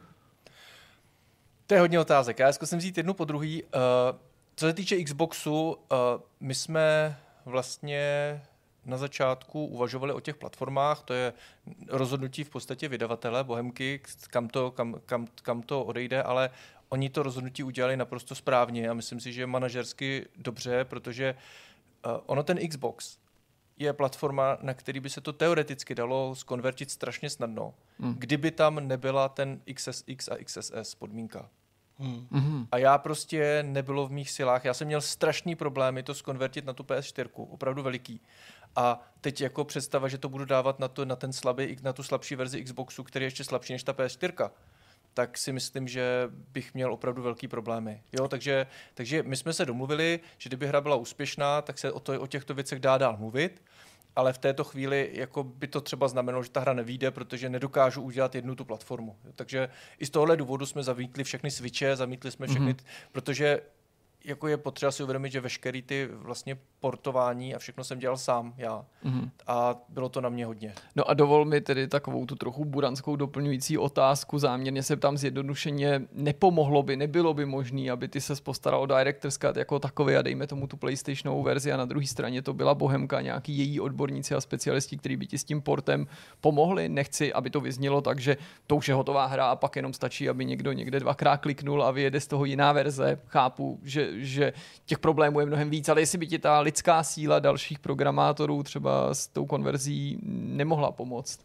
To je hodně otázek. Já zkusím vzít jednu po druhý. Uh, co se týče Xboxu, uh, my jsme vlastně na začátku uvažovali o těch platformách, to je rozhodnutí v podstatě vydavatele Bohemky, kam to, kam, kam, kam to odejde, ale oni to rozhodnutí udělali naprosto správně a myslím si, že manažersky dobře, protože uh, ono ten Xbox je platforma, na který by se to teoreticky dalo zkonvertit strašně snadno, hmm. kdyby tam nebyla ten X S X a X S S podmínka. Hmm. A já prostě nebylo v mých silách, já jsem měl strašný problémy to zkonvertit na tu P S čtyři, opravdu veliký. A teď jako představa, že to budu dávat na, to, na, ten slabý, na tu slabší verzi Xboxu, který je ještě slabší než ta P S čtyři, tak si myslím, že bych měl opravdu velký problémy. Jo, takže, takže my jsme se domluvili, že kdyby hra byla úspěšná, tak se o, to, o těchto věcech dá dál mluvit, ale v této chvíli jako by to třeba znamenalo, že ta hra nevyjde, protože nedokážu udělat jednu tu platformu. Jo, takže i z tohohle důvodu jsme zamítli všechny switche, zamítli jsme všechny, mm-hmm. protože jako je potřeba si uvědomit, že veškerý ty vlastně portování a všechno jsem dělal sám já. Mm-hmm. A bylo to na mě hodně. No a dovol mi tedy takovou tu trochu buranskou doplňující otázku. Záměrně se ptám zjednodušeně, nepomohlo by, nebylo by možné, aby ty ses postaral o Director's Cut jako takový a dejme tomu tu PlayStationovou verzi a na druhé straně to byla Bohemka, nějaký její odborníci a specialisti, kteří by ti s tím portem pomohli. Nechci, aby to vyznělo tak, že to už je hotová hra a pak jenom stačí, aby někdo někde dvakrát kliknul a vyjede z toho jiná verze. Chápu, že že těch problémů je mnohem víc, ale jestli by ti ta lidská síla dalších programátorů třeba s tou konverzí nemohla pomoct?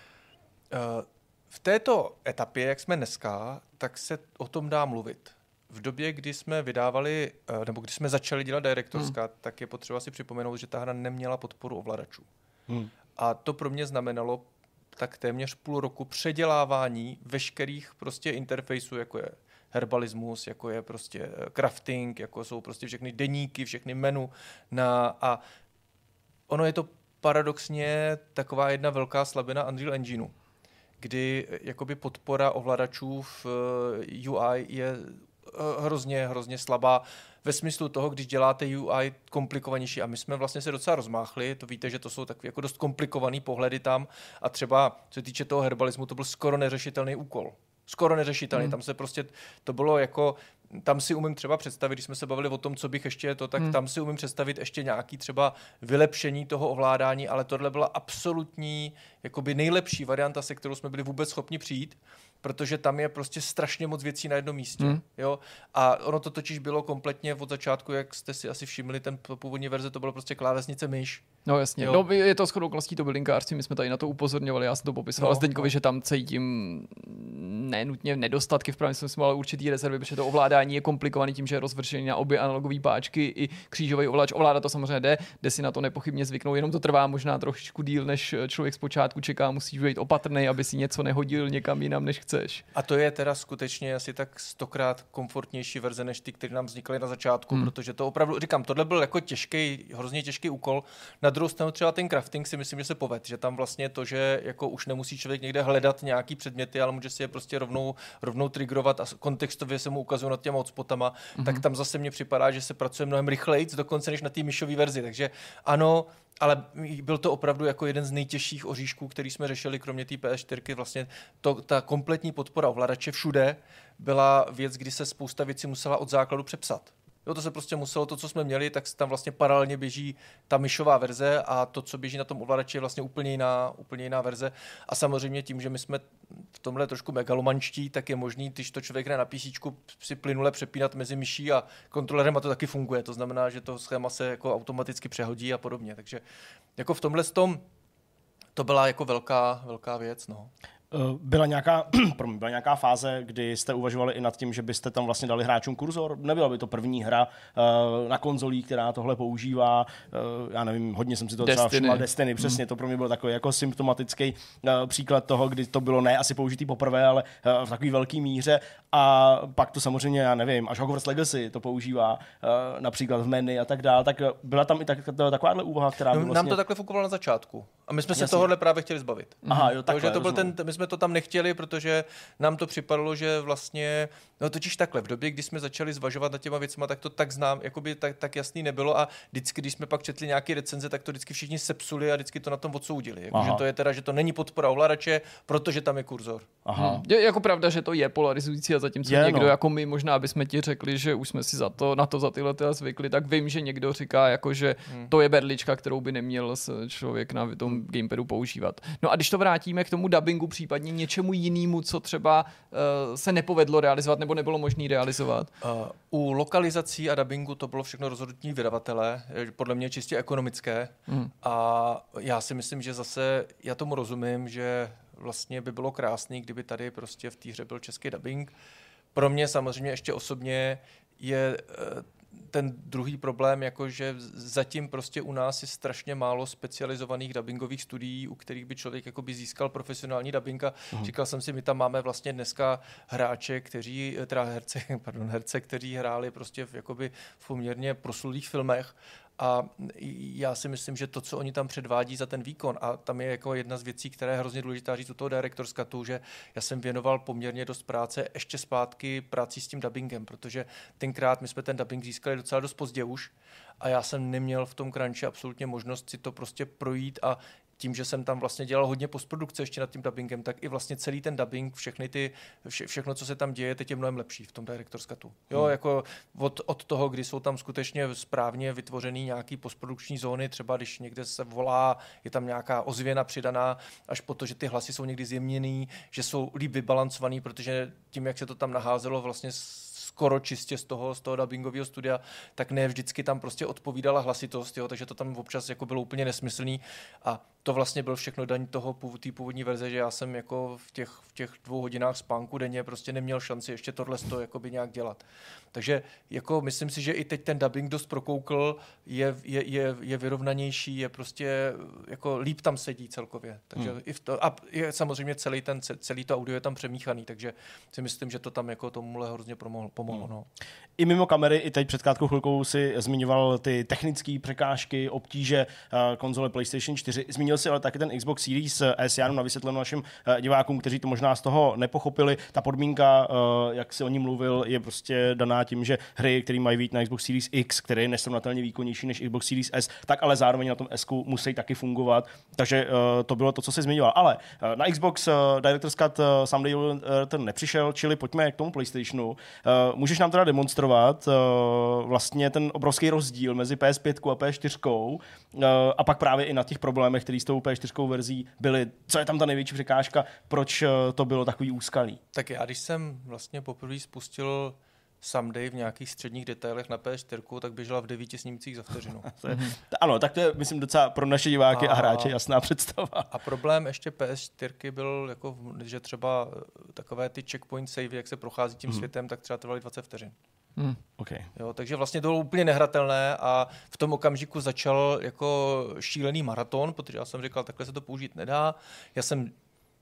V této etapě, jak jsme dneska, tak se o tom dá mluvit. V době, kdy jsme vydávali, nebo když jsme začali dělat Director's Cut, hmm. tak je potřeba si připomenout, že ta hra neměla podporu ovladačů. Hmm. A to pro mě znamenalo tak téměř půl roku předělávání veškerých prostě interfejsů, jako je herbalismus, jako je prostě crafting, jako jsou prostě všechny deníky, všechny menu. Na, a ono je to paradoxně taková jedna velká slabina Unreal Engineu, kdy jakoby podpora ovladačů v U I je hrozně, hrozně slabá ve smyslu toho, když děláte U I komplikovanější a my jsme vlastně se docela rozmáchli, to víte, že to jsou takové jako dost komplikované pohledy tam a třeba, co se týče toho herbalismu, to byl skoro neřešitelný úkol. Skoro neřešitelný. Hmm. Tam se prostě, to bylo jako, tam si umím třeba představit, když jsme se bavili o tom, co bych ještě to, tak hmm. tam si umím představit ještě nějaký třeba vylepšení toho ovládání, ale tohle byla absolutní, jakoby nejlepší varianta, se kterou jsme byli vůbec schopni přijít. protože tam je prostě strašně moc věcí na jednom místě. Hmm. Jo? A ono to totiž bylo kompletně od začátku, jak jste si asi všimli, ten původní verze, to bylo prostě klávesnice myš. No jasně, Jo. no, je to shodou okolností to bylinkářství, my jsme tady na to upozorňovali, já jsem to popisoval No, Zdeňkovi, no. že tam nenutně nenutně nedostatky v pravém smyslu, ale určitý rezervy, protože to ovládání je komplikovaný tím, že je rozvršený na obě analogové páčky i křížový ovladač. Ovládat to samozřejmě jde, jde si na to nepochybně zvyknout, jenom to trvá možná trošičku díl, než člověk zpočátku čeká, musíš být opatrný, aby si něco nehodil někam jinam, než chceš. A to je teda skutečně asi tak stokrát komfortnější verze, než ty, které nám vznikaly na začátku, hmm. protože to opravdu, říkám, tohle byl jako těžký, hrozně těžký úkol. Na druhou stranu třeba ten crafting si myslím, že se povede, že tam vlastně to, že jako už nemusí člověk někde hledat nějaký předměty, ale může si je prostě rovnou, rovnou triggerovat a kontextově se mu ukazují nad těma hotspotama, mm-hmm. tak tam zase mně připadá, že se pracuje mnohem rychleji dokonce než na té myšové verzi. Takže ano, ale byl to opravdu jako jeden z nejtěžších oříšků, který jsme řešili, kromě té P S čtyři. Vlastně to, ta kompletní podpora ovladače všude byla věc, kdy se spousta věcí musela od základu přepsat. Jo, to se prostě muselo, to, co jsme měli, tak tam vlastně paralelně běží ta myšová verze a to, co běží na tom ovladači, je vlastně úplně jiná, úplně jiná verze. A samozřejmě tím, že my jsme v tomhle trošku megalomančtí, tak je možný, když to člověk jde na písíčku, si plynule přepínat mezi myší a kontrolerem a to taky funguje. To znamená, že to schéma se jako automaticky přehodí a podobně. Takže jako v tomhle tom to byla jako velká, velká věc. No. Byla nějaká, byla nějaká fáze, kdy jste uvažovali i nad tím, že byste tam vlastně dali hráčům kurzor? Nebyla by to první hra uh, na konzolí, která tohle používá? Uh, já nevím, hodně jsem si to třeba všiml. Destiny, přesně, hmm. to pro mě byl takový jako symptomatický uh, příklad toho, kdy to bylo ne asi použitý poprvé, ale uh, v takové velké míře. A pak to samozřejmě, já nevím, až Hogwarts Legacy to používá, uh, například v menu a tak dále. Tak byla tam i tak, takováhle úvaha, která no, by vlastně... Nám to takhle fungovalo na začátku. A my jsme se tohohle právě chtěli zbavit. Aha, jo, takhle, Takže to byl ten, my jsme to tam nechtěli, protože nám to připadalo, že vlastně, no totiž takhle, v době, kdy jsme začali zvažovat nad těma věcma, tak to tak znám, jakoby tak, tak jasný nebylo a vždycky, když jsme pak četli nějaký recenze, tak to vždycky všichni sepsuli a vždycky to na tom odsoudili. Jako, že to je teda, že to není podpora ovladače, protože tam je kurzor. Aha. Hmm. Je jako pravda, že to je polarizující a zatímco je, někdo no. jako my, možná bychom ti řekli, že už jsme si za to, na to za tyhle tyhle zvykli, tak vím, že někdo říká, jako, že hmm. to je berlička, kterou by neměl člověk na tom gamepadu používat. No a když to vrátíme k tomu dubbingu, případně něčemu jinému, co třeba uh, se nepovedlo realizovat nebo nebylo možné realizovat? Uh, u lokalizací a dubbingu to bylo všechno rozhodnutí vydavatele, podle mě čistě ekonomické. Hmm. A já si myslím, že zase, já tomu rozumím, že vlastně by bylo krásný, kdyby tady prostě v té hře byl český dubbing. Pro mě samozřejmě ještě osobně je uh, ten druhý problém, jakože zatím prostě u nás je strašně málo specializovaných dubbingových studií, u kterých by člověk jakoby získal profesionální dubbing. Uh-huh. Říkal jsem si, my tam máme vlastně dneska hráče, kteří, teda herce, pardon, herce, kteří hráli prostě v, jakoby v poměrně proslulých filmech. A já si myslím, že to, co oni tam předvádí za ten výkon, a tam je jako jedna z věcí, která je hrozně důležitá říct u toho director's cutu, že já jsem věnoval poměrně dost práce ještě zpátky práci s tím dubbingem, protože tenkrát my jsme ten dubbing získali docela dost pozdě už a já jsem neměl v tom crunchi absolutně možnost si to prostě projít a tím, že jsem tam vlastně dělal hodně postprodukce ještě nad tím dubbingem, tak i vlastně celý ten dubbing, všechny ty, vše, všechno, co se tam děje, teď je mnohem lepší v tom director's cutu. Jo, hmm. jako od, od toho, kdy jsou tam skutečně správně vytvořený nějaký postprodukční zóny, třeba když někde se volá, je tam nějaká ozvěna přidaná, až po to, že ty hlasy jsou někdy zjemněný, že jsou líp vybalancovaný, protože tím, jak se to tam naházelo vlastně skoro čistě z toho, z toho dubbingového studia, tak ne vždycky tam prostě odpovídala hlasitost, jo, takže to tam občas jako bylo úplně nesmyslný a to vlastně byl všechno daň toho té původní verze, že já jsem jako v těch, v těch dvou hodinách spánku denně prostě neměl šanci ještě tohle to jakoby nějak dělat. Takže jako myslím si, že i teď ten dubbing dost prokoukl, je, je, je, je vyrovnanější, je prostě jako líp tam sedí celkově. Takže hmm. i v to, a je samozřejmě celý, ten, celý to audio je tam přemíchaný, takže si myslím, že to tam jako tomuhle hrozně pomohlo. pomohlo hmm. no. I mimo kamery, i teď před krátkou chvilkou si zmiňoval ty technické překážky, obtíže uh, konzole PlayStation čtyři. Zmínil si ale taky ten Xbox Series S, já jenom na vysvětlení našim uh, divákům, kteří to možná z toho nepochopili. Ta podmínka, uh, jak si o ní mluvil, je prostě daná tím, že hry, které mají být na Xbox Series X, které je nesrovnatelně výkonnější než Xbox Series S, tak ale zároveň na tom S-ku musí taky fungovat. Takže uh, to bylo to, co jsi zmiňoval. Ale uh, na Xbox uh, Director's Cut uh, Someday You'll uh, ten nepřišel, čili pojďme k tomu PlayStationu. Uh, můžeš nám teda demonstrovat uh, vlastně ten obrovský rozdíl mezi P S pět a P S čtyři uh, a pak právě i na těch problémech, které s tou P S čtyři verzí byly. Co je tam ta největší překážka, proč uh, to bylo takový úskalý? Tak já, když jsem vlastně poprvé spustil Someday v nějakých středních detailech na P S čtyři, tak běžela v devíti snímcích za vteřinu. mm-hmm. Ano, tak to je, myslím, docela pro naše diváky a, a hráče jasná představa. A problém ještě P S čtyři byl, jako, že třeba takové ty checkpoint savey, jak se prochází tím mm. světem, tak třeba trvaly dvacet vteřin. Mm. Okay. Jo, takže vlastně to bylo úplně nehratelné a v tom okamžiku začal jako šílený maraton, protože já jsem říkal, takhle se to použít nedá. Já jsem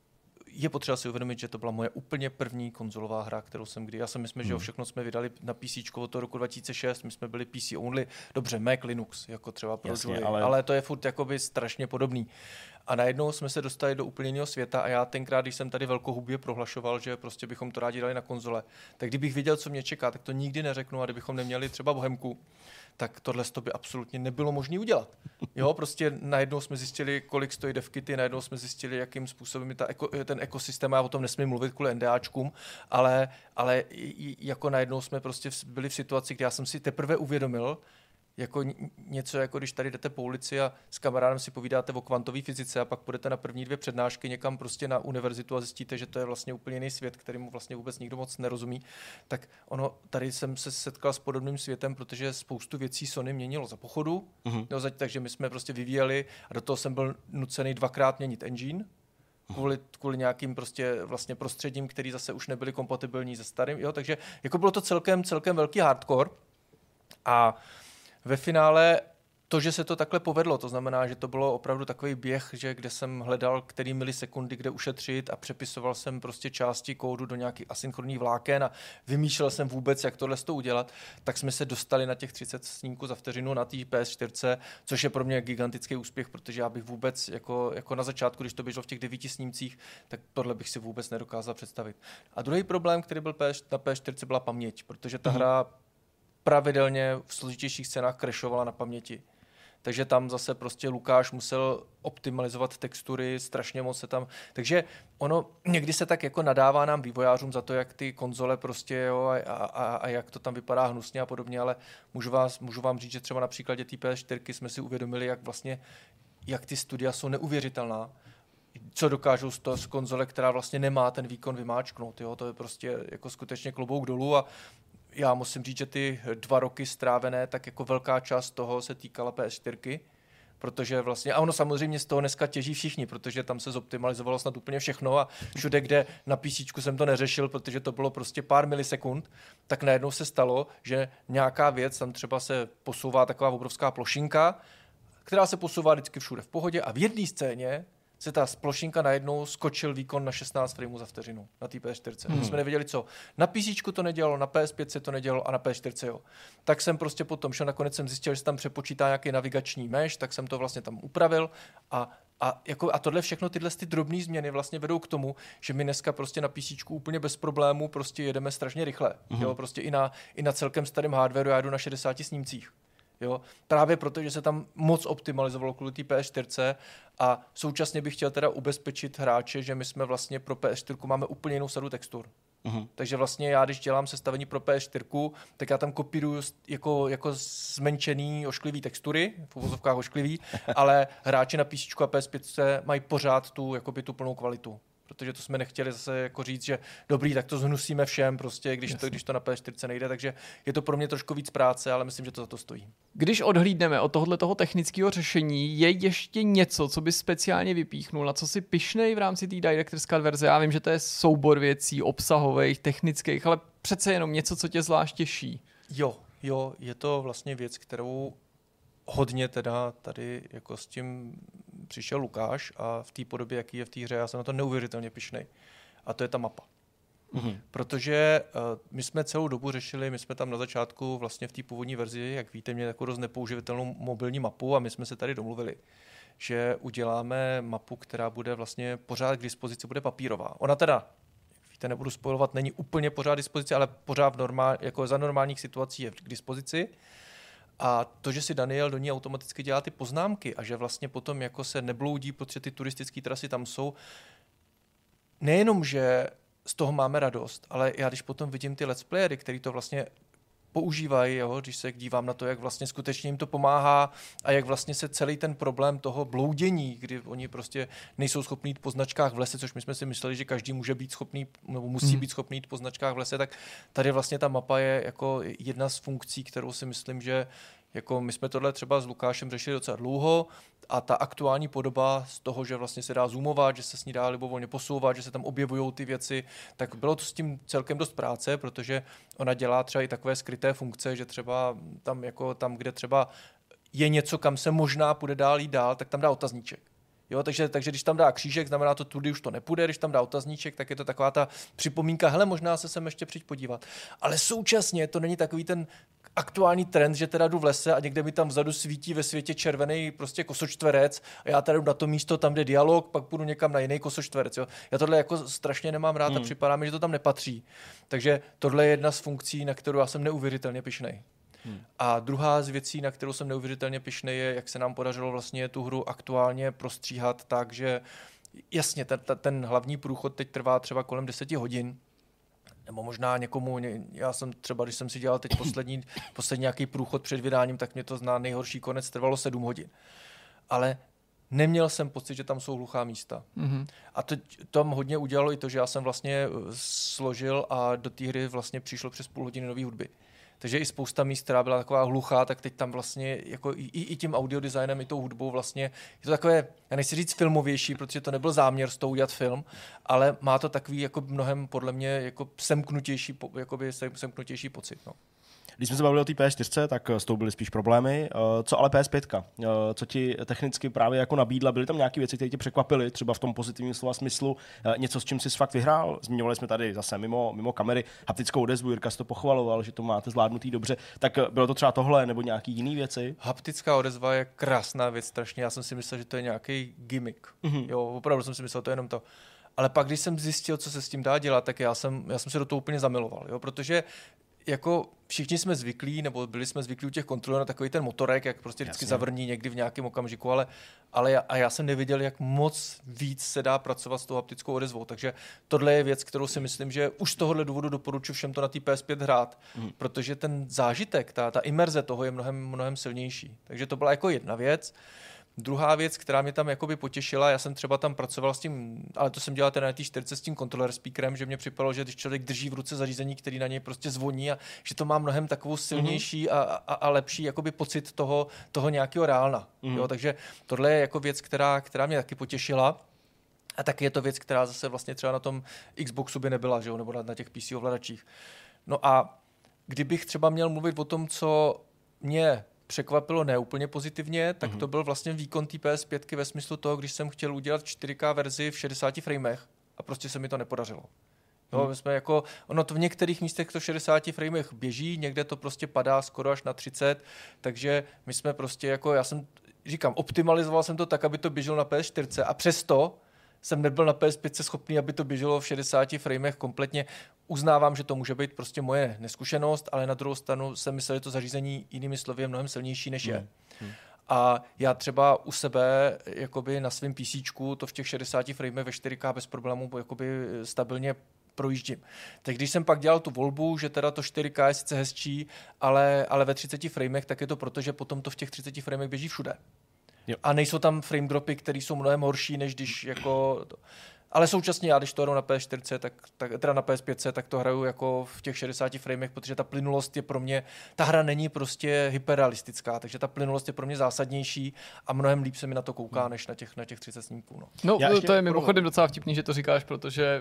Je potřeba si uvědomit, že to byla moje úplně první konzolová hra, kterou jsem kdy. Já jsem myslím, hmm. že všechno jsme vydali na PCčko od toho roku dva tisíce šest, my jsme byli P C only, dobře, Mac, Linux, jako třeba pro Jasně, Julie, ale... ale to je furt jakoby strašně podobný. A najednou jsme se dostali do úplně jiného světa a já tenkrát, když jsem tady velkohubě prohlašoval, že prostě bychom to rádi dali na konzole, tak kdybych věděl, co mě čeká, tak to nikdy neřeknu a kdybychom neměli třeba Bohemku, tak tohle to by absolutně nebylo možné udělat. Jo, prostě najednou jsme zjistili, kolik stojí devkity, najednou jsme zjistili, jakým způsobem je ta eko, ten ekosystém, já o tom nesmím mluvit kvůli NDAčkům, ale, ale jako najednou jsme prostě byli v situaci, kdy já jsem si teprve uvědomil, jako něco, jako když tady jdete po ulici a s kamarádem si povídáte o kvantové fyzice a pak půjdete na první dvě přednášky někam prostě na univerzitu a zjistíte, že to je vlastně úplně jiný svět, kterému vlastně vůbec nikdo moc nerozumí, tak ono, tady jsem se setkal s podobným světem, protože spoustu věcí Sony měnilo za pochodu, mm-hmm. no, takže my jsme prostě vyvíjeli a do toho jsem byl nucený dvakrát měnit engine, Kvůli, kvůli nějakým prostě vlastně prostředím, který zase už nebyly kompatibilní se starým, jo, takže jako bylo to celkem, celkem velký hardcore a ve finále to, že se to takhle povedlo, to znamená, že to bylo opravdu takový běh, že kde jsem hledal, který milisekundy, kde ušetřit a přepisoval jsem prostě části kódu do nějakých asynchronních vláken a vymýšlel jsem vůbec, jak tohle to udělat, tak jsme se dostali na těch třicet snímků za vteřinu na té P S čtyři, což je pro mě gigantický úspěch, protože já bych vůbec jako, jako na začátku, když to běželo v těch devíti snímcích, tak tohle bych si vůbec nedokázal představit. A druhý problém, který byl na P S čtyři, byla paměť, protože ta mm-hmm. hra pravidelně v složitějších scénách crashovala na paměti. Takže tam zase prostě Lukáš musel optimalizovat textury, strašně moc se tam... Takže ono někdy se tak jako nadává nám vývojářům za to, jak ty konzole prostě, jo, a, a, a jak to tam vypadá hnusně a podobně, ale můžu, vás, můžu vám říct, že třeba na příkladě té P S čtyři jsme si uvědomili, jak vlastně, jak ty studia jsou neuvěřitelná, co dokážou z, toho, z konzole, která vlastně nemá ten výkon vymáčknout, jo, to je prostě jako skutečně klobouk dolů a já musím říct, že ty dva roky strávené, tak jako velká část toho se týkala P S čtyři, protože vlastně, a ono samozřejmě z toho dneska těží všichni, protože tam se zoptimalizovalo snad úplně všechno a všude, kde na PCčku jsem to neřešil, protože to bylo prostě pár milisekund, tak najednou se stalo, že nějaká věc, tam třeba se posouvá taková obrovská plošinka, která se posouvá vždycky všude v pohodě a v jedné scéně se ta plošinka najednou skočil výkon na šestnáct frameů za vteřinu na té P S čtyři. Hmm. My jsme nevěděli co. Na PCčku to nedělalo, na P S pět se to nedělalo a na P S čtyři jo. Tak jsem prostě potom šel, nakonec jsem zjistil, že se tam přepočítá nějaký navigační mesh, tak jsem to vlastně tam upravil a A, jako, a tohle všechno, tyhle ty drobné změny vlastně vedou k tomu, že my dneska prostě na PCčku úplně bez problémů prostě jedeme strašně rychle. Mm-hmm. Jo, prostě i na, i na celkem starém hardwareu já jdu na šedesáti snímcích. Jo, právě proto, že se tam moc optimalizovalo kvůli té P S čtyři a současně bych chtěl teda ubezpečit hráče, že my jsme vlastně pro P S čtyři máme úplně jinou sadu textur. Uhum. Takže vlastně já, když dělám sestavení pro P S čtyři, tak já tam kopíruju jako, jako zmenšený ošklivý textury, v uvozovkách ošklivý, ale hráči na PCčku a P S pět mají pořád tu, jakoby tu plnou kvalitu. Protože to jsme nechtěli zase jako říct, že dobrý, tak to zhnusíme všem, prostě, když, to, když to na P S čtyři nejde, takže je to pro mě trošku víc práce, ale myslím, že to za to stojí. Když odhlídneme od tohoto technického řešení, je ještě něco, co by speciálně vypíchnul, na co si pyšnej v rámci té Director's verze? Já vím, že to je soubor věcí obsahových, technických, ale přece jenom něco, co tě zvlášť těší. Jo, jo, je to vlastně věc, kterou hodně teda tady jako s tím přišel Lukáš a v té podobě, jaký je v té hře, já jsem na to neuvěřitelně pyšnej. A to je ta mapa. Mm-hmm. Protože uh, my jsme celou dobu řešili, my jsme tam na začátku vlastně v té původní verzi, jak víte, měli takovou dost nepoužitelnou mobilní mapu a my jsme se tady domluvili, že uděláme mapu, která bude vlastně pořád k dispozici, bude papírová. Ona teda, jak víte, nebudu spojovat, není úplně pořád k dispozici, ale pořád v normál, jako za normálních situací je k dispozici. A to, že si Daniel do ní automaticky dělá ty poznámky a že vlastně potom jako se nebloudí, protože ty turistické trasy tam jsou, nejenom, že z toho máme radost, ale já když potom vidím ty let's playery, který to vlastně používají, jo, když se dívám na to, jak vlastně skutečně jim to pomáhá a jak vlastně se celý ten problém toho bloudění, kdy oni prostě nejsou schopní jít po značkách v lese, což my jsme si mysleli, že každý může být schopný, nebo musí hmm. být schopný jít po značkách v lese, tak tady vlastně ta mapa je jako jedna z funkcí, kterou si myslím, že jako my jsme tohle třeba s Lukášem řešili docela dlouho a ta aktuální podoba z toho, že vlastně se dá zoomovat, že se s ní dá libovolně posouvat, že se tam objevují ty věci, tak bylo to s tím celkem dost práce, protože ona dělá třeba i takové skryté funkce, že třeba tam, jako tam kde třeba je něco, kam se možná půjde dál jít dál, tak tam dá otazníček. Jo, takže, takže když tam dá křížek, znamená to, tudy už to nepůjde, když tam dá otazníček, tak je to taková ta připomínka, hele, možná se sem ještě přijď podívat. Ale současně to není takový ten aktuální trend, že teda jdu v lese a někde mi tam vzadu svítí ve světě červený prostě kosočtverec a já tady jdu na to místo, tam jde dialog, pak půjdu někam na jiný kosočtverec. Jo. Já tohle jako strašně nemám rád hmm. a připadá mi, že to tam nepatří. Takže tohle je jedna z funkcí, na kterou já jsem neuvěřitelně pyšnej. Hmm. A druhá z věcí, na kterou jsem neuvěřitelně pyšnej, je, jak se nám podařilo vlastně tu hru aktuálně prostříhat tak, že jasně, ten, ten hlavní průchod teď trvá třeba kolem deseti hodin, nebo možná někomu, já jsem třeba, když jsem si dělal teď poslední, poslední nějaký průchod před vydáním, tak mě to na nejhorší konec trvalo sedm hodin. Ale neměl jsem pocit, že tam jsou hluchá místa. Mm-hmm. A to tam hodně udělalo i to, že já jsem vlastně složil a do té hry vlastně přišlo přes půl hodiny nový hudby. Takže i spousta míst, která byla taková hluchá, tak teď tam vlastně jako i, i tím audiodesignem, i tou hudbou vlastně je to takové, já nechci říct filmovější, protože to nebyl záměr z toho udělat film, ale má to takový jako mnohem podle mě jako semknutější, jakoby semknutější pocit. No. Když jsme se bavili o té P S čtyři, tak s tou byly spíš problémy. Co ale P S pět? Co ti technicky právě jako nabídla? Byly tam nějaké věci, které tě překvapily, třeba v tom pozitivním slova smyslu? Něco, s čím jsi fakt vyhrál? Zmiňovali jsme tady zase mimo, mimo kamery haptickou odezvu, Jirka to pochvaloval, že to máte zvládnutý dobře. Tak bylo to třeba tohle nebo nějaký jiný věci? Haptická odezva je krásná věc, strašně. Já jsem si myslel, že to je nějaký gimmick. Mm-hmm. Jo, opravdu jsem si myslel, to je jenom to. Ale pak, když jsem zjistil, co se s tím dá dělat, tak já jsem, já jsem se do toho úplně zamiloval, jo, protože jako všichni jsme zvyklí, nebo byli jsme zvyklí u těch kontrolů na takový ten motorek, jak prostě vždycky Jasně. zavrní někdy v nějakém okamžiku, ale, ale já, a já jsem neviděl, jak moc víc se dá pracovat s tou haptickou odezvou, takže tohle je věc, kterou si myslím, že už z tohohle důvodu doporučuji všem to na té P S pět hrát, mm. protože ten zážitek, ta, ta imerze toho je mnohem, mnohem silnější. Takže to byla jako jedna věc. Druhá věc, která mě tam jakoby potěšila, já jsem třeba tam pracoval s tím, ale to jsem dělal teda na té čtyřce s tím controller speakerem, že mě připadalo, že když člověk drží v ruce zařízení, který na něj prostě zvoní a že to má mnohem takovou silnější mm-hmm. a, a, a lepší jakoby pocit toho, toho nějakého reálna. Mm-hmm. Jo, takže tohle je jako věc, která, která mě taky potěšila. A taky je to věc, která zase vlastně třeba na tom Xboxu by nebyla, že jo, nebo na, na těch P C ovladačích. No a kdybych třeba měl mluvit o tom, co mě překvapilo neúplně pozitivně, tak mm-hmm. to byl vlastně výkon té P S pět ve smyslu toho, když jsem chtěl udělat čtyři ká verzi v šedesáti framech a prostě se mi to nepodařilo. Jo, mm. my jsme jako, ono to v některých místech to v šedesáti framech běží, někde to prostě padá skoro až na třicet, takže my jsme prostě jako, já jsem, říkám, optimalizoval jsem to tak, aby to běželo na P S čtyři a přesto jsem nebyl na P S pět schopný, aby to běželo v šedesáti framech kompletně. Uznávám, že to může být prostě moje neskušenost, ale na druhou stranu jsem myslel, že to zařízení jinými slovy je mnohem silnější, než je. Hmm. A já třeba u sebe jakoby na svém PCčku to v těch šedesáti framech ve čtyři ká bez problémů jakoby stabilně projíždím. Tak když jsem pak dělal tu volbu, že teda to čtyři ká je sice hezčí, ale, ale ve třiceti framech, tak je to proto, že potom to v těch třiceti framech běží všude. Jo. A nejsou tam frame dropy, které jsou mnohem horší, než když jako... To. Ale současně já, když to hraju na P S čtyři, tak, tak, teda na P S pět, tak to hraju jako v těch šedesáti framech, protože ta plynulost je pro mě, ta hra není prostě hyperrealistická, takže ta plynulost je pro mě zásadnější a mnohem líp se mi na to kouká, než na těch, na těch třicet snímků. No, no to, to je mimochodem docela vtipný, že to říkáš, protože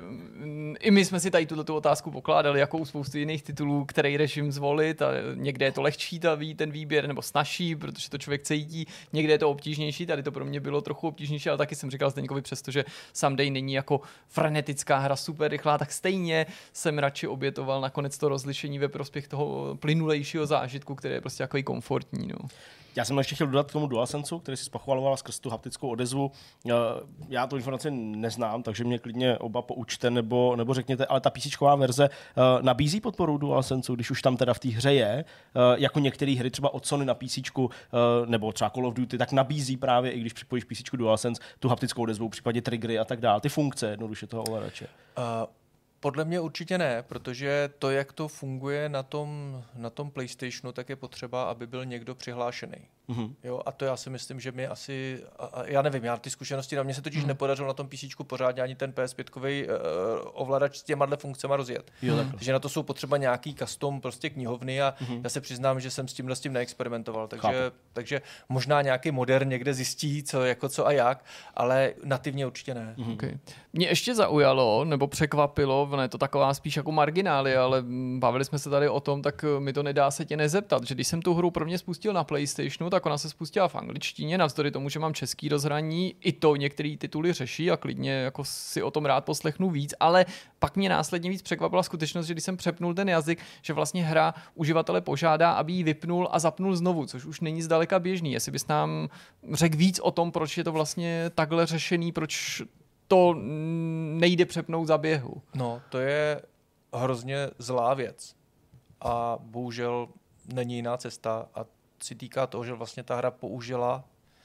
i my jsme si tady tuto otázku pokládali, jako u spousty jiných titulů, který režim zvolit a někde je to lehčí ta, ten výběr, nebo snazší, protože to člověk cítí, někde je to obtížnější, tady to pro mě bylo trochu obtížnější, ale taky jsem říkal Zdeňkovi, přestože Someday není jako frenetická hra, super rychlá, tak stejně jsem radši obětoval nakonec to rozlišení ve prospěch toho plynulejšího zážitku, který je prostě takový komfortní. No. Já jsem ještě chtěl dodat k tomu DualSenseu, který si spachoval skrz tu haptickou odezvu. Já tu informaci neznám, takže mě klidně oba poučte nebo, nebo řekněte, ale ta PCčková verze nabízí podporu DualSenseu, když už tam teda v té hře je, jako některé hry třeba od Sony na PCčku nebo třeba Call of Duty, tak nabízí právě, i když připojíš PCčku DualSense, tu haptickou odezvu, případně triggery a tak dále, ty funkce jednoduše toho ovladače. Uh... Podle mě určitě ne, protože to, jak to funguje na tom, na tom PlayStationu, tak je potřeba, aby byl někdo přihlášený. Mm-hmm. Jo, a to já si myslím, že mi asi, a, a já nevím, já ty zkušenosti, na mě se totiž mm. nepodařilo na tom PCčku pořádně ani ten P S pět-kovej uh, ovladač s těma funkcema rozjet. Mm. Takže na to jsou potřeba nějaký custom prostě knihovny a mm. já se přiznám, že jsem s tímhle s tím neexperimentoval, takže, takže možná nějaký modern někde zjistí, co, jako co a jak, ale nativně určitě ne. Mm. Okay. Mě ještě zaujalo, nebo překvapilo, ne, je to taková spíš jako marginály, ale bavili jsme se tady o tom, tak mi to nedá se tě nezeptat, že když jsem tu hru prvně spustil na PlayStationu, tak ona se spustila v angličtině, navzdory tomu, že mám český rozhraní, i to některé tituly řeší a klidně jako si o tom rád poslechnu víc, ale pak mě následně víc překvapila skutečnost, že když jsem přepnul ten jazyk, že vlastně hra uživatele požádá, aby ji vypnul a zapnul znovu, což už není zdaleka běžný. Jestli bys nám řekl víc o tom, proč je to vlastně takhle řešený, proč to nejde přepnout za běhu. No, to je hrozně zlá věc a bohužel není jiná cesta a si týká toho, že vlastně ta hra použila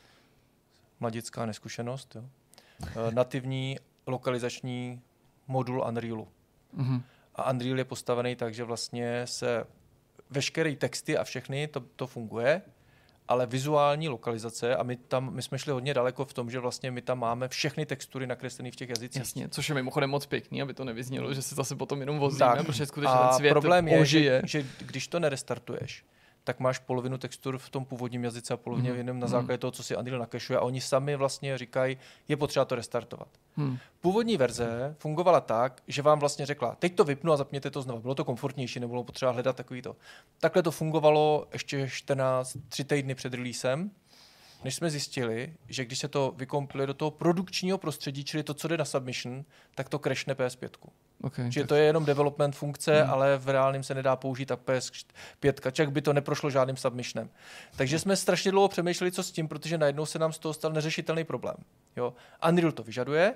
mladická neskušenost, jo, nativní lokalizační modul Unrealu. Mm-hmm. A Unreal je postavený tak, že vlastně se veškeré texty a všechny, to, to funguje, ale vizuální lokalizace, a my tam, my jsme šli hodně daleko v tom, že vlastně my tam máme všechny textury nakreslené v těch jazycích. Jasně, což je mimochodem moc pěkný, aby to nevyznělo, že se zase potom jenom vozíme, tak, protože skutečně ten svět problém je, ožije. Že, že když to nerestartuješ, tak máš polovinu textur v tom původním jazyce a polovinu mm. jiném na základě mm. toho, co si Unreal nakešuje, a oni sami vlastně říkají, je potřeba to restartovat. Mm. Původní verze fungovala tak, že vám vlastně řekla, teď to vypnu a zapněte to znovu. Bylo to komfortnější, nebylo potřeba hledat takový to. Takhle to fungovalo ještě čtrnáct, tři týdny před releasem, než jsme zjistili, že když se to vykompiluje do toho produkčního prostředí, čili to, co jde na submission, tak to crashne P S pět. Okay, Čiže tak... to je jenom development funkce, hmm. ale v reálném se nedá použít a P S pět, čak by to neprošlo žádným submissionem. Takže jsme strašně dlouho přemýšleli, co s tím, protože najednou se nám z toho stal neřešitelný problém. Jo? Unreal to vyžaduje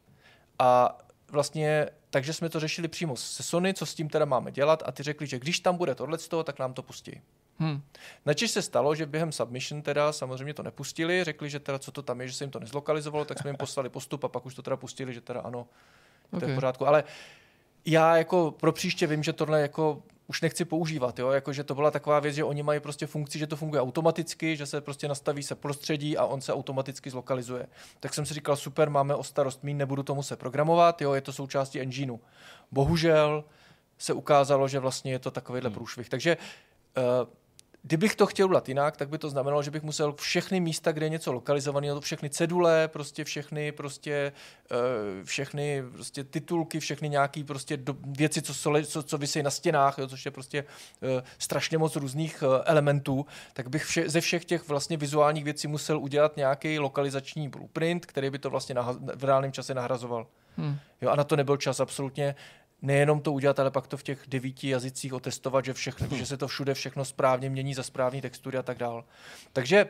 a vlastně takže jsme to řešili přímo se Sony, co s tím teda máme dělat, a ty řekli, že když tam bude tohleto, tak nám to pustí. Hmm. Načež se stalo, že během submission teda samozřejmě to nepustili, řekli, že teda co to tam je, že se jim to nezlokalizovalo, tak jsme jim poslali postup a pak už to teda pustili, že teda ano, to okay. je v pořádku. Ale já jako pro příště vím, že tohle jako už nechci používat, jo? Jako, že to byla taková věc, že oni mají prostě funkci, že to funguje automaticky, že se prostě nastaví se prostředí a on se automaticky zlokalizuje. Tak jsem si říkal, super, máme o starost míň, nebudu to muset programovat, jo? Je to součástí engineu. Bohužel se ukázalo, že vlastně je to takovýhle hmm. průšvih. Takže uh, kdybych to chtěl udělat jinak, tak by to znamenalo, že bych musel všechny místa, kde je něco lokalizované, všechny cedule, prostě všechny prostě uh, všechny prostě titulky, všechny nějaký prostě do, věci, co, co, co visejí na stěnách, jo, což je prostě uh, strašně moc různých uh, elementů, tak bych vše, ze všech těch vlastně vizuálních věcí musel udělat nějaký lokalizační blueprint, který by to vlastně naha- v reálném čase nahrazoval. Hmm. Jo, a na to nebyl čas absolutně. Nejenom to udělat, ale pak to v těch devíti jazycích otestovat, že, všechno, že se to všude všechno správně mění za správný textury a tak dál. Takže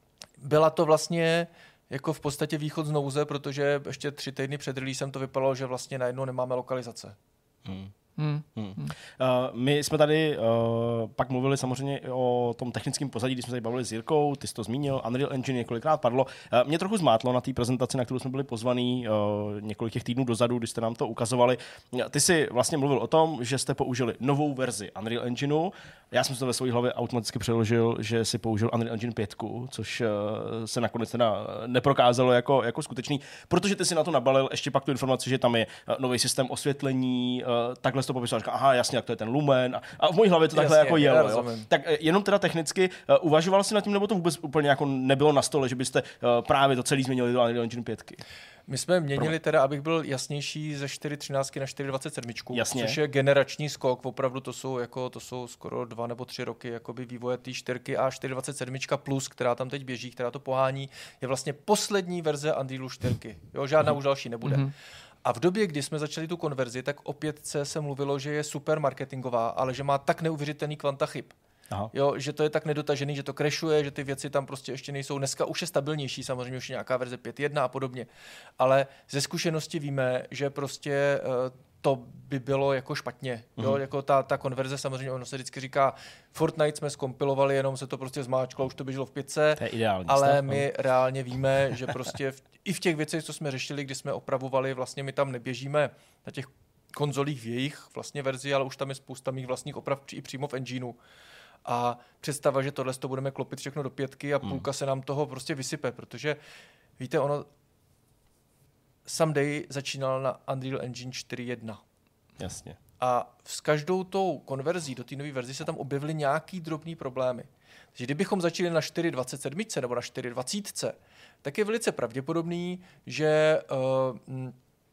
byla to vlastně jako v podstatě východ z nouze, protože ještě tři týdny před releasem to vypadalo, že vlastně najednou nemáme lokalizace. Hmm. Hmm. Hmm. Uh, my jsme tady uh, pak mluvili samozřejmě o tom technickém pozadí, když jsme tady bavili s Jirkou, ty jsi to zmínil, Unreal Engine několikrát padlo. Uh, mě trochu zmátlo na té prezentaci, na kterou jsme byli pozvaní uh, několik těch týdnů dozadu, když jste nám to ukazovali. Ty jsi vlastně mluvil o tom, že jste použili novou verzi Unreal Engineu. Já jsem si to ve své hlavě automaticky přeložil, že si použil Unreal Engine pět, což uh, se nakonec teda neprokázalo jako, jako skutečný, protože ty si na to nabalil ještě pak tu informaci, že tam je uh, nový systém osvětlení, uh, takhle to popisoval, říkal, aha, jasně, jak to je ten lumen. A, a v mojí hlavě to takhle jasně, jako jelo. Jo. Tak jenom teda technicky, uh, uvažoval jsi nad tím, nebo to vůbec úplně jako nebylo na stole, že byste uh, právě to celý změnili do Unreal Engine pět? My jsme měnili teda, abych byl jasnější, ze čtyři třináct na čtyři dvacet sedm, jasně. Což je generační skok, opravdu to jsou, jako, to jsou skoro dva nebo tři roky jakoby vývoje té čtyřky, a čtyři dvacet sedm plus, která tam teď běží, která to pohání, je vlastně poslední verze Unrealu čtyři. Jo, žádná mm-hmm. už další nebude. Mm-hmm. A v době, kdy jsme začali tu konverzi, tak o pětce se mluvilo, že je super marketingová, ale že má tak neuvěřitelný kvanta chyb. Jo, že to je tak nedotažený, že to crashuje, že ty věci tam prostě ještě nejsou. Dneska už je stabilnější, samozřejmě už je nějaká verze pět jedna a podobně. Ale ze zkušenosti víme, že prostě uh, to by bylo jako špatně. Jo? Mm. Jako ta, ta konverze, samozřejmě ono se vždycky říká, Fortnite jsme zkompilovali, jenom se to prostě zmáčklo, už to běželo v pětce, to je ideální ale stav, my no. reálně víme, že prostě v, i v těch věcech, co jsme řešili, kdy jsme opravovali, vlastně my tam neběžíme na těch konzolích v jejich vlastně verzi, ale už tam je spousta mých vlastních oprav i přímo v engineu. A představa, že tohle to budeme klopit všechno do pětky a půlka hmm. se nám toho prostě vysype, protože víte, ono Someday začínal na Unreal Engine čtyři jedna. Jasně. A s každou tou konverzí do té nové verzi se tam objevily nějaký drobný problémy. Takže kdybychom začali na čtyři dvacet sedm nebo na čtyři dvacet, tak je velice pravděpodobný, že, uh,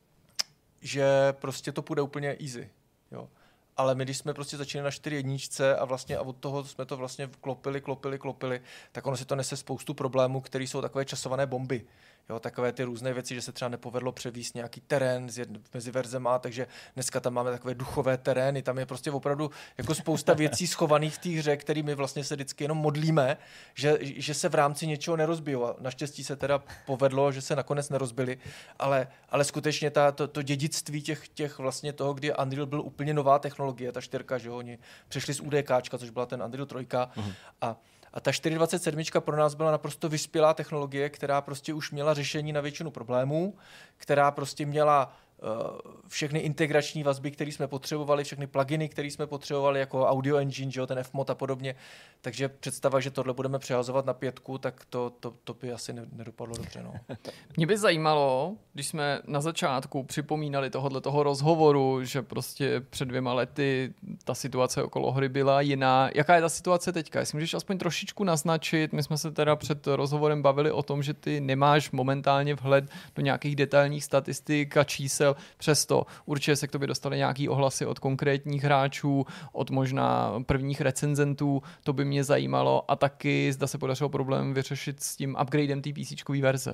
že prostě to půjde úplně easy. Jo. Ale my, když jsme prostě začali na čtyři jedničce a vlastně a od toho jsme to vlastně klopili, klopili, klopili, tak ono si to nese spoustu problémů, které jsou takové časované bomby. Jo, takové ty různé věci, že se třeba nepovedlo převíst nějaký terén mezi verzema, takže dneska tam máme takové duchové terény, tam je prostě opravdu jako spousta věcí schovaných v té hře, kterými vlastně se vždycky jenom modlíme, že, že se v rámci něčeho nerozbijou. A naštěstí se teda povedlo, že se nakonec nerozbili, ale, ale skutečně ta, to, to dědictví těch, těch vlastně toho, kdy Unreal byl úplně nová technologie, ta čtyřka, že jo, oni přešli z UDKčka, což byla ten Unreal tři uh-huh. a A ta čtyři dvacet sedm pro nás byla naprosto vyspělá technologie, která prostě už měla řešení na většinu problémů, která prostě měla uh, všechny integrační vazby, které jsme potřebovali, všechny pluginy, které jsme potřebovali, jako Audio Engine, že jo, ten F-mod a podobně. Takže představa, že tohle budeme přehazovat na pětku, tak to, to, to by asi nedopadlo dobře. No. Mě by zajímalo, když jsme na začátku připomínali tohohle toho rozhovoru, že prostě před dvěma lety ta situace okolo hry byla jiná. Jaká je ta situace teďka? Jestli můžeš aspoň trošičku naznačit, my jsme se teda před rozhovorem bavili o tom, že ty nemáš momentálně vhled do nějakých detailních statistik a čísel, přesto určitě se k tobě dostaly nějaký ohlasy od konkrétních hráčů, od možná prvních recenzentů, to by mě zajímalo, a taky zda se podařilo problém vyřešit s tím upgradem té PCčkové verze.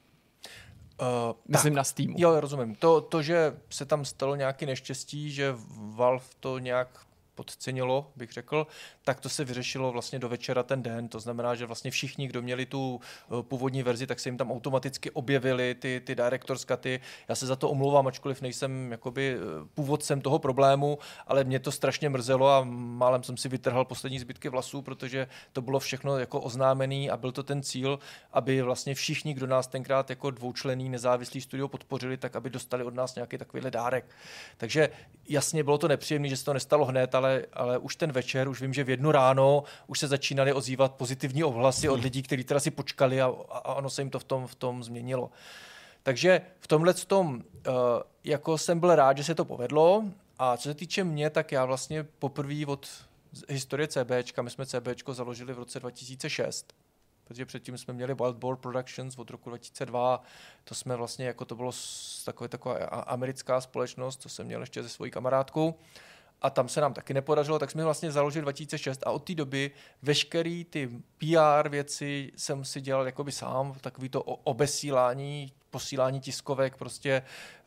Uh, Myslím tak, na Steamu. Jo, rozumím. To, to, že se tam stalo nějaké neštěstí, že Valve to nějak podcenilo, bych řekl, tak to se vyřešilo vlastně do večera ten den. To znamená, že vlastně všichni, kdo měli tu původní verzi, tak se jim tam automaticky objevily ty, ty director's cuty. Já se za to omlouvám, ačkoliv nejsem jakoby původcem toho problému, ale mě to strašně mrzelo a málem jsem si vytrhal poslední zbytky vlasů, protože to bylo všechno jako oznámený a byl to ten cíl, aby vlastně všichni, kdo nás tenkrát jako dvoučlenný nezávislý studio podpořili, tak aby dostali od nás nějaký takovýhle dárek. Takže jasně bylo to nepříjemné, že se to nestalo hned, ale, ale už ten večer, už vím, že v jednu ráno už se začínaly ozývat pozitivní ohlasy od lidí, kteří teda si počkali a, a ono se jim to v tom, v tom změnilo. Takže v tomhle tom, uh, jako jsem byl rád, že se to povedlo, a co se týče mě, tak já vlastně poprvé od historie CBčka, my jsme CBčko založili v roce dva tisíce šest, protože předtím jsme měli Wild Boar Productions od roku dva tisíce dva, to jsme vlastně, jako to bylo takové, taková americká společnost, co jsem měl ještě se svojí kamarádkou, a tam se nám taky nepodařilo, tak jsme vlastně založili dva tisíce šest a od té doby veškerý ty P R věci jsem si dělal jakoby sám, takový to obesílání, posílání tiskovek, prostě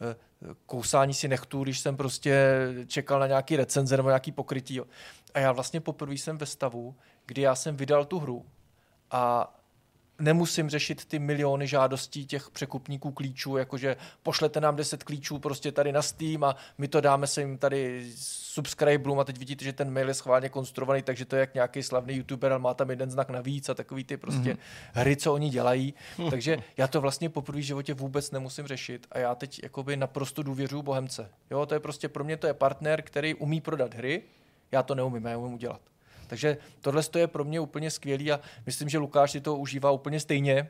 kousání si nechtů, když jsem prostě čekal na nějaký recenze nebo nějaký pokrytí. A já vlastně poprvé jsem ve stavu, kdy já jsem vydal tu hru a nemusím řešit ty miliony žádostí těch překupníků klíčů, jakože pošlete nám deset klíčů prostě tady na Steam a my to dáme se jim tady subscriberům a teď vidíte, že ten mail je schválně konstruovaný, takže to je jak nějaký slavný youtuber, ale má tam jeden znak navíc a takový ty prostě mm-hmm. hry, co oni dělají. Takže já to vlastně poprvé v životě vůbec nemusím řešit a já teď jakoby naprosto důvěřuju Bohemce. Jo, to je prostě pro mě to je partner, který umí prodat hry, já to neumím, já umím udělat. Takže tohle je pro mě úplně skvělý a myslím, že Lukáš si to užívá úplně stejně,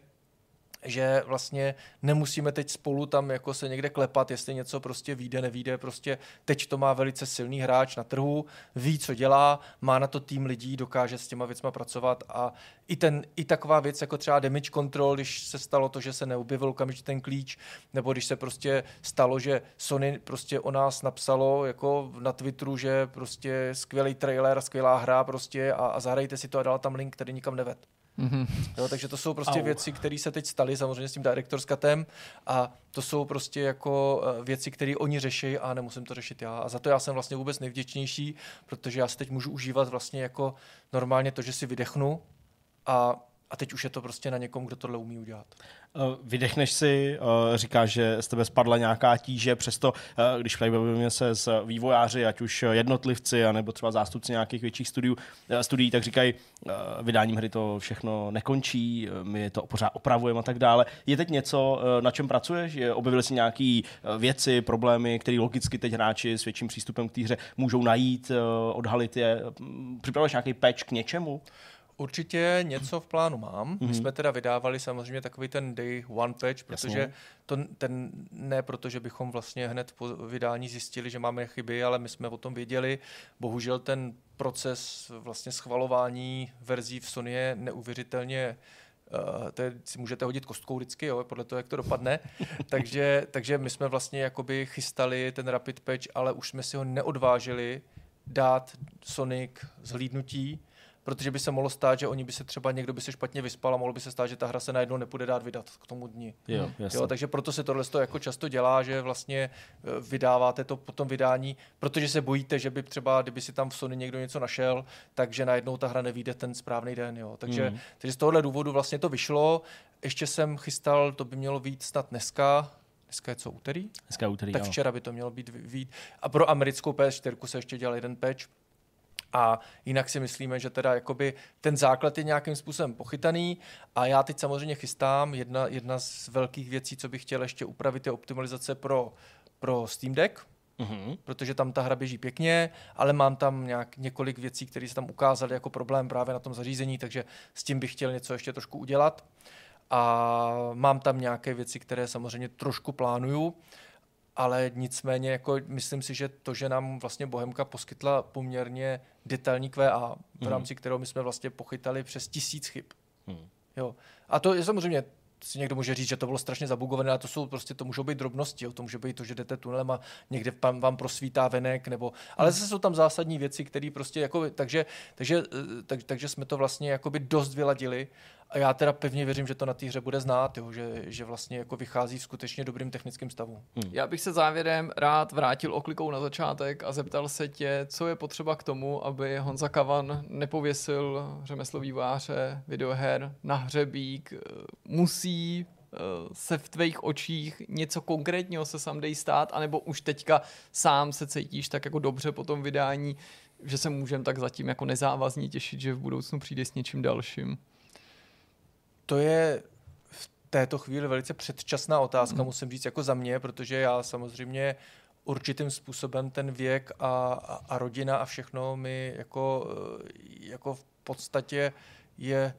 že vlastně nemusíme teď spolu tam jako se někde klepat, jestli něco prostě vyjde, nevyjde, prostě teď to má velice silný hráč na trhu, ví, co dělá, má na to tým lidí, dokáže s těma věcma pracovat a i, ten, i taková věc jako třeba damage control, když se stalo to, že se neobjevil okamžitě ten klíč, nebo když se prostě stalo, že Sony prostě o nás napsalo jako na Twitteru, že prostě skvělý trailer, skvělá hra prostě a, a zahrajte si to a dal tam link, který nikam neved. Mm-hmm. Jo, takže to jsou prostě Au. věci, které se teď staly samozřejmě s tím director's cutem a to jsou prostě jako věci, které oni řeší a nemusím to řešit já. A za to já jsem vlastně vůbec nejvděčnější, protože já si teď můžu užívat vlastně jako normálně to, že si vydechnu a A teď už je to prostě na někom, kdo tohle umí udělat. Vydechneš si, říkáš, že z tebe spadla nějaká tíže, přesto, když bavíme se s vývojáři, ať už jednotlivci, anebo třeba zástupci nějakých větších studiů, studií, tak říkají, vydáním hry to všechno nekončí, my to pořád opravujeme a tak dále. Je teď něco, na čem pracuješ? Objevily si nějaké věci, problémy, které logicky teď hráči s větším přístupem k té hře můžou najít, odhalit je? Připravuješ nějaký patch k něčemu? Určitě něco v plánu mám. Mm-hmm. My jsme teda vydávali samozřejmě takový ten day one patch, protože to, ten ne proto, že bychom vlastně hned po vydání zjistili, že máme chyby, ale my jsme o tom věděli. Bohužel ten proces vlastně schvalování verzí v Sony je neuvěřitelně Uh, to je, si můžete hodit kostkou vždycky, jo, podle toho, jak to dopadne. takže, takže my jsme vlastně jakoby chystali ten rapid patch, ale už jsme si ho neodvážili dát Sony k zhlídnutí, protože by se mohlo stát, že oni by se třeba někdo by se špatně vyspal a mohlo by se stát, že ta hra se najednou nepůjde dát vydat k tomu dni. Jo, jo, takže proto se tohle jako často dělá, že vlastně vydáváte to po tom vydání, protože se bojíte, že by třeba, kdyby si tam v Sony někdo něco našel, takže najednou ta hra nevyjde ten správný den. Jo. Takže, mm. takže z tohohle důvodu vlastně to vyšlo. Ještě jsem chystal, to by mělo vyjít snad dneska. Dneska je co, úterý? Dneska je úterý, Tak jo. včera by to mělo být vyjít. A pro americkou P S čtyři se ještě dělal jeden patch. A jinak si myslíme, že teda jakoby ten základ je nějakým způsobem pochytaný a já teď samozřejmě chystám, jedna, jedna z velkých věcí, co bych chtěl ještě upravit, je optimalizace pro, pro Steam Deck, mm-hmm. protože tam ta hra běží pěkně, ale mám tam nějak, několik věcí, které se tam ukázaly jako problém právě na tom zařízení, takže s tím bych chtěl něco ještě trošku udělat. A mám tam nějaké věci, které samozřejmě trošku plánuju, ale nicméně jako myslím si, že to, že nám vlastně Bohemka poskytla poměrně detailní Q A, v rámci mm. kterého my jsme vlastně pochytali přes tisíc chyb. Mm. Jo. A to je samozřejmě, si někdo může říct, že to bylo strašně zabugované, ale to jsou prostě, to můžou být drobnosti, jo. To může být to, že jdete tunelem a někde vám, vám prosvítá venek, nebo, ale zase jsou tam zásadní věci, které prostě jako, takže, takže, tak, takže jsme to vlastně jakoby dost vyladili. A já teda pevně věřím, že to na té hře bude znát, jo, že, že vlastně jako vychází v skutečně dobrým technickým stavu. Hmm. Já bych se závěrem rád vrátil oklikou na začátek a zeptal se tě, co je potřeba k tomu, aby Honza Kavan nepověsil řemeslo vývojáře videoher na hřebík. Musí se v tvých očích něco konkrétního se someday stát, anebo už teďka sám se cítíš tak jako dobře po tom vydání, že se můžeme tak zatím jako nezávazně těšit, že v budoucnu přijde s něčím dalším? To je v této chvíli velice předčasná otázka, mm. musím říct jako za mě, protože já samozřejmě určitým způsobem ten věk a, a, a rodina a všechno mi jako, jako v podstatě je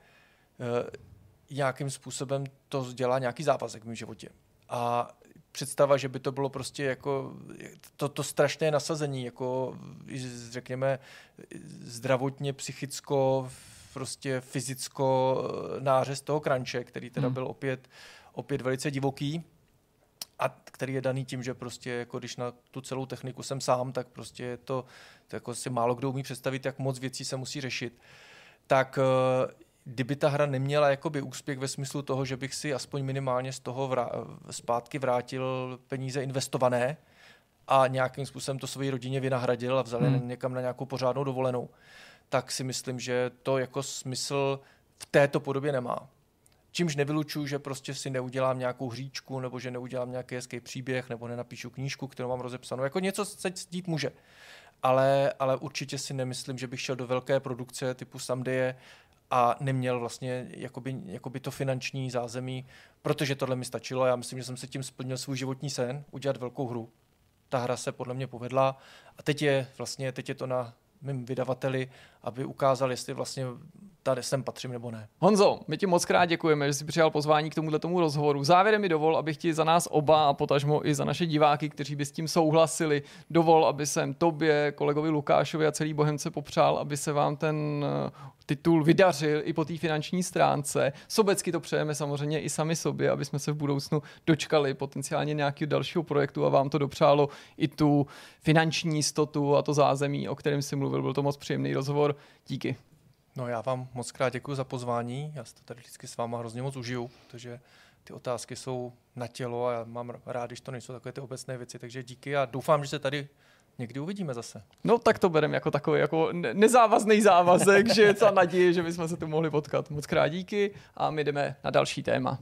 nějakým způsobem to dělá nějaký závazek v mém životě. A představa, že by to bylo prostě jako to, to strašné nasazení, jako řekněme zdravotně, psychicko, prostě fyzicko nářez toho crunche, který teda hmm. byl opět, opět velice divoký a který je daný tím, že prostě jako když na tu celou techniku jsem sám, tak prostě je to, to jako si málo kdo umí představit, jak moc věcí se musí řešit. Tak kdyby ta hra neměla jakoby úspěch ve smyslu toho, že bych si aspoň minimálně z toho vrá- zpátky vrátil peníze investované a nějakým způsobem to své rodině vynahradil a vzal hmm. někam na nějakou pořádnou dovolenou, tak si myslím, že to jako smysl v této podobě nemá. Čímž nevylučuju, že prostě si neudělám nějakou hříčku, nebo že neudělám nějaký hezký příběh, nebo nenapíšu knížku, kterou mám rozepsanou. Jako něco se dít může. Ale, ale určitě si nemyslím, že bych šel do velké produkce typu Someday a neměl vlastně jakoby, jakoby to finanční zázemí, protože tohle mi stačilo. Já myslím, že jsem se tím splnil svůj životní sen, udělat velkou hru. Ta hra se podle mě povedla a teď je vlastně teď je to na mým vydavateli, aby ukázal, jestli vlastně tady sem patřím nebo ne. Honzo, my ti moc krát děkujeme, že jsi přijal pozvání k tomuhle tomu rozhovoru. Závěrem mi dovol, abych ti za nás oba a potažmo i za naše diváky, kteří by s tím souhlasili, dovol, aby jsem tobě, kolegovi Lukášovi a celý Bohemce popřál, aby se vám ten titul vydařil i po té finanční stránce. Sobecky to přejeme samozřejmě i sami sobě, aby jsme se v budoucnu dočkali potenciálně nějakého dalšího projektu a vám to dopřálo i tu finanční jistotu a to zázemí, o kterém jsi mluvil. Byl to moc příjemný rozhovor. Díky. No já vám moc krát děkuji za pozvání. Já si to tady vždycky s váma hrozně moc užiju, protože ty otázky jsou na tělo a já mám rád, když to nejsou takové ty obecné věci. Takže díky a doufám, že se tady někdy uvidíme zase. No tak to bereme jako takový jako nezávazný závazek, že je celá naděje, že bychom se tu mohli potkat. Moc krát díky a my jdeme na další téma.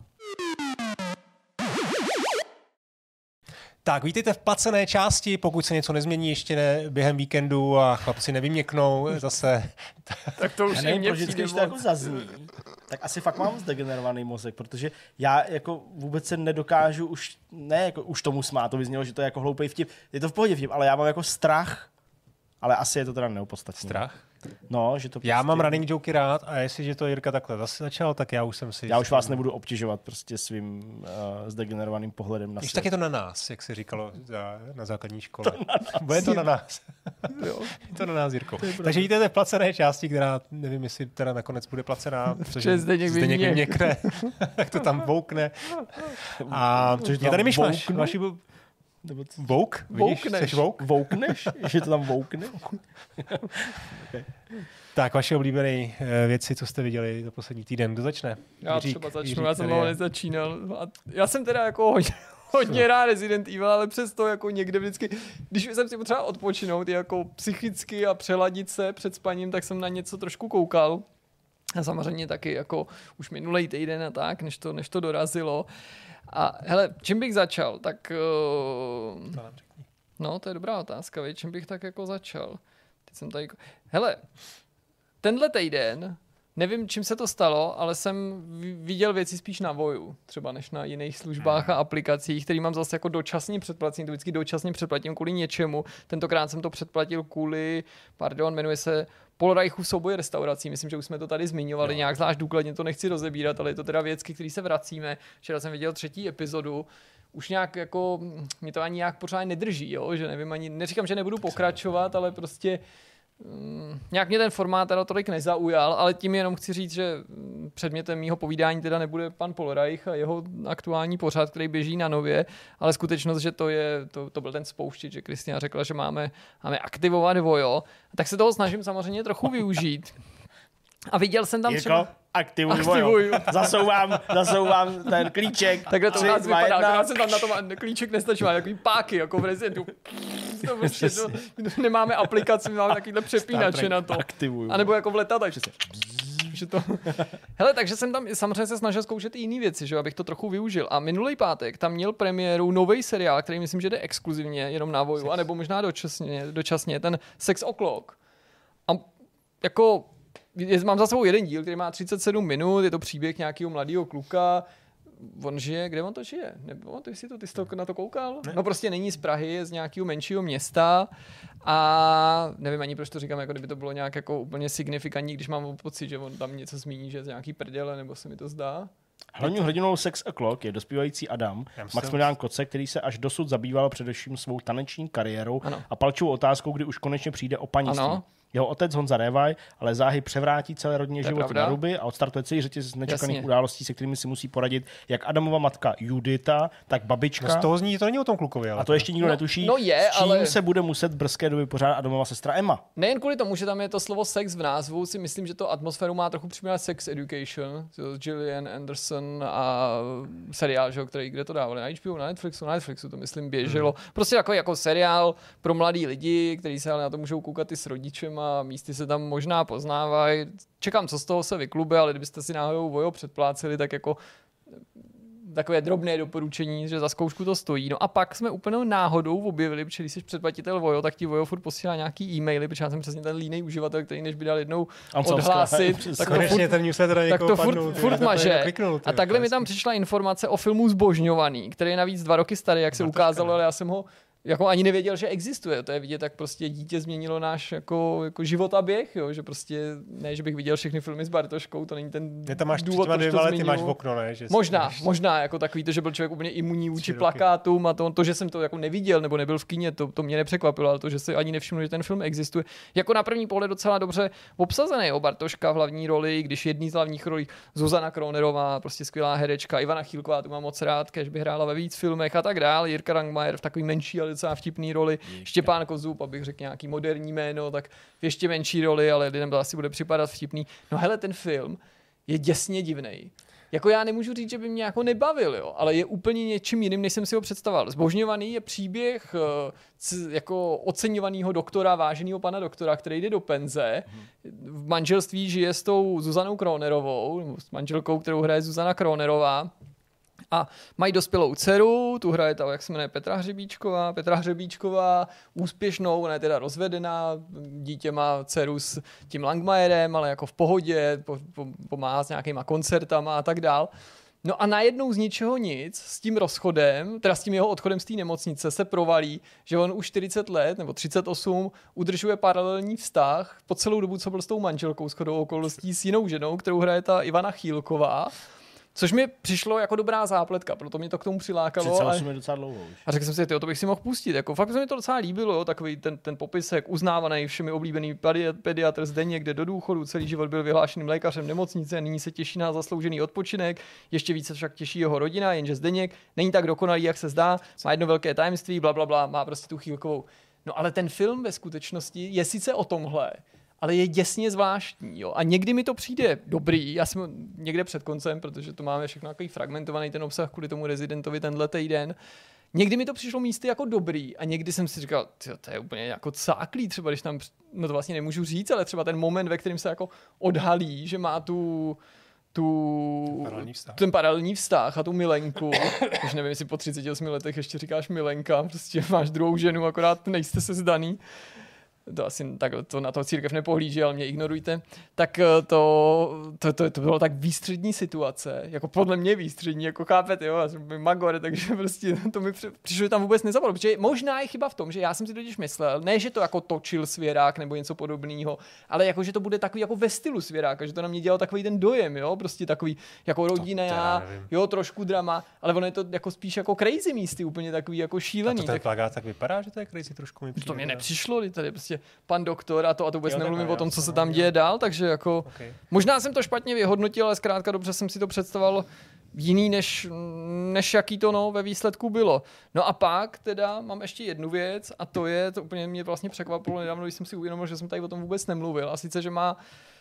Tak, vítejte v placené části, pokud se něco nezmění ještě ne, během víkendu a chlapci nevyměknou zase. Tak to už nevím, proč vždycky, když to jako zazní, tak asi fakt mám zdegenerovaný mozek, protože já jako vůbec se nedokážu už, ne jako už tomu smát, to by znělo, že to je jako hloupej vtip, je to v pohodě vtip, ale já mám jako strach, ale asi je to teda neopodstatné. Strach? No, že to já prostě... mám running joky rád a jestliže to Jirka takhle zase začal, tak já už jsem si... Já už vás nebudu obtěžovat prostě svým uh, zdegenerovaným pohledem na svět. svět. Tak je to na nás, jak se říkalo za, na základní škole. Bude to na nás. Jo. Je to na nás, Jirko. Takže vidíte v placené části, která nevím, jestli teda nakonec bude placená, protože Zdeněk vyměkne, jak to tam voukne. A je tady myšmaš. Vaši Vouk? Voukneš. Vouk? Voukneš? Že to tam voukne? Okay. Tak, vaše oblíbené věci, co jste viděli za poslední týden. Kdo začne? Já Jiřík, třeba začnu, Jiřík, já jsem toho nezačínal. A já jsem teda jako hodně, hodně rád Resident Evil, ale přesto jako někde vždycky, když jsem si potřeboval odpočinout jako psychicky a přeladit se před spaním, tak jsem na něco trošku koukal. A samozřejmě taky jako už minulej týden a tak, než to, než to dorazilo. A hele, čím bych začal, tak... Uh, no, to je dobrá otázka, víc, čím bych tak jako začal. Teď jsem tady... Hele, tenhle týden, nevím, čím se to stalo, ale jsem viděl věci spíš na Voju, třeba než na jiných službách a aplikacích, který mám zase jako dočasně předplacení, to vždycky dočasně předplatím kvůli něčemu. Tentokrát jsem to předplatil kvůli, pardon, jmenuje se Polreichův souboj restaurací. Myslím, že už jsme to tady zmiňovali no. Nějak zvlášť důkladně, to nechci rozebírat, ale je to teda věc, k který se vracíme. Včera jsem viděl třetí epizodu, už nějak jako, mě to ani nějak pořád nedrží, jo? Že nevím ani, neříkám, že nebudu pokračovat, ale prostě Mm, nějak mě ten formát teda tolik nezaujal, ale tím jenom chci říct, že předmětem mýho povídání teda nebude pan Polreich a jeho aktuální pořad, který běží na Nově, ale skutečnost, že to je, to, to byl ten spouštěč, že Kristina řekla, že máme, máme aktivovat Vojo, tak se toho snažím samozřejmě trochu využít. A viděl jsem tam Jirko, třeba... aktivuj Vojo. Zasouvám, zasouvám ten klíček. Takhle to u nás vypadá, akorát jsem tam na tom klíček nestačil, takový páky, jako v Rezidentu. To prostě to, nemáme aplikaci, máme takovýhle přepínače na to. Aktivuj. A nebo jako v letadlech. Že to... Hele, takže jsem tam samozřejmě se snažil zkoušet i jiné věci, že abych to trochu využil. A minulý pátek tam měl premiéru nový seriál, který myslím, že jde exkluzivně jenom na Voju, anebo možná dočasně, dočasně ten Sex O'Clock. A jako je, mám za sebou jeden díl, který má třicet sedm minut, je to příběh nějakého mladého kluka. On žije, kde on to žije? Nebo ty jsi to, ty jsi to na to koukal? Ne. No prostě není z Prahy, je z nějakého menšího města a nevím ani, proč to říkám, jako kdyby to bylo nějak jako úplně signifikantní, když mám pocit, že on tam něco zmíní, že je z nějaký prdele, nebo se mi to zdá. Hlavní hrdinou Sex O'Clock je dospívající Adam, Maximilián Koce, který se až dosud zabýval především svou taneční kariérou ano. a palčivou otázkou, kdy už konečně přijde o panictví. Ano. Jeho otec Honza Révaj ale záhy převrátí celé rodinné životy na ruby a odstartuje celý řetězec nečekaných Jasně. událostí, se kterými si musí poradit jak Adamova matka Judita, tak babička. No z toho zní, to není o tom klukovi. Ale a to ještě nikdo no, netuší, no je, s čím ale... se bude muset v brzké době pořádat Adamova sestra Emma. Nejen kvůli tomu, že tam je to slovo sex v názvu, si myslím, že to atmosféru má trochu připomínat Sex Education, Gillian Anderson a seriál, že, který kde to dávali, na H B O, na Netflixu, na Netflixu to myslím běželo. Hmm. Prostě jako, jako seriál pro mladý lidi, kteří se ale na to můžou koukat i s rodičem a místy se tam možná poznávají. Čekám, co z toho se vyklube, ale kdybyste si náhodou Vojo předpláceli, tak jako takové drobné doporučení, že za zkoušku to stojí. No a pak jsme úplně náhodou objevili, protože když jsi předplatitel Vojo, tak ti Vojo furt posílá nějaký e-maily, protože já jsem přesně ten línej uživatel, který než by dal jednou odhlásit, tak to furt, tak to furt, padnou, furt maže. A takhle mi tam přišla informace o filmu Zbožňovaný, který je navíc dva roky starý, jak se ukázalo, ale já jsem ho jako ani nevěděl, že existuje. To je vidět, tak prostě dítě změnilo náš jako, jako život a běh, jo? Že prostě ne, že bych viděl všechny filmy s Bartoškou, to není ten je tam máš důvod, proč to ty máš v okno, ne? Že možná, máš... možná, jako takový to, že byl člověk úplně imunní vůči plakátům a to, to, že jsem to jako neviděl nebo nebyl v kině, to, to mě nepřekvapilo, ale to, že si ani nevšiml, že ten film existuje. Jako na první pohled docela dobře obsazený, jo? Bartoška v hlavní roli, když jedný z hlavních rolí Zuzana Kronerová, prostě skvělá herečka, Ivana Chýlková, tu mám moc rád, kež by hrála ve víc filmech a tak dál, Jirka Rangmajer v takový menší, ale docela vtipný roli. Štěpán Kozub, abych řekl nějaký moderní jméno, tak v ještě menší roli, ale lidem to asi bude připadat vtipný. No hele, ten film je děsně divnej. jako já nemůžu říct, že by mě jako nebavil, jo, ale je úplně něčím jiným, než jsem si ho představoval. Zbožňovaný je příběh uh, jako oceňovaného doktora, váženého pana doktora, který jde do penze, v manželství žije s tou Zuzanou Kronerovou, s manželkou, kterou hraje Zuzana Kronerová. A mají dospělou dceru, tu hraje ta, jak se jmenuje, Petra Hřebíčková. Petra Hřebíčková, úspěšnou, ona je teda rozvedená, dítě má dceru s tím Langmajerem, ale jako v pohodě, po, po, pomáhá s nějakýma koncertama a tak dál. No a najednou z ničeho nic, s tím rozchodem, teda s tím jeho odchodem z té nemocnice se provalí, že on už čtyřicet let nebo třicet osm udržuje paralelní vztah po celou dobu, co byl s tou manželkou shodou okolností s jinou ženou, kterou hraje ta Ivana Chýlková. Což mi přišlo jako dobrá zápletka, proto mě to k tomu přilákalo. třicet osm je docela dlouho už. A řekl jsem si, tyjo, to bych si mohl pustit. Jako, fakt se mi to docela líbilo, jo, takový ten, ten popisek, uznávaný všemi oblíbený pediatr Zdeněk, kde do důchodu, celý život byl vyhlášeným lékařem nemocnice, nyní se těší na zasloužený odpočinek, ještě více však těší jeho rodina, jenže Zdeněk není tak dokonalý, jak se zdá, má jedno velké tajemství, bla, bla, bla, má prostě tu Chýlkovou. No ale ten film ve skutečnosti je sice o tomhle, ale je děsně zvláštní. Jo? A někdy mi to přijde dobrý, já jsem někde před koncem, protože to máme všechno takový fragmentovaný ten obsah kvůli tomu Rezidentovi tenhle týden. Někdy mi to přišlo místy jako dobrý a někdy jsem si říkal, to je úplně jako cáklý, třeba když tam, no to vlastně nemůžu říct, ale třeba ten moment, ve kterém se jako odhalí, že má tu tu, ten, paralelní vztah. ten paralelní vztah a tu milenku, už nevím, jestli po třiceti osmi letech ještě říkáš milenka, prostě máš druhou ženu, akorát nejste se zdaný. To asi tak, to na to církev nepohlíží, ale mě ignorujte, tak to, to, to, to bylo tak výstřední situace, jako podle mě výstřední, jako chápete, jo, já jsem magor, takže prostě to mi přišlo, že tam vůbec nezapadlo, protože možná je chyba v tom, že já jsem si totiž myslel, ne, že to jako točil Svěrák nebo něco podobného, ale jako, že to bude takový jako ve stylu Svěráka, že to na mě dělal takový ten dojem, jo, prostě takový jako rodina, jo, trošku drama, ale ono je to jako spíš jako crazy místy, úplně takový jako šílený. A to ten tak... plagát tak vypadá, že to je crazy trošku mi To mě nepřišlo, tady prostě pan doktor a to a to vůbec jo, nemluvím o tom, co se tam děje dál, takže jako okay. Možná jsem to špatně vyhodnotil, ale zkrátka dobře jsem si to představoval jiný, než, než jaký to no ve výsledku bylo. No a pak teda mám ještě jednu věc a to je, to úplně mě vlastně překvapilo nedávno, když jsem si uvědomil, že jsem tady o tom vůbec nemluvil a sice, že má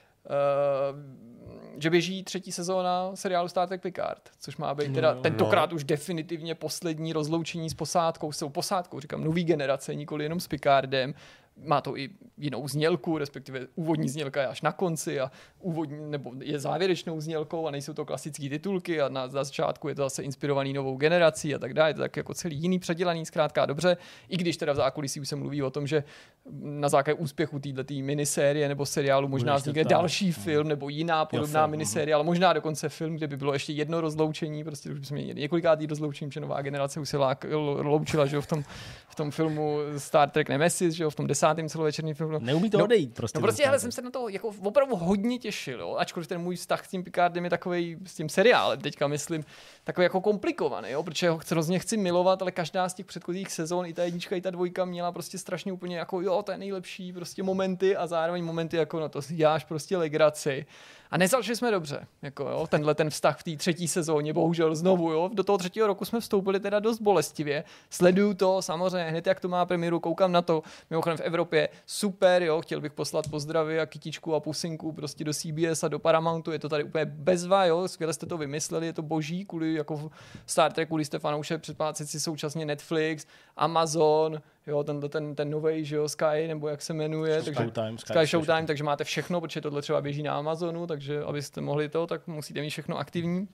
Uh, že běží třetí sezóna seriálu Star Trek Picard, což má být teda tentokrát no. už definitivně poslední rozloučení s posádkou, s tou posádkou, říkám, nový generace, nikoli jenom s Picardem. Má to i jinou znělku, respektive úvodní znělka je až na konci a úvodní, nebo je závěrečnou znělkou a nejsou to klasické titulky a na, na začátku je to zase inspirovaný novou generací a tak dále, je to tak jako celý jiný předělaný, zkrátka dobře, i když teda v zákulisí už se mluví o tom, že na základě úspěchu této minisérie nebo seriálu možná vznikne další film nebo jiná podobná jo, minisérie, ale možná dokonce film, kde by bylo ještě jedno rozloučení, prostě už bychom měli několikátý rozloučení, protože nová generace už se lák, loučila, že jo, v tom, v tom filmu Star Trek Nemesis, že jo, v tom desátém celovečerním filmu. Neumí to no, odejít prostě. No prostě, ale jsem se na to jako opravdu hodně těšil, jo, ačkoliv ten můj vztah s tím Picardem je takovej, s tím seriálem, teďka myslím, takový jako komplikovaný, jo, protože ho hrozně chci milovat, ale každá z těch předchozích sezon, i ta jednička, i ta dvojka měla prostě strašně úplně jako jo, to je nejlepší prostě momenty a zároveň momenty jako no to si děláš prostě legraci. A nezačali jsme dobře, jako jo, tenhle ten vztah v té třetí sezóně, bohužel znovu, jo, do toho třetího roku jsme vstoupili teda dost bolestivě, sleduju to, samozřejmě, hned jak to má premiéru, koukám na to, mimochodem v Evropě, super, jo, chtěl bych poslat pozdravy a kytičku a pusinku prostě do C B S a do Paramountu, je to tady úplně bezva, jo, skvěle jste to vymysleli, je to boží, kvůli jako Star Trek, kvůli jste fanoušek, předplácet si současně Netflix, Amazon, jo, ten, ten, ten novej, že jo, Sky, nebo jak se jmenuje, Sky takže, Showtime, Sky, Sky Showtime, takže máte všechno, protože tohle třeba běží na Amazonu, takže abyste mohli to, tak musíte mít všechno aktivní.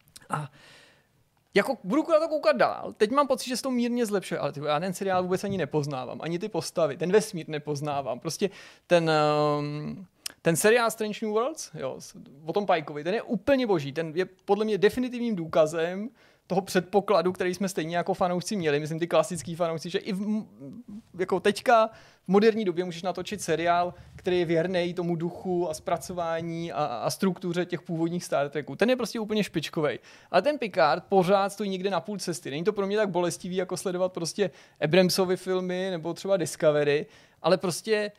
A jako budu na to koukat dál. Teď mám pocit, že se to mírně zlepšuje, ale ty, já ten seriál vůbec ani nepoznávám, ani ty postavy, ten vesmír nepoznávám. Prostě ten um, ten seriál Strange New Worlds, jo, o tom Pikeovi, ten je úplně boží, ten je podle mě definitivním důkazem toho předpokladu, který jsme stejně jako fanoušci měli, myslím ty klasický fanoušci, že i v, jako teďka v moderní době můžeš natočit seriál, který je věrnej tomu duchu a zpracování a, a struktuře těch původních Star Treků. Ten je prostě úplně špičkovej. Ale ten Picard pořád stojí někde na půl cesty. Není to pro mě tak bolestivý, jako sledovat prostě Abramsovy filmy nebo třeba Discovery, ale prostě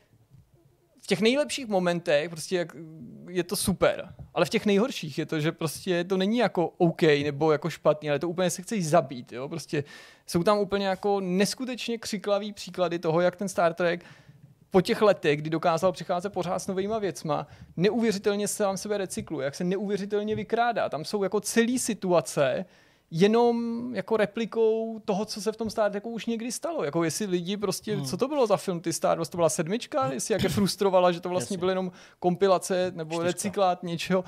v těch nejlepších momentech prostě je to super, ale v těch nejhorších je to, že prostě to není jako OK nebo jako špatný, ale to úplně se chceš zabít, jo, prostě jsou tam úplně jako neskutečně křiklavý příklady toho, jak ten Star Trek po těch letech, kdy dokázal přicházet pořád s novýma věcma, neuvěřitelně sám sebe recykluje, jak se neuvěřitelně vykrádá. Tam jsou jako celý situace jenom jako replikou toho, co se v tom Star Treku už někdy stalo. Jako jestli lidi prostě, hmm. co to bylo za film, ty Star Wars, to byla sedmička, jestli jak je frustrovala, že to vlastně bylo jenom kompilace nebo Čtyřka. recyklát něčeho.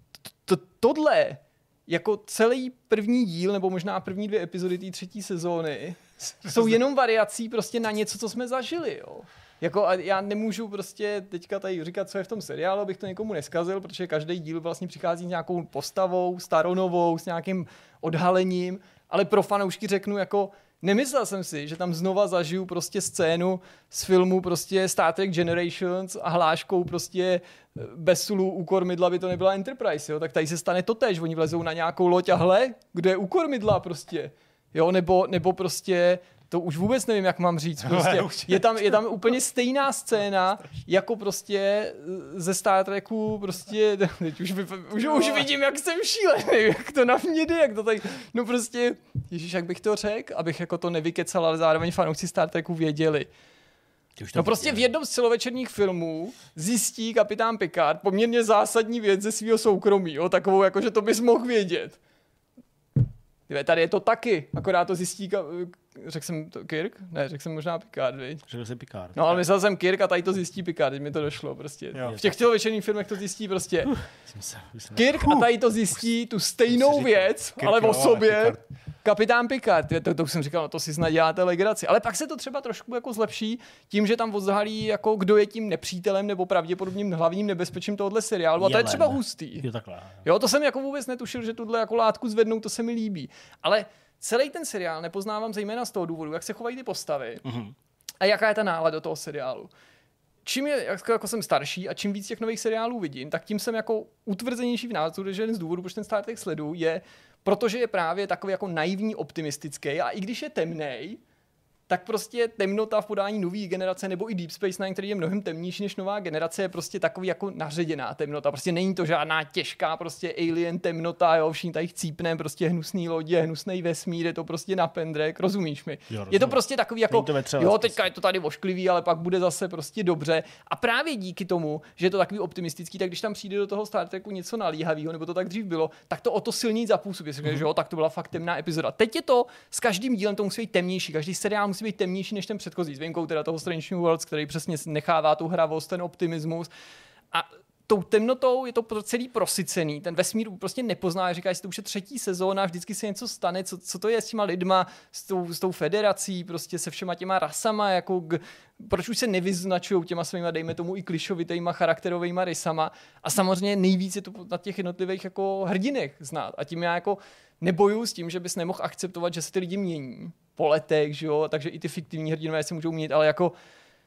Tohle jako celý první díl, nebo možná první dvě epizody té třetí sezóny, jsou jenom variací prostě na něco, co jsme zažili, jo. Jako a já nemůžu prostě teďka tady říkat, co je v tom seriálu, abych to někomu neskazil, protože každý díl vlastně přichází s nějakou postavou, staronovou, s nějakým odhalením, ale pro fanoušky řeknu jako, nemyslel jsem si, že tam znova zažiju prostě scénu z filmu prostě Star Trek Generations a hláškou prostě bez sulu u kormidla by to nebyla Enterprise, jo, tak tady se stane totéž, oni vlezou na nějakou loď a hle, kde je u kormidla prostě, jo, nebo, nebo prostě to už vůbec nevím, jak mám říct. Prostě. Je, tam, je tam úplně stejná scéna, jako prostě ze Star Treku, prostě, teď už, už, už vidím, jak jsem šílený, jak to na mě jde, jak to tady, no prostě, ježiš, jak bych to řekl, abych jako to nevykecal, ale zároveň fanoušci Star Treku věděli. No prostě v jednom z celovečerních filmů zjistí kapitán Picard poměrně zásadní věc ze svého soukromí, jo, takovou, jako že to bys mohl vědět. Tady je to taky, akorát to zjistí, řekl jsem to Kirk? Ne, řekl jsem možná Picard, viď? Řekl jsem Picard. No ale myslel jsem Kirk a tady to zjistí Picard, teď mi to došlo prostě. Jo. V těch celovečerních filmech to zjistí prostě uh, Kirk uh, a tady to zjistí tu stejnou věc, Kirk, ale o sobě kapitán Picard. To, to už jsem říkal, no to si snad děláte legraci. Ale pak se to třeba trošku jako zlepší tím, že tam odhalí, jako kdo je tím nepřítelem nebo pravděpodobným hlavním nebezpečím tohohle seriálu. A to je třeba hustý. Jo, takhle. Jo, to jsem jako vůbec netušil, že tuhle jako látku zvednou, to se mi líbí. Ale celý ten seriál nepoznávám zejména z toho důvodu, jak se chovají ty postavy mm-hmm. a jaká je ta nálada do toho seriálu. Čím je, jako, jako jsem starší a čím víc těch nových seriálů vidím, tak tím jsem jako utvrzenější v názoru, že jeden z důvodů, proč ten Star Trek sleduju, je, protože je právě takový jako naivní, optimistický a i když je temnej, tak prostě temnota v podání nový generace nebo i Deep Space Nine, který je mnohem temnější než nová generace, je prostě takový jako naředěná temnota. Prostě není to žádná těžká prostě alien temnota, jo, všichni tady chcípne, prostě hnusný lodě, hnusný vesmír, je to prostě na pendrek, rozumíš mi? Jo, je to prostě takový jako, jo, teďka je to tady vošklivý, ale pak bude zase prostě dobře. A právě díky tomu, že je to takový optimistický, tak když tam přijde do toho Star Treku něco nalíhavého, nebo to tak dřív bylo, tak to o to silněji zapůsobí. Mm-hmm. Že jo, tak to byla fakt temná epizoda. Teď je to s každým dílem to musí být temnější, každý seriál musí být temnější než ten předchozí, s výjimkou teda toho Strange New Worlds, který přesně nechává tu hravost, ten optimismus. A tou temnotou je to celý prosycený, ten vesmír prostě nepozná, říká, že to už je třetí sezóna, vždycky se něco stane, co, co to je s těma lidma, s tou, s tou federací, prostě se všema těma rasama, jako g, proč už se nevyznačujou těma svýma, dejme tomu, i klišovitýma charakterovýma rysama. A samozřejmě nejvíc je to na těch jednotlivých jako hrdinech znát. A tím já jako nebojuju s tím, že bys nemohl akceptovat, že se ty lidi mění po letech, že jo, takže i ty fiktivní hrdinové se můžou měnit, ale jako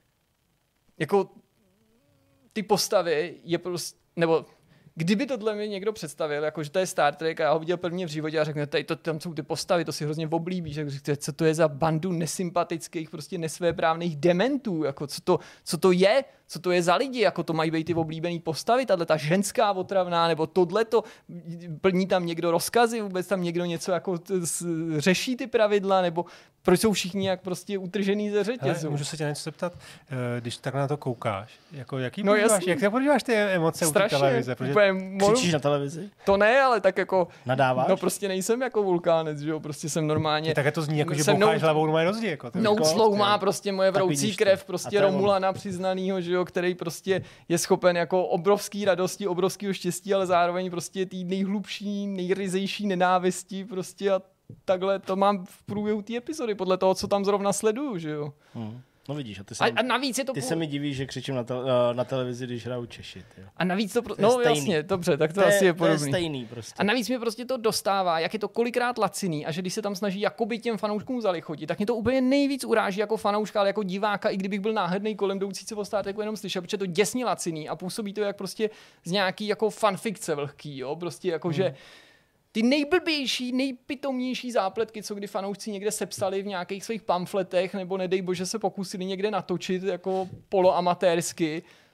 jako ty postavy je prostě, nebo kdyby tohle mi někdo představil, jako že to je Star Trek a já ho viděl prvně v životě a řekne, tady to, tam jsou ty postavy, to si hrozně oblíbíš, jak řekne, co to je za bandu nesympatických, prostě nesvéprávných dementů, jako co to, co to je, co to je za lidi, jako to mají být ty oblíbený postavy, tahle ta ženská otravná, nebo tohleto, plní tam někdo rozkazy, vůbec tam někdo něco jako t- s, řeší ty pravidla, nebo proč jsou všichni jak prostě utržený ze řetězu. Můžu se tě něco zeptat, když tak na to koukáš, jako jaký no, podíváš, jak se podíváš ty emoce strašně, u té televize? Protože... Moru... Křičíš na televizi? To ne, ale tak jako... Nadáváš? No prostě nejsem jako vulkánec, že jo, prostě jsem normálně... Tak to zní jako, že boucháš hlavou normálně rozdí, jako. No slow má prostě moje vroucí krev, prostě Romulana přiznanýho, že jo, který prostě je schopen jako obrovský radosti, obrovského štěstí, ale zároveň prostě tý nejhlubší, nejryzejší nenávisti prostě a takhle to mám v průběhu té epizody, podle toho, co tam zrovna sleduju, že jo. Hmm. No vidíš, a ty se, a, a navíc je to ty po... se mi divíš, že křičím na, te, na televizi, když hraju Češi. Tyjo. A navíc to, pro... to no stejný. Jasně, dobře, tak to, to asi je, je podobný. To je stejný prostě. A navíc mě prostě to dostává, jak je to kolikrát laciný a že když se tam snaží jakoby těm fanouškům zalichotit, tak mě to úplně nejvíc uráží jako fanouška, ale jako diváka, i kdybych byl náhodný kolem jdoucí se o Star Treku jenom slyšel, protože to děsně laciný a působí to jak prostě z nějaký jako fanfikce vlhký, jo, prostě jako hmm. že ty nejblbější, nejpitomnější zápletky, co kdy fanoušci někde sepsali v nějakých svých pamfletech, nebo nedej bože se pokusili někde natočit jako poloamatérsky,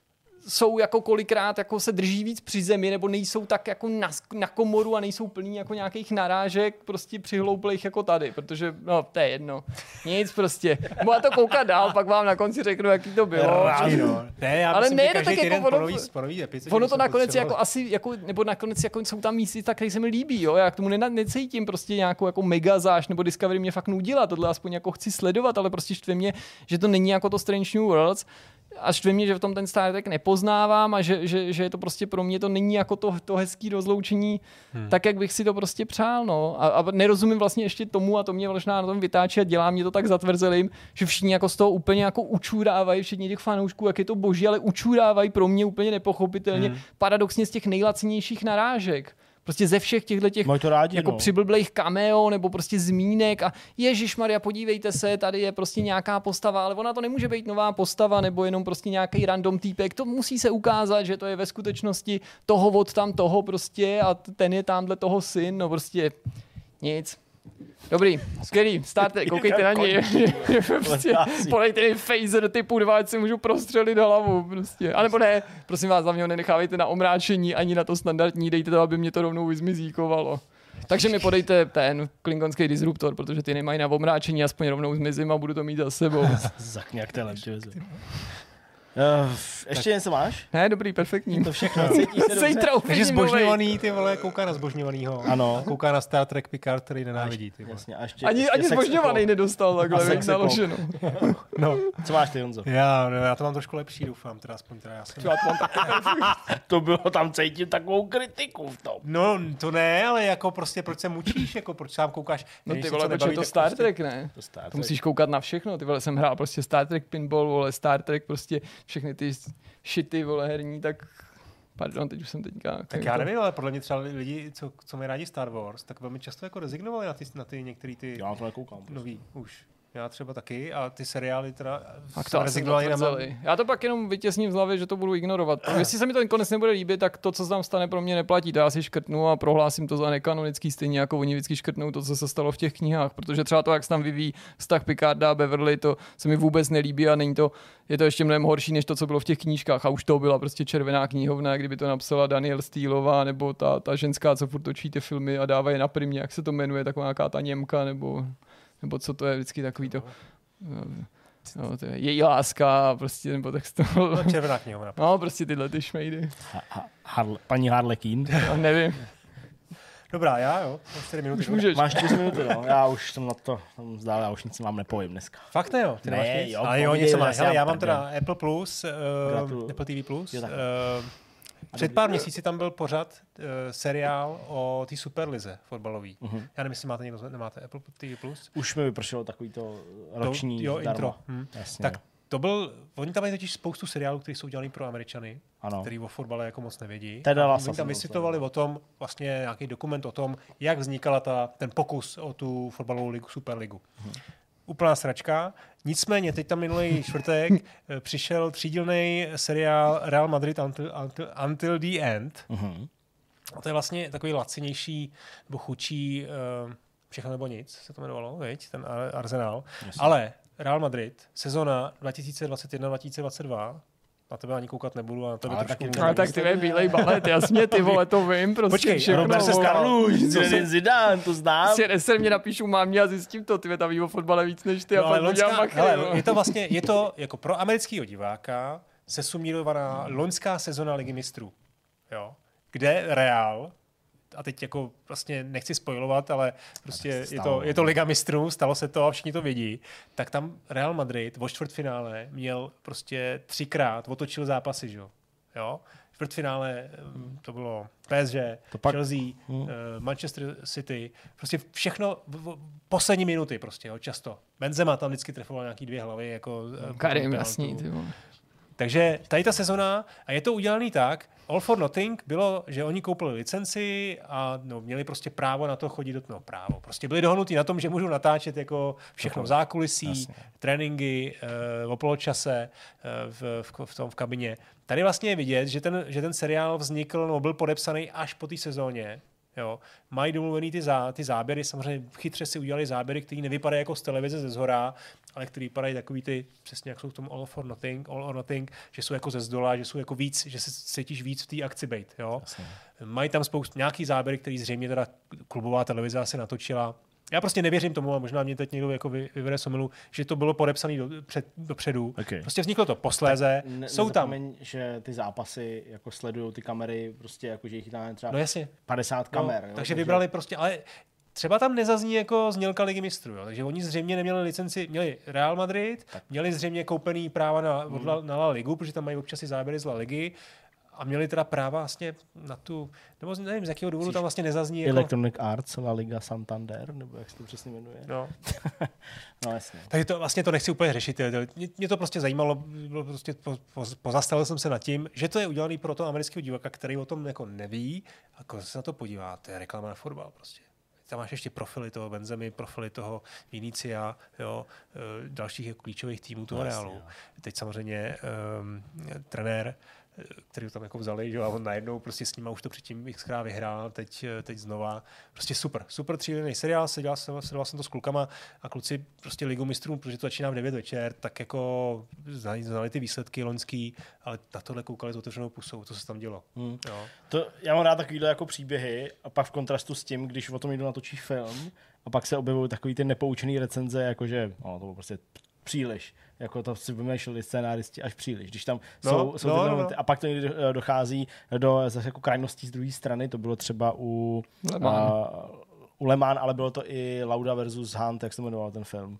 jsou jako kolikrát jako se drží víc při zemi, nebo nejsou tak jako na, na komoru a nejsou plný jako nějakých narážek prostě přihlouplých jako tady, protože no to je jedno. Nic prostě. Můžu to koukat dál, pak vám na konci řeknu, jaký to bylo. No. Ne, já ale myslím, ne, že každý tak jako ono, ponoví epizod, ono to nakonec jako asi, jako, nebo nakonec jako jsou tam místy, tak se mi líbí, jo. Já k tomu ne, necítím prostě nějakou jako mega záž, nebo Discovery mě fakt nudila, tohle aspoň jako chci sledovat, ale prostě štve mě, že to není jako to Strange New Worlds. A štve mě, že v tom ten Star Trek nepoznávám a že, že, že je to prostě pro mě to není jako to, to hezký rozloučení, hmm. tak jak bych si to prostě přál, no. A, a nerozumím vlastně ještě tomu, a to mě vlastně na tom vytáčí a dělá mě to tak zatvrzelým, že všichni jako z toho úplně jako učůrávají, všichni těch fanoušků, jak je to boží, ale učůrávají pro mě úplně nepochopitelně, hmm. paradoxně z těch nejlacinějších narážek. Prostě ze všech těchto těch jako no. přiblblejch cameo nebo prostě zmínek a ježišmarja, podívejte se, tady je prostě nějaká postava, ale ona to nemůže být nová postava nebo jenom prostě nějaký random týpek, to musí se ukázat, že to je ve skutečnosti toho od tam toho prostě a ten je tamhle toho syn, no prostě nic. Dobrý, skvělý, Star Trek, koukejte na něj. prostě, podejte mi phaser typu dva, ať si můžu prostřelit hlavu. Prostě. A nebo ne, prosím vás, za mě ho nenechávejte na omráčení, ani na to standardní, dejte to, aby mě to rovnou vyzmizíkovalo. Takže mi podejte ten klingonský disruptor, protože ty nemají na omráčení, aspoň rovnou zmizím a budu to mít za sebou. Zakňak telem, Uh, ještě něco máš? Ne, dobrý, perfektní. To všechno. Cítíš se dobře. Takže zbožňovaný, ty vole, kouká na zbožňovanýho. Ano. Kouká na Star Trek Picard, který nenávidí. Ty vole. Jasně, a ještě, ani ještě ani zbožňovaný nedostal takhle, jak naloženo. No. Co máš ty, Honzo? Já, no, já to mám trošku lepší, doufám, teda aspoň teda já jsem. Já to mám tak... to bylo tam cítit takovou kritiku v tom. No, to ne, ale jako prostě proč se mučíš, jako proč sám koukáš. No ty vole, protože to Star Trek, ne? To, Star Trek. To musíš koukat na všechno, ty vole, jsem hrál prostě Star Trek Pinball, vole, Star Trek, prostě všechny ty šity, vole, herní, tak pardon, teď už jsem teďka... Tak já nevím, ale podle mě třeba lidi, co, co mají rádi Star Wars, tak velmi často jako rezignovali na ty, na ty některý ty... Já to nekoukám. Nový, už. Já třeba taky a ty seriály teda rezignovali na mě. Já to pak jenom vytěsním z hlavy, že to budu ignorovat. Jestli se mi to konec nebude líbit, tak to, co se tam stane, pro mě neplatí. To já si škrtnu a prohlásím to za nekanonický, stejně jako oni vždycky škrtnou to, co se stalo v těch knihách, protože třeba to, jak se tam vyvíjí vztah Picarda a Beverly, to se mi vůbec nelíbí a není to, je to ještě mnohem horší než to, co bylo v těch knížkách. A už to byla prostě červená knihovna, kdyby to napsala Daniel Steelová nebo ta, ta ženská, co furt točí ty filmy a dává je na primě, jak se to jmenuje, taková nějaká ta Němka nebo nebo co to je vždycky takový to, no, to je její láska, prostě, nebo tak to... No, červená knihovna. No, prostě tyhle ty šmejdy. Ha, ha, Harle, paní Harlequin. Já nevím. Dobrá, já jo, máš čtyři minuty. Už můžeš. Máš čtyři minuty, no. Já už jsem na to tam zdál, já už nic vám nepovím dneska. Fakt ne, jo? Ty ne, nemáš nic? jo. Ale jo, něco máš. Hele, já mám teda Apple Plus, uh, Apple T V Plus. Jo, uh, před pár měsíci tam byl pořad uh, seriál o té Superlize fotbalový. Uh-huh. Já nevím, jestli máte někdo, nemáte Apple T V Plus. Už mi vypršelo takový to roční to, jo, zdarma. intro. Hm. Jasně, tak jo. to byl, oni tam mají totiž spoustu seriálů, které jsou dělaný pro Američany, ano. který o fotbale jako moc nevědí. Oni tam vysvětlovali o tom, vlastně nějaký dokument o tom, jak vznikala ta, ten pokus o tu fotbalovou ligu, Superligu. Hmm. Úplná sračka. Nicméně, teď tam minulý čtvrtek přišel třídílný seriál Real Madrid Until, Until, Until the End. Uh-huh. A to je vlastně takový lacinější nebo chudší uh, všechno nebo nic, se to jmenovalo, viď? Ten Arsenal. Jasně. Ale Real Madrid, sezona dva tisíce dvacet jedna dva tisíce dvacet dva, na tebe ani koukat nebudu. A na tebe ale, taky, ale tak ty je bílej balet, jasně, ty vole, to vím, prostě počkej, všechno. Počkej, se Carluš, Zinedine Zidane, to znám. Si reser mě napíšu mámě a zjistím to, ty tam ví o fotbale víc než ty. No, a pak udělám makry. Je to vlastně, je to jako pro amerického diváka sesumírovaná loňská sezona Ligy mistrů. Jo? Kde Real, a teď jako vlastně nechci spojovat, ale prostě je to, je to Liga mistrů, stalo se to a všichni to vědí, tak tam Real Madrid vo čtvrtfinále měl prostě třikrát, otočil zápasy, že? Jo? V čtvrtfinále to bylo P S G, to pak... Chelsea, hmm. uh, Manchester City, prostě všechno v, v, poslední minuty prostě, jo, často. Benzema tam vždycky trefoval nějaký dvě hlavy, jako... Karim, jasný, ty vole. Takže tady ta sezona, a je to udělaný tak, All for Nothing bylo, že oni koupili licenci a no, měli prostě právo na to chodit do toho právo. Prostě byli dohodnutí na tom, že můžou natáčet jako všechno v zákulisí, jasně. Tréninky, uh, o poločase uh, v, v, v tom v kabině. Tady vlastně je vidět, že ten, že ten seriál vznikl, no, byl podepsaný až po té sezóně, Jo. Mají domluvený ty, zá, ty záběry, samozřejmě chytře si udělali záběry, které nevypadají jako z televize ze zhora, ale které vypadají takový ty, přesně jak jsou v tom All for Nothing, All or Nothing, že jsou jako ze zdola, že jsou jako víc, že se cítíš víc v té akci bejt. Jo. Mají tam spoustu nějaký záběry, který zřejmě teda klubová televize asi natočila. Já prostě nevěřím tomu, a možná mě teď někdo jako vy, vyvede somilu, že to bylo podepsané do, před, dopředu. Okay. Prostě vzniklo to posléze. Ne, jsou tam. Že ty zápasy jako sledují ty kamery, prostě jako, že jich tam třeba no jasně. padesát kamer. No, jo, takže vybrali prostě, ale třeba tam nezazní jako znělka Ligy mistrů, jo, takže oni zřejmě neměli licenci, měli Real Madrid, tak. Měli zřejmě koupený práva na, hmm. na, na La Ligu, protože tam mají občas i záběry z La Ligy. A měli teda práva vlastně na tu, nebo nevím, z jakého důvodu tam vlastně nezazní. Jako... Electronic Arts, La Liga Santander, nebo jak se to přesně jmenuje. No. No jasně. Takže to vlastně to nechci úplně řešit. Mě, mě to prostě zajímalo, bylo prostě po, po, pozastavil jsem se nad tím, že to je udělané pro toho amerického diváka, který o tom jako neví, a když se na to podívá, to je reklama na fotbal prostě. Tam máš ještě profily toho Benzemy, profily toho Vinicia, jo, dalších jako klíčových týmů toho Realu. Teď samozřejmě um, trenér, který ho tam jako vzali, že? A on najednou prostě s nima už to předtím xkrát vyhrál, teď, teď znova. Prostě super, super třílený seriál, seděl jsem, sledoval jsem to s klukama a kluci prostě Ligu mistrů, protože to začíná v devět večer, tak jako znali, znali ty výsledky loňský, ale na tohle koukali s otevřenou pusou, co se tam dělo. Hmm. Jo. To, já mám rád takovýhle jako příběhy a pak v kontrastu s tím, když o tom někdo natočí film a pak se objevují takový ty nepoučený recenze, jakože no, to bylo prostě příliš. Jako to si vymýšleli scénáristi až příliš. Když tam no, jsou, jsou no, ty no. A pak to někdy dochází do zase jako krajností z druhé strany. To bylo třeba u Le Mans. Uh, u Le Mans, ale bylo to i Lauda versus Hunt, jak se jmenoval ten film.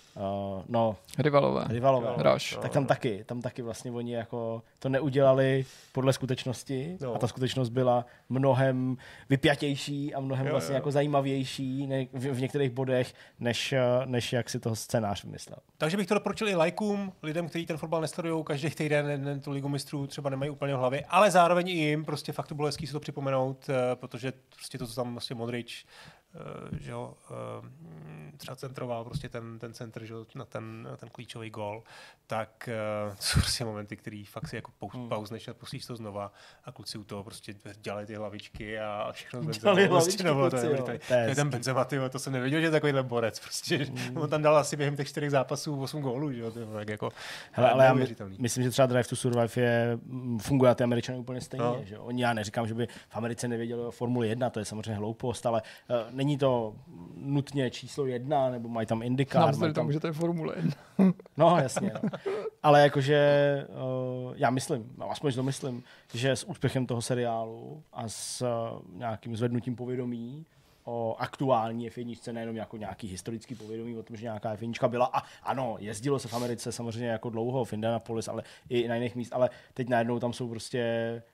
Uh, no, Rivalové. Rivalové. Tak tam taky, tam taky vlastně oni jako to neudělali podle skutečnosti no. A ta skutečnost byla mnohem vypjatější a mnohem jo, vlastně jo. jako zajímavější ne, v, v některých bodech, než, než jak si toho scénář vymyslel. Takže bych to doporučil i lajkům, lidem, kteří ten fotbal nesledují každý týden, tu Ligu mistrů třeba nemají úplně v hlavě, ale zároveň i jim prostě fakt to bylo hezký si to připomenout, protože prostě to, co tam vlastně Modrič Uh, že jo, uh, třeba centroval prostě ten, ten centr, že jo, na ten, na ten klíčový gól, tak uh, jsou prostě momenty, který fakt si jako pauz, hmm. pauzneš a pustíš to znova a kluci u toho prostě dělají ty hlavičky a všechno dělali hlavičky, no, to je, kluci, to je ten Benzema, tyjo, to jsem nevěděl, že je takovýhle borec, prostě, hmm. on tam dal asi během těch čtyřech zápasů osm gólů, že jo, tak jako hele, ale já myslím, že třeba Drive to Survive je, funguje a ty Američané úplně stejně, no. Že jo, oni, já neříkám, že by v Americe nevěděli o Formuli jedna, to je samozřejmě hloupost, ale uh, není to nutně číslo jedna, nebo mají tam IndyCar. Navzdory tomu, že to je Formule jedna. No, jasně. No. Ale jakože uh, já myslím, aspoň to myslím, že s úspěchem toho seriálu a s uh, nějakým zvednutím povědomí o aktuální F jedna, nejenom jako nějaký historický povědomí o tom, že nějaká F jedna byla. A ano, jezdilo se v Americe samozřejmě jako dlouho, v Indianapolis, ale i na jiných míst, ale teď najednou tam jsou prostě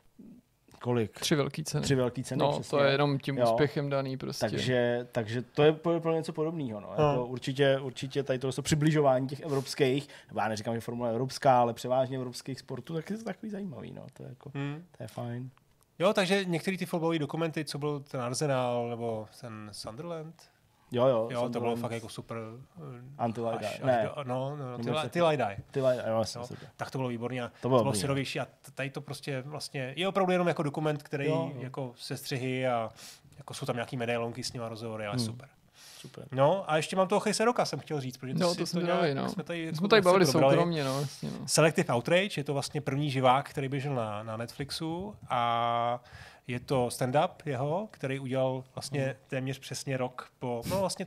kolik? Tři velký ceny. Tři velký ceny, no, přesně. To je jenom tím jo. úspěchem daný prostě. Takže, takže to je pro něco podobného. No. Jako určitě, určitě tady to přibližování těch evropských, já neříkám, že formule evropská, ale převážně evropských sportů, tak je to takový zajímavý. No. To, je jako, hmm. to je fajn. Jo, takže některé ty fotbalové dokumenty, co byl ten Arsenal nebo ten Sunderland, Jo, jo. Jo, to bylo fakt jako super. Until I Die. Až, až do, no, no, till, till I Die. Till I Die, jo, jo, tak to bylo výborné. To bylo, to bylo syrovější a tady to prostě vlastně je opravdu jenom jako dokument, který jo, jo. jako sestřihy a jako jsou tam nějaký medailonky s nima rozhovory, ale hmm. super. Super. No a ještě mám toho Chrise Rocka, jsem chtěl říct, protože no, to, to nějak, no. jsme tady, jsme tady bavili soukromně. No, jasně, no. Selective Outrage, je to vlastně první živák, který běžel na, na Netflixu a je to stand-up jeho, který udělal vlastně téměř přesně rok po, no vlastně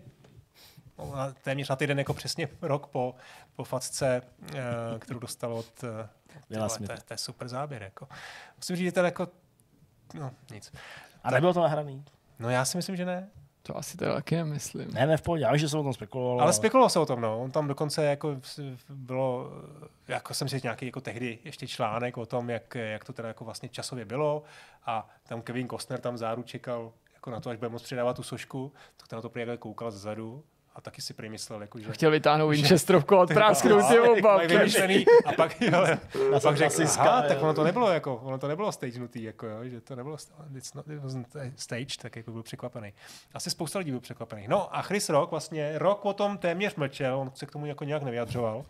téměř na týden jako přesně rok po, po facce, kterou dostal od, od to, to je super záběr. Jako. Musím říct, že to je jako, no nic. A nebylo to nahraný? No já si myslím, že ne. To asi teda taky nemyslím. Ne, ne, v pohodě, já vím, že se o tom spekulovalo. Ale spekulovalo se o tom, no. On tam dokonce jako bylo, jako jsem si nějaký jako tehdy ještě článek o tom, jak, jak to teda jako vlastně časově bylo a tam Kevin Costner tam záru čekal jako na to, až bude moct přidávat tu sošku, tak na to prý koukal zezadu. A taky si prýmyslel, jako, že... Chtěl vytáhnout Winchesterovku od prásknout ty oba. A pak, jo, a pak řekl, aha, tak ono to nebylo jako, ono to nebylo stagenutý, jako jo, že to nebylo stage, tak jako byl překvapený. Asi spousta lidí byl překvapených. No a Chris Rock vlastně rok o tom téměř mlčel, on se k tomu jako nějak nevyjadřoval.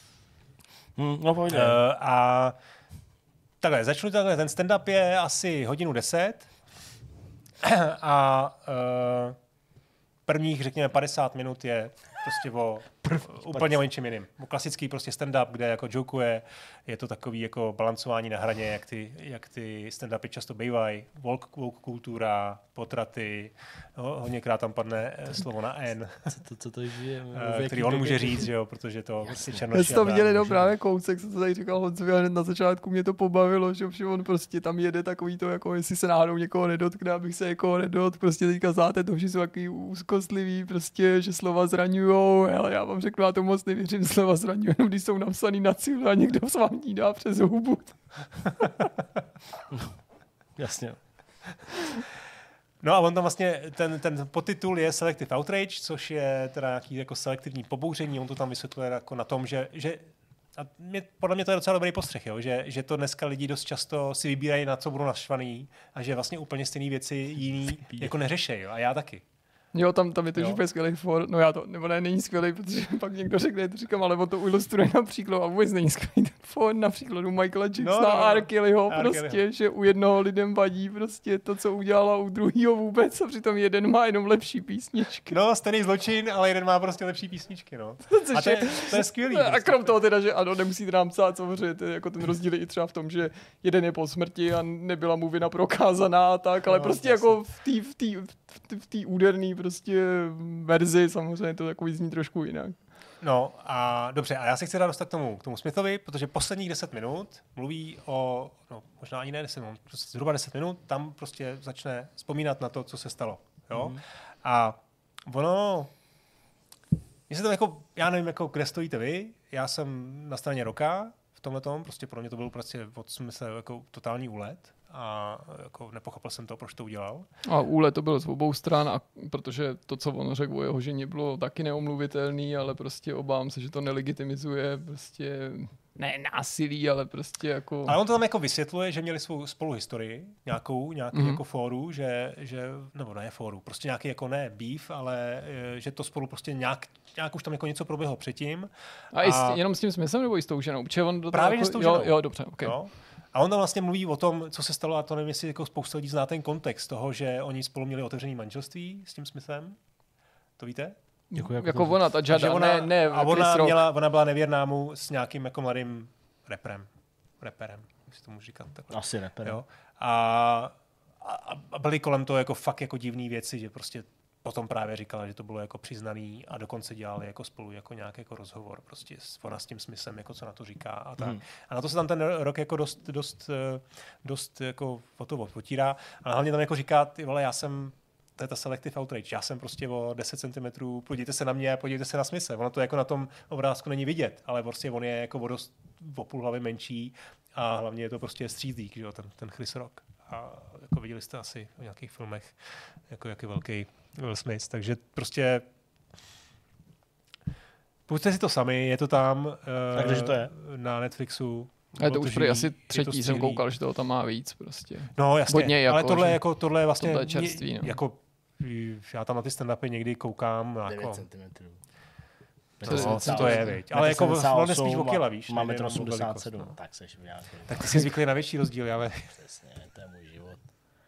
Hmm, no pojď. Uh, a takhle, začnu takhle, ten stand-up je asi hodinu deset. A uh, prvních, řekněme, padesát minut je prostě o úplně o něčem jiným. O klasický prostě stand-up, kde jako jokuje, je to takový jako balancování na hraně, jak ty, jak ty stand-upy často bývají. Woke, woke kultura, potraty, ho, hodněkrát tam padne slovo na N, co to, co to je, který on může říct, že jo, protože to je černoší. Já jsi to viděli, no právě kousek, co to tady říkal Honzovi, a hned na začátku mě to pobavilo, že on prostě tam jede takový to, jako jestli se náhodou někoho nedotkne, abych se někoho nedotk, prostě teďka znáte to, že jsou takový úzkostlivý, prostě, že slova zraňujou, ale já vám řeknu, já to moc nevěřím, slova zraňují, jenom když jsou napsaný na cíl a někdo s vám ní dá přes hubu. Jasně. No a on tam vlastně, ten, ten podtitul je Selective Outrage, což je teda nějaký jako selektivní pobouření, on to tam vysvětluje jako na tom, že, že a mě, podle mě to je docela dobrý postřeh, jo? Že, že to dneska lidi dost často si vybírají, na co budou naštvaný a že vlastně úplně stejné věci jiný jako neřešejí, jo? A já taky. Jo, tam, tam je to úplně skvělý for, no já to, nebo ne, není skvělý, protože pak někdo řekne, to říkám, ale on to ilustruje například a vůbec není skvělý ten for, například u Michaela Jacksona no, no, no. R. Kellyho prostě, že u jednoho lidem vadí prostě to, co udělala, u druhého vůbec a přitom jeden má jenom lepší písničky. No, stejný zločin, ale jeden má prostě lepší písničky, no. A to je, to je skvělý. A prostě. krom toho teda, že ano, nemusíte nám psát, samozřejmě, to je jako ten rozdíl i třeba v tom, že jeden je po smrti a nebyla mu vina prokázaná, tak, ale no, prostě jasný. Jako v té v tý, v tý úderný prostě verzi, samozřejmě to takový zní trošku jinak. No a dobře, a já se chci dát dostat k tomu, k tomu Smithovi, protože posledních deset minut mluví o, no možná ani ne deset minut, prostě zhruba deset minut, tam prostě začne vzpomínat na to, co se stalo. Jo? Mm. A ono, mně se to jako, já nevím, jako, kde stojíte vy, já jsem na straně Rocka v tomhletom, prostě pro mě to byl prostě od smysl jako totální úlet. A jako nepochopil jsem to, proč to udělal. A úlet to bylo z obou stran, a protože to, co on řekl o jeho ženě, bylo taky neomluvitelný, ale prostě obávám se, že to nelegitimizuje prostě ne násilí, ale prostě jako... Ale on to tam jako vysvětluje, že měli svou spolu historii, nějakou, nějaký mm-hmm. jako fóru, že, že, nebo ne fóru, prostě nějaký jako ne beef, ale že to spolu prostě nějak, nějak už tam jako něco proběhlo předtím. A, a... I s, jenom s tím smyslem nebo i s tou ženou? On do právě jako... s tou ženou. Jo, jo, dobře, okay. Jo? A on tam vlastně mluví o tom, co se stalo, a to nevím, jestli jako spousta lidí zná ten kontext toho, že oni spolu měli otevřený manželství s tím Smythem. To víte? Jako, jako, jako ona, ta Jada, ona, ne, ne, a ona, měla, ona byla nevěrná mu s nějakým jako mladým reperem. Reperem, jak si to můžu říkat. Takhle. Asi reperem. Jo? A, a, a byly kolem toho jako fakt jako divný věci, že prostě potom právě říkala, že to bylo jako přiznaný a dokonce dělali jako spolu jako nějaký jako rozhovor prostě s, ona s tím Smithem, jako co na to říká a tak. Hmm. A na to se tam ten rok jako dost, dost, dost jako o to potírá. A hlavně tam jako říká, ty vole, já jsem, to je ta selective outrage, já jsem prostě o deset centimetrů, podívejte se na mě a podívejte se na Smithe. Ono to jako na tom obrázku není vidět, ale prostě on je jako o dost o půl hlavy menší a hlavně je to prostě střízlík, že jo, ten, ten Chris Rock. A jako viděli jste asi v nějakých filmech, jako jaký velký Will Smith, takže prostě půjďte si to sami, je to tam tak, uh, to je? Na Netflixu. A je to už živý, asi třetí, jsem koukal, že toho tam má víc prostě. No jasně, Hodně, jako, ale tohle, jako, tohle je vlastně tohle je čerství, no. Jako, já tam na ty stand-upy někdy koukám. devět jako, centimetrů. No, co to je, viď? Ale jako nesmíš o kila, víš? Máme to osmdesát sedm, no. Tak seš v nějaký. Tak ty jsi zvyklý na větší rozdíl, já přesně, to je můj život.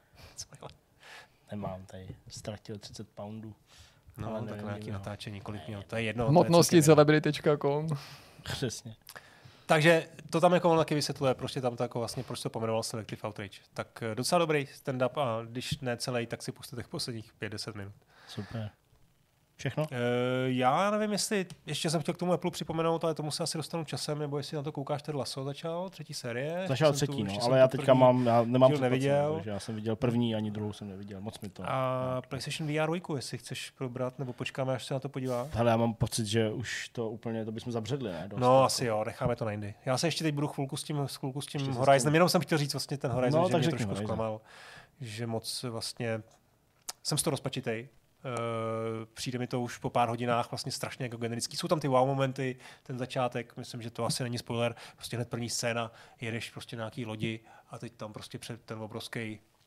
Nemám tady, ztratil třicet poundů. No, ale tak nějaký natáčení, kolik měl, to je jedno. Hmotnosti celebrity tečka com. Přesně. Takže to tam jako on taky vysvětluje, proč tam to jako vlastně, proč to pomenoval Selective Outrage. Tak docela dobrý stand-up a když ne celý, tak si pustíte těch posledních pět deset minut. Super. Všechno? Uh, já nevím, jestli, ještě jsem chtěl k tomu Apple připomenout, ale tomu se asi dostanu časem, nebo jestli na to koukáš, Ted Lasso začal, třetí série. Začal třetí, no, ale já teďka mám, já nemám neviděl. Takže já jsem viděl první, ani druhou jsem neviděl, moc mi to. A PlayStation V R dvojku, jestli chceš probrat, nebo počkáme, až se na to podívá. Hele, já mám pocit, že už to úplně, to bychom zabředli, ne? Dost no, jako. Asi jo, necháme to na jindy. Já se ještě teď budu chvilku s tím, chvilku s tím Horizonem, jenom jsem chtěl říct vlastně ten Horizon, no, že mě trošku zklamal, že moc vlastně, jsem z toho rozpačitej. Uh, přijde mi to už po pár hodinách vlastně strašně jako generický. Jsou tam ty wow momenty, ten začátek, myslím, že to asi není spoiler, prostě hned první scéna, jedeš prostě na nějaký lodi a teď tam prostě před ten obrovský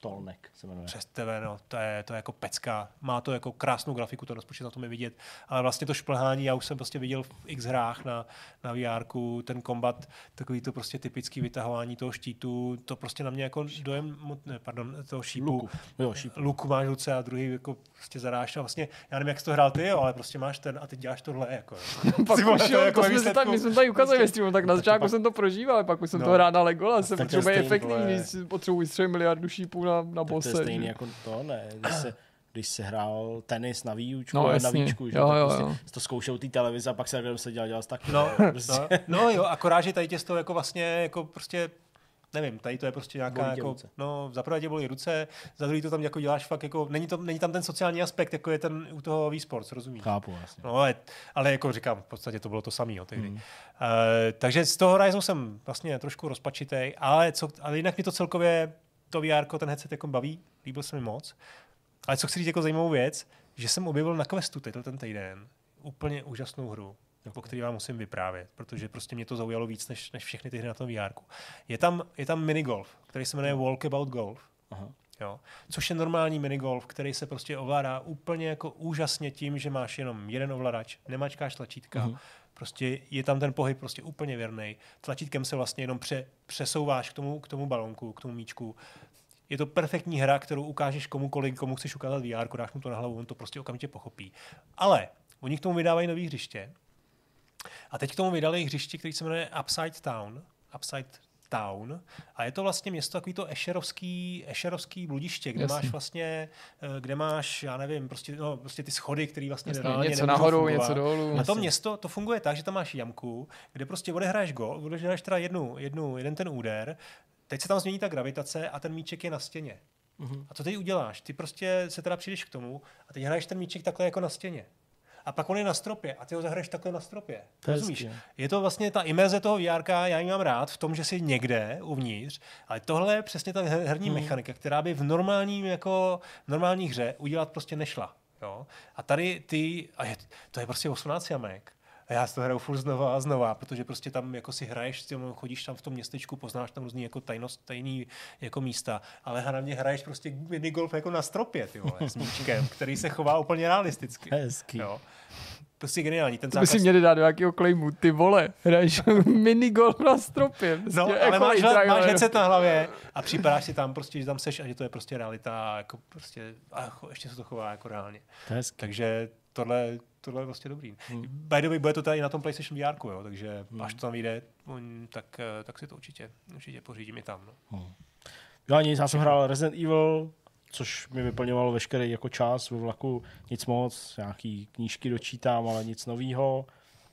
Tolnek se jmenuje. Přes T V, no, to je, to je jako pecka. Má to jako krásnou grafiku, ten rozpočet na tom je vidět, ale vlastně to šplhání, já už jsem prostě viděl v X hrách na, na V R ku, ten kombat, takový to prostě typický vytahování toho štítu, to prostě na mě jako dojem, ne, pardon, toho šípu. Luku. Jo, šípu. Luku máš v ruce a druhý jako prostě zadáš a vlastně, já nevím, jak jsi to hrál ty, jo, ale prostě máš ten a teď děláš tohle, jako. Pak už jo, to jsme si tam, my jsme tady ukázali ve streamu, tak na začátku jsem to prožíval, ale pak už jsem to hrál na Legolas, jsem potřebuje efektní, když potřebuji střelit miliardu šípů na, na bose. To je stejný jako to, ne, když se, když se hrál tenis na výučku, no, na výčku, že jo, tak jo, prostě jo. to zkoušel té televize a pak se takhle se dělal, dělal taky. No, prostě. no, no jo, akorát, že tady tě z toho jako vlastně, jako prostě nevím, tady to je prostě nějaká jako, ruce. no, za prvé tě bolí ruce, za druhý to tam jako děláš fakt jako, není, to, není tam ten sociální aspekt, jako je ten u toho e-sports, rozumíš? Chápu, vlastně. No, ale, ale jako říkám, v podstatě to bylo to samý, jo, tehdy. Hmm. Uh, takže z toho Horizonu jsem vlastně trošku rozpačitej, ale, co, ale jinak mi to celkově, to V R, ten headset jako baví, líbil se mi moc. Ale co chci říct jako zajímavou věc, že jsem objevil na Questu tyto ten týden úplně úžasnou hru, o který vám musím vyprávět, protože prostě mě to zaujalo víc než, než všechny ty hry na tom V R ku. Je tam, je tam minigolf, který se jmenuje Walkabout Golf. Aha. Jo, což je normální minigolf, který se prostě ovládá úplně jako úžasně tím, že máš jenom jeden ovladač, nemačkáš tlačítka, uh-huh. prostě je tam ten pohyb prostě úplně věrnej. Tlačítkem se vlastně jenom pře, přesouváš k tomu, k tomu balonku, k tomu míčku. Je to perfektní hra, kterou ukážeš komukoliv, komu chceš ukázat V R, dáš mu to na hlavu, on to prostě okamžitě pochopí. Ale oni k tomu vydávají nový hřiště. A teď k tomu vydali hřiště, který se jmenuje Upside Town. Upside Town. A je to vlastně město takový to ešerovský, ešerovský bludiště, kde Jasně. máš vlastně, kde máš, já nevím, prostě, no, prostě ty schody, které vlastně Jasně, něco nahoru, fungovat. Něco dolů. A to Jasně. město, to funguje tak, že tam máš jamku, kde prostě odehraješ gol, odehraješ teda jednu, jednu, jeden ten úder, teď se tam změní ta gravitace a ten míček je na stěně. Uh-huh. A co teď uděláš? Ty prostě se teda přijdeš k tomu a teď hraješ ten míček takhle jako na stěně. A pak on je na stropě a ty ho zahraješ takhle na stropě. Rozumíš? Je to vlastně ta imerze toho V R ka, já ji mám rád v tom, že jsi někde uvnitř, ale tohle je přesně ta herní hmm. mechanika, která by v normálním jako v normální hře udělat prostě nešla. Jo? A tady ty, a je, to je prostě osmnáct jamek. A já si to hraju furt znova a znova, protože prostě tam jako si hraješ, chodíš tam v tom městečku, poznáš tam různý jako tajnost, tajný jako místa, ale hlavně hraješ prostě minigolf jako na stropě, ty vole, s míčkem, který se chová úplně realisticky. Hezký. Jo. Prostě geniální. Ten to by si měli dát do nějakého claimu, ty vole, hraješ minigolf na stropě. Prostě no, ale máš, máš headset na hlavě a připadáš si tam prostě, že tam seš a že to je prostě realita, jako prostě, a ještě se to chová jako reálně. Takže tohle tohle je vlastně dobrý. Hmm. By the way, bude to tady na tom PlayStation V R ku, jo, takže hmm. až to tam vyjde, tak, tak si to určitě, určitě pořídím i tam. No. Hmm. Já nic, já jsem hrál Resident Evil, což mi vyplňovalo veškerý jako čas ve vlaku, nic moc, nějaký knížky dočítám, ale nic novýho.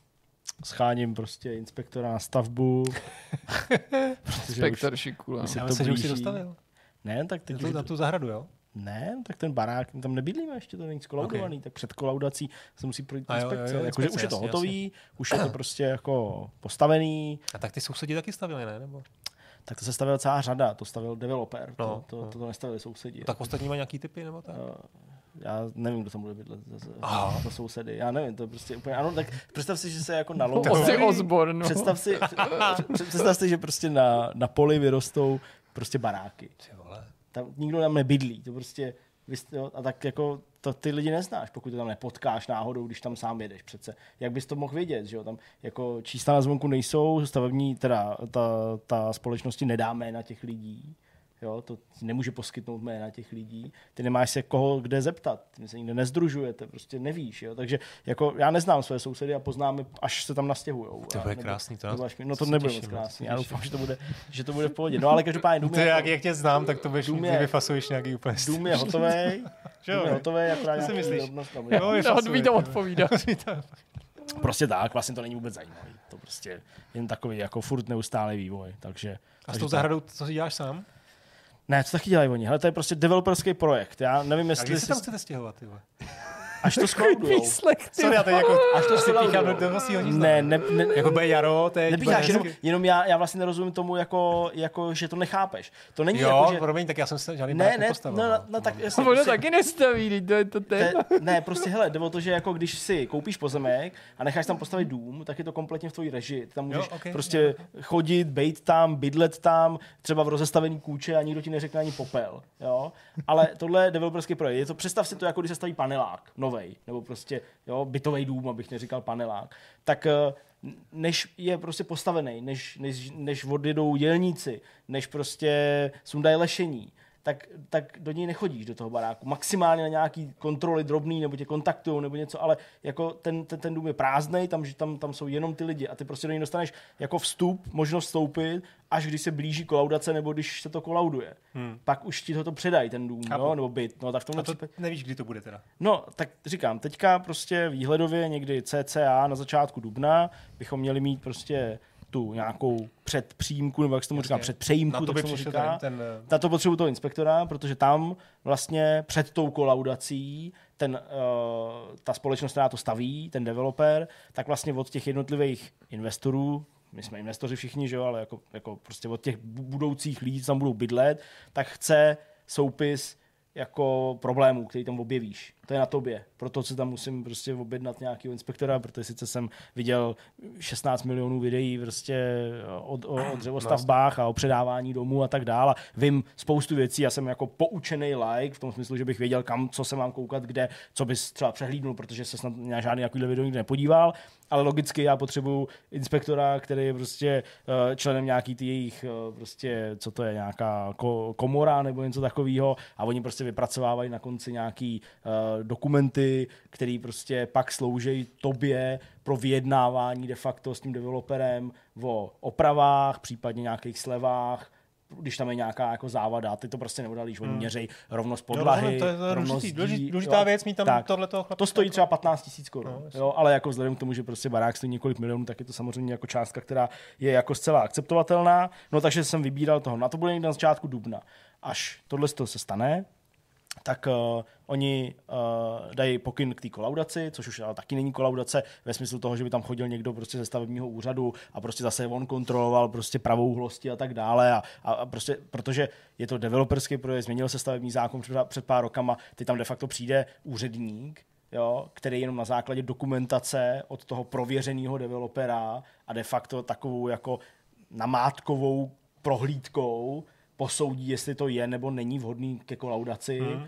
Scháním prostě inspektora na stavbu. Inspektor šikula. Já myslím, že už si dostavil. Ne, tak teď už... Na tu zahradu, jo? Ne, tak ten barák, my tam nebydlíme ještě, to není skolaudovaný, okay. Tak před kolaudací se musí projít inspekce. Jakože už je to hotový, jasně. Už je to prostě jako postavený. A tak ty sousedi taky stavili, ne? Nebo? Tak to se stavil celá řada, to stavil developer, no, to, to, no. to, to nestavili sousedi. Tak ostatní mají nějaký typy, nebo tak? Uh, já nevím, kdo tam bude bydlet za, za sousedy, já nevím, to je prostě úplně, ano, tak představ si, že se jako na louce. Osborn, představ si, představ si, že prostě na, na poli vyrostou prostě baráky. Tam nikdo tam nebydlí, to prostě, a tak jako to ty lidi neznáš, pokud to tam nepotkáš náhodou, když tam sám jedeš přece. Jak bys to mohl vědět, že jo, tam jako čísla na zvonku nejsou, stavební, teda ta, ta společnosti nedá jména těch lidí, jo, to nemůže poskytnout jména těch lidí, ty nemáš se koho kde zeptat, ty se nikde nezdružujete, prostě nevíš, jo, takže jako já neznám své sousedy a poznáme, až se tam nastěhujou. To bude krásný, to nebo, no to nebude moc krásný, já doufám, že to bude, že to bude v pohodě, no ale každopádně dům je, jak, jak tě znám, tak to budeš, ty vyfasuješ nějaký úplně dům je hotovej, dům je hotovej, akorát nějaký myslíš? drobnost tam je. Ví to odpovídat. Prostě tak, vlastně to není vůbec zajímavý, to prostě jen takový jako furt neustálý vývoj, takže. A s tou zahradou, co si děláš sám? Ne, to taky dělají oni. Hele, to je prostě developerský projekt. Já nevím, jestli... A kdy se tam chcete stěhovat, ty vole? až to skloudujou. Sorry, já teď jako, až to si píchám do, do vlastního hnízda. Ne, ne, ne, jako bude jaro, teď nepícháš, jenom, jenom já, já vlastně nerozumím tomu, jako, jako, že to nechápeš. To není jo, jako, že... promiň, tak já jsem se žádný ne, ne, nepostavil. No, no, no, tak jasně, ono prostě, taky nestaví, to je to téma. Ne, prostě hele, jde o to, že jako když si koupíš pozemek a necháš tam postavit dům, tak je to kompletně v tvojí režii. Ty tam můžeš jo, okay, prostě jo. chodit, bejt tam, bydlet tam, třeba v rozestavený kůče a nikdo ti neřekne ani popel. Jo? Ale tohle je developerský projekt. Je to, představ si to, jako když se staví panelák, novej, nebo prostě jo, bytový dům, abych neříkal panelák. Tak než je prostě postavený, než, než, než odjedou dělníci, než prostě sundají lešení, tak, tak do něj nechodíš, do toho baráku. Maximálně na nějaký kontroly drobný, nebo tě kontaktujou, nebo něco, ale jako ten, ten, ten dům je prázdnej, tam, tam, tam jsou jenom ty lidi a ty prostě do něj dostaneš jako vstup, možnost vstoupit, až když se blíží kolaudace, nebo když se to kolauduje. Hmm. Pak už ti to předají, ten dům, no, nebo byt. No, tak v tomhle a to případ... nevíš, kdy to bude teda? No, tak říkám, teďka prostě výhledově někdy cca na začátku dubna bychom měli mít prostě tu nějakou předpříjmku, nebo jak se tomu říká, předpřejímku, tak se tomu říká. Ten... Na to potřebuji toho inspektora, protože tam vlastně před tou kolaudací ten, uh, ta společnost, která to staví, ten developer, tak vlastně od těch jednotlivých investorů, my jsme investoři všichni, že jo, ale jako, jako prostě od těch budoucích lidí, co tam budou bydlet, tak chce soupis jako problémů, který tam objevíš. To je na tobě. Proto si tam musím prostě objednat nějakého inspektora, protože sice jsem viděl šestnáct milionů videí prostě o, o, o dřevostavbách a o předávání domů a tak dále. Vím spoustu věcí, já jsem jako poučený like, v tom smyslu, že bych věděl, kam, co se mám koukat, kde, co bys třeba přehlídnul, protože se snad na žádný takovýhle video nikdy nepodíval, ale logicky já potřebuju inspektora, který je prostě uh, členem nějaký ty jejich, uh, prostě, co to je, nějaká ko- komora nebo něco takového a oni prostě vypracovávají na konci nějaký uh, dokumenty, které prostě pak slouží tobě pro vyjednávání de facto s tím developerem o opravách, případně nějakých slevách, když tam je nějaká jako závada, ty to prostě neodhalíš, oni hmm. měřej rovnost podlahy, no, to je, to je rovnost důležitý, dí, důležitá jo, věc, mít tam tohleto chlapce. To stojí třeba patnáct tisíc korun, no, jo, ale jako vzhledem k tomu, že prostě barák stojí několik milionů, tak je to samozřejmě jako částka, která je jako zcela akceptovatelná, no takže jsem vybíral toho, na to bude někde na začátku dubna. Až tohle se stane, tak uh, oni uh, dají pokyn k té kolaudaci, což už ale taky není kolaudace ve smyslu toho, že by tam chodil někdo prostě ze stavebního úřadu a prostě zase on kontroloval prostě pravouhlosti a tak dále a, a, a prostě, protože je to developerský projekt, změnil se stavební zákon před, před pár rokama, teď tam de facto přijde úředník, jo, který jenom na základě dokumentace od toho prověřeného developera a de facto takovou jako namátkovou prohlídkou posoudí, jestli to je nebo není vhodný ke kolaudaci, hmm.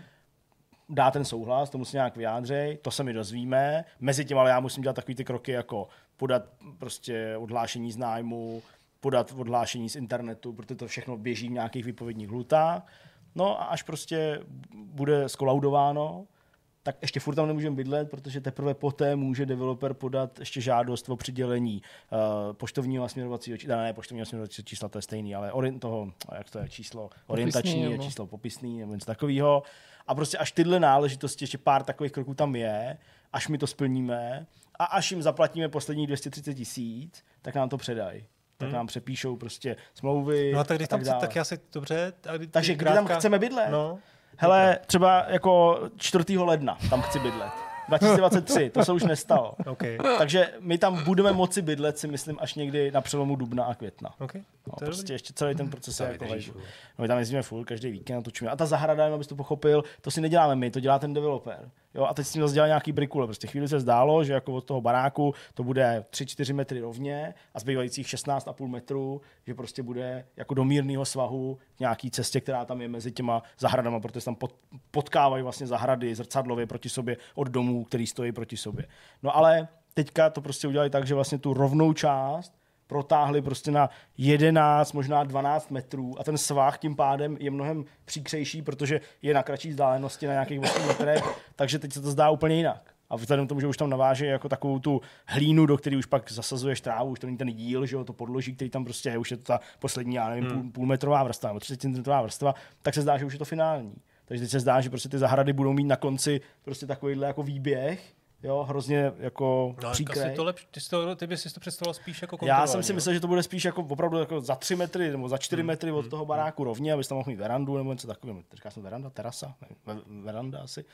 dá ten souhlas, to musí nějak vyjádřit, to se mi dozvíme. Mezi tím ale já musím dělat takový ty kroky, jako podat prostě odhlášení z nájmu, podat odhlášení z internetu, protože to všechno běží v nějakých výpovědních lhůtách. No a až prostě bude skolaudováno, tak ještě furt tam nemůžeme bydlet, protože teprve poté může developer podat ještě žádost o přidělení uh, poštovního a směrovacího čísla, ne, poštovního a směrovacího čísla, to je stejný, ale orient toho, jak to je, číslo orientační, je číslo popisný, nebo něco takového. A prostě až tyhle náležitosti, ještě pár takových kroků tam je, až my to splníme a až jim zaplatíme poslední dvě stě třicet tisíc, tak nám to předají. Tak hmm. nám přepíšou prostě smlouvy. No a tak když tak tam tak asi dobře. Kdy, Takže kdy tam chceme bydlet? No. Hele, třeba jako čtvrtého ledna tam chci bydlet. dva tisíce dvacet tři, to se už nestalo. Okay. Takže my tam budeme moci bydlet, si myslím, až někdy na přelomu dubna a května. Okay. No, prostě dobrý. Ještě celý ten proces je jako vejdu. No, my tam jezdíme furt, každý víkend točíme. A ta zahrada, abys to pochopil, to si neděláme my, to dělá ten developer. Jo, a teď s tím zase dělá nějaký brikule. Prostě chvíli se zdálo, že jako od toho baráku to bude tři čtyři metry rovně a zbývajících šestnáct a půl metru, že prostě bude jako do mírného svahu nějaký cestě, která tam je mezi těma zahradama, protože tam pod, potkávají vlastně zahrady zrcadlově proti sobě od domů, který stojí proti sobě. No ale teďka to prostě udělali tak, že vlastně tu rovnou část protáhli prostě na jedenáct, možná dvanáct metrů a ten svah tím pádem je mnohem příkřejší, protože je na kratší vzdálenosti na nějakých osm metrech, takže teď se to zdá úplně jinak. A vzhledem k tomu, že už tam naváže jako takovou tu hlínu, do které už pak zasazuješ trávu, už to není ten díl, že jo, to podloží, který tam prostě je, už je to ta poslední, já nevím, hmm. půl, půlmetrová vrstva nebo třicet centimetrová vrstva, tak se zdá, že už je to finální. Takže teď se zdá, že prostě ty zahrady budou mít na konci prostě takovýhle jako výběh, jo, hrozně jako no, příkrej. To lepš, ty, to, ty bys si to představoval spíš jako Já jsem si jo? myslel, že to bude spíš jako opravdu jako za tři metry nebo za čtyři hmm. metry od toho baráku rovně, abys tam mohl mít verandu nebo něco takového. Říká jsem veranda, terasa, ne, veranda asi.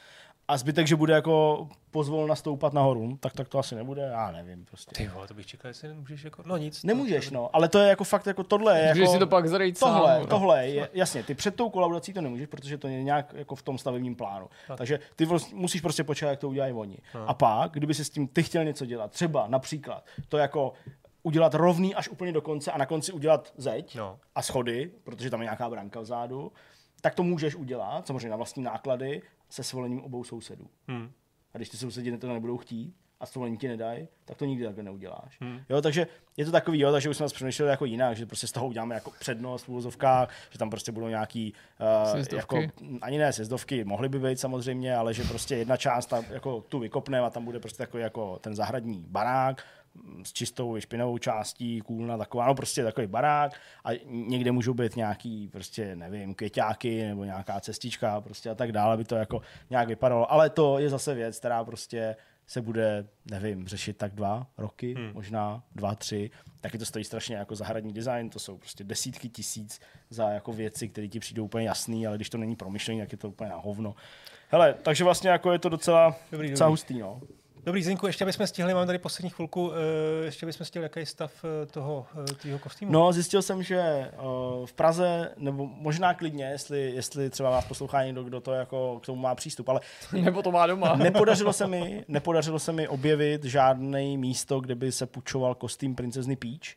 a zbytek, že bude jako pozvolna stoupat nahoru, tak, tak to asi nebude, já nevím prostě. Ty vole, to bych čekal, jestli nemůžeš jako, no nic. Nemůžeš, no, ale to je jako fakt jako tohle. Jako, můžeš si to pak zrejt tohle, sám, tohle, je, jasně, ty před tou kolaudací to nemůžeš, protože to je nějak jako v tom stavebním plánu. Tak. Takže ty vlastně musíš prostě počkat, jak to udělají oni. No. A pak, kdyby si s tím ty chtěl něco dělat, třeba například to jako udělat rovný až úplně do konce a na konci udělat zeď no. a schody, protože tam je nějaká branka vzadu, tak to můžeš udělat, samozřejmě na vlastní náklady, se svolením obou sousedů. Hmm. A když ty sousedi to nebudou chtít a svolení ti nedají, tak to nikdy takhle neuděláš. Hmm. Jo, takže je to takový, jo, takže už jsme nás přemýšleli jako jinak, že prostě z toho uděláme jako přednost v úvozovkách, že tam prostě budou nějaký uh, jako, ani ne sjezdovky, mohly by být samozřejmě, ale že prostě jedna část ta, jako tu vykopneme a tam bude prostě takový jako ten zahradní barák, s čistou špinavou částí, kůlna taková, no prostě takový barák a někde můžou být nějaký prostě, nevím, kvěťáky nebo nějaká cestička prostě a tak dále, aby to jako nějak vypadalo, ale to je zase věc, která prostě se bude, nevím, řešit tak dva roky, hmm. možná dva, tři, taky to stojí strašně jako zahradní design, to jsou prostě desítky tisíc za jako věci, které ti přijdou úplně jasný, ale když to není promyšlený, tak je to úplně na hovno. Hele, takže vlastně jako je to docela, dobrý, docela dobrý. hustý, no. Dobrý, Zdeňku, ještě bychom stihli, mám tady poslední chvilku, ještě bychom stihli, jaký je stav toho tvýho kostýmu. No, zjistil jsem, že v Praze, nebo možná klidně, jestli, jestli třeba vás poslouchá někdo, kdo to jako k tomu má přístup, ale nebo to má doma. nepodařilo se mi, nepodařilo se mi objevit žádné místo, kde by se půjčoval kostým princezny Peach.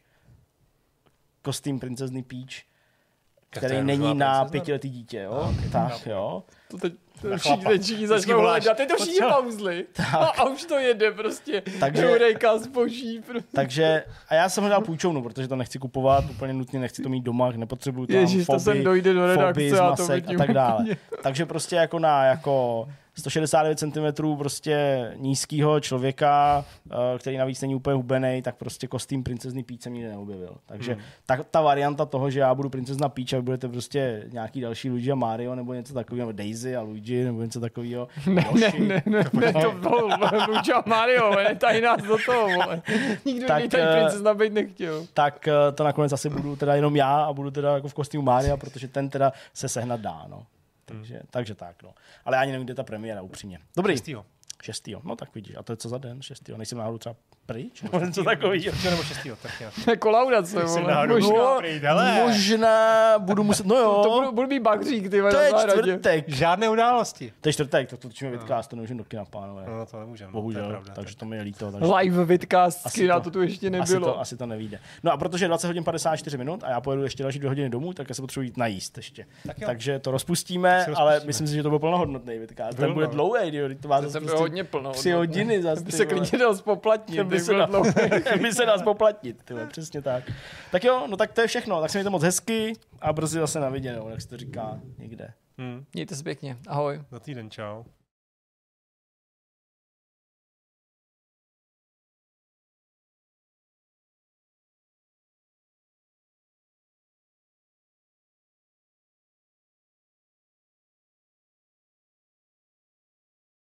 Kostým princezny Peach, který není na pětiletý dítě, jo? No, okay, tak, jo. To teď všichni, všichni začnou hledat, teď to všichni pauzli a, a už to jede prostě, takže, Eureka zboží. Prostě. Takže, a já jsem hledal půjčovnu, protože to nechci kupovat, úplně nutně nechci to mít doma, nepotřebuju tam Ježiš, foby, to sem dojde do redakce a, to a tak dále. Úplně. Takže prostě jako na jako sto šedesát devět centimetrů prostě nízkýho člověka, který navíc není úplně hubenej, tak prostě kostým princezny Peach jsem nikdy neobjevil. Takže hmm. ta, ta varianta toho, že já budu princezna Peach a vy budete prostě nějaký další Luigi a Mario nebo něco takového, nebo Daisy a Luigi nebo něco takového. Ne, ne, ne, ne, ne, to bylo Luigi a Mario, netají nás do toho, vole. Nikdo tak, tady princezna být nechtěl. Tak to nakonec asi budu teda jenom já a budu teda jako v kostýmu Maria, protože ten teda se sehnat dá, no. Takže, hmm. takže tak, no. Ale ani nevím, kde ta premiéra, upřímně. Dobrý. Šestýho. Šestýho. No tak vidíš. A to je co za den? Šestýho. Nejsem náhodou třeba pryč? Nebo něco takového. Nebo šestýho, tak já. To je kolaudace, vole. Možná, pryč, možná budu muset, no jo. To, to budu, budu mít bagřík, ty to je čtvrtek. Žádné události. To je čtvrtek, to točíme no. vidcast, to nemůžeme do kina, pánové. No to nemůžeme. Bohužel, to je pravda, takže to mi je líto. Takže live vidcast z kina, to tu ještě nebylo. Asi to, asi to nevíde. No a protože je dvacet hodin padesát čtyři minut a já pojedu ještě další dvě hodiny domů, tak já se potřebuji jít najíst ještě. Tak takže to rozpustíme, ale myslím si, že to byl plnohodnotný vidcast. Ten bude dlouhý, to má zase hodně plno. Tři hodiny zase. By se klidně dal spoplatnit. By se by se dal spoplatnit, tyhle, přesně tak. Tak jo, no tak to je všechno. Tak se mějte moc hezky a brzy zase na viděnou, jak se to říká někde. Hmm. Mějte se pěkně. Ahoj. Za týden, čau.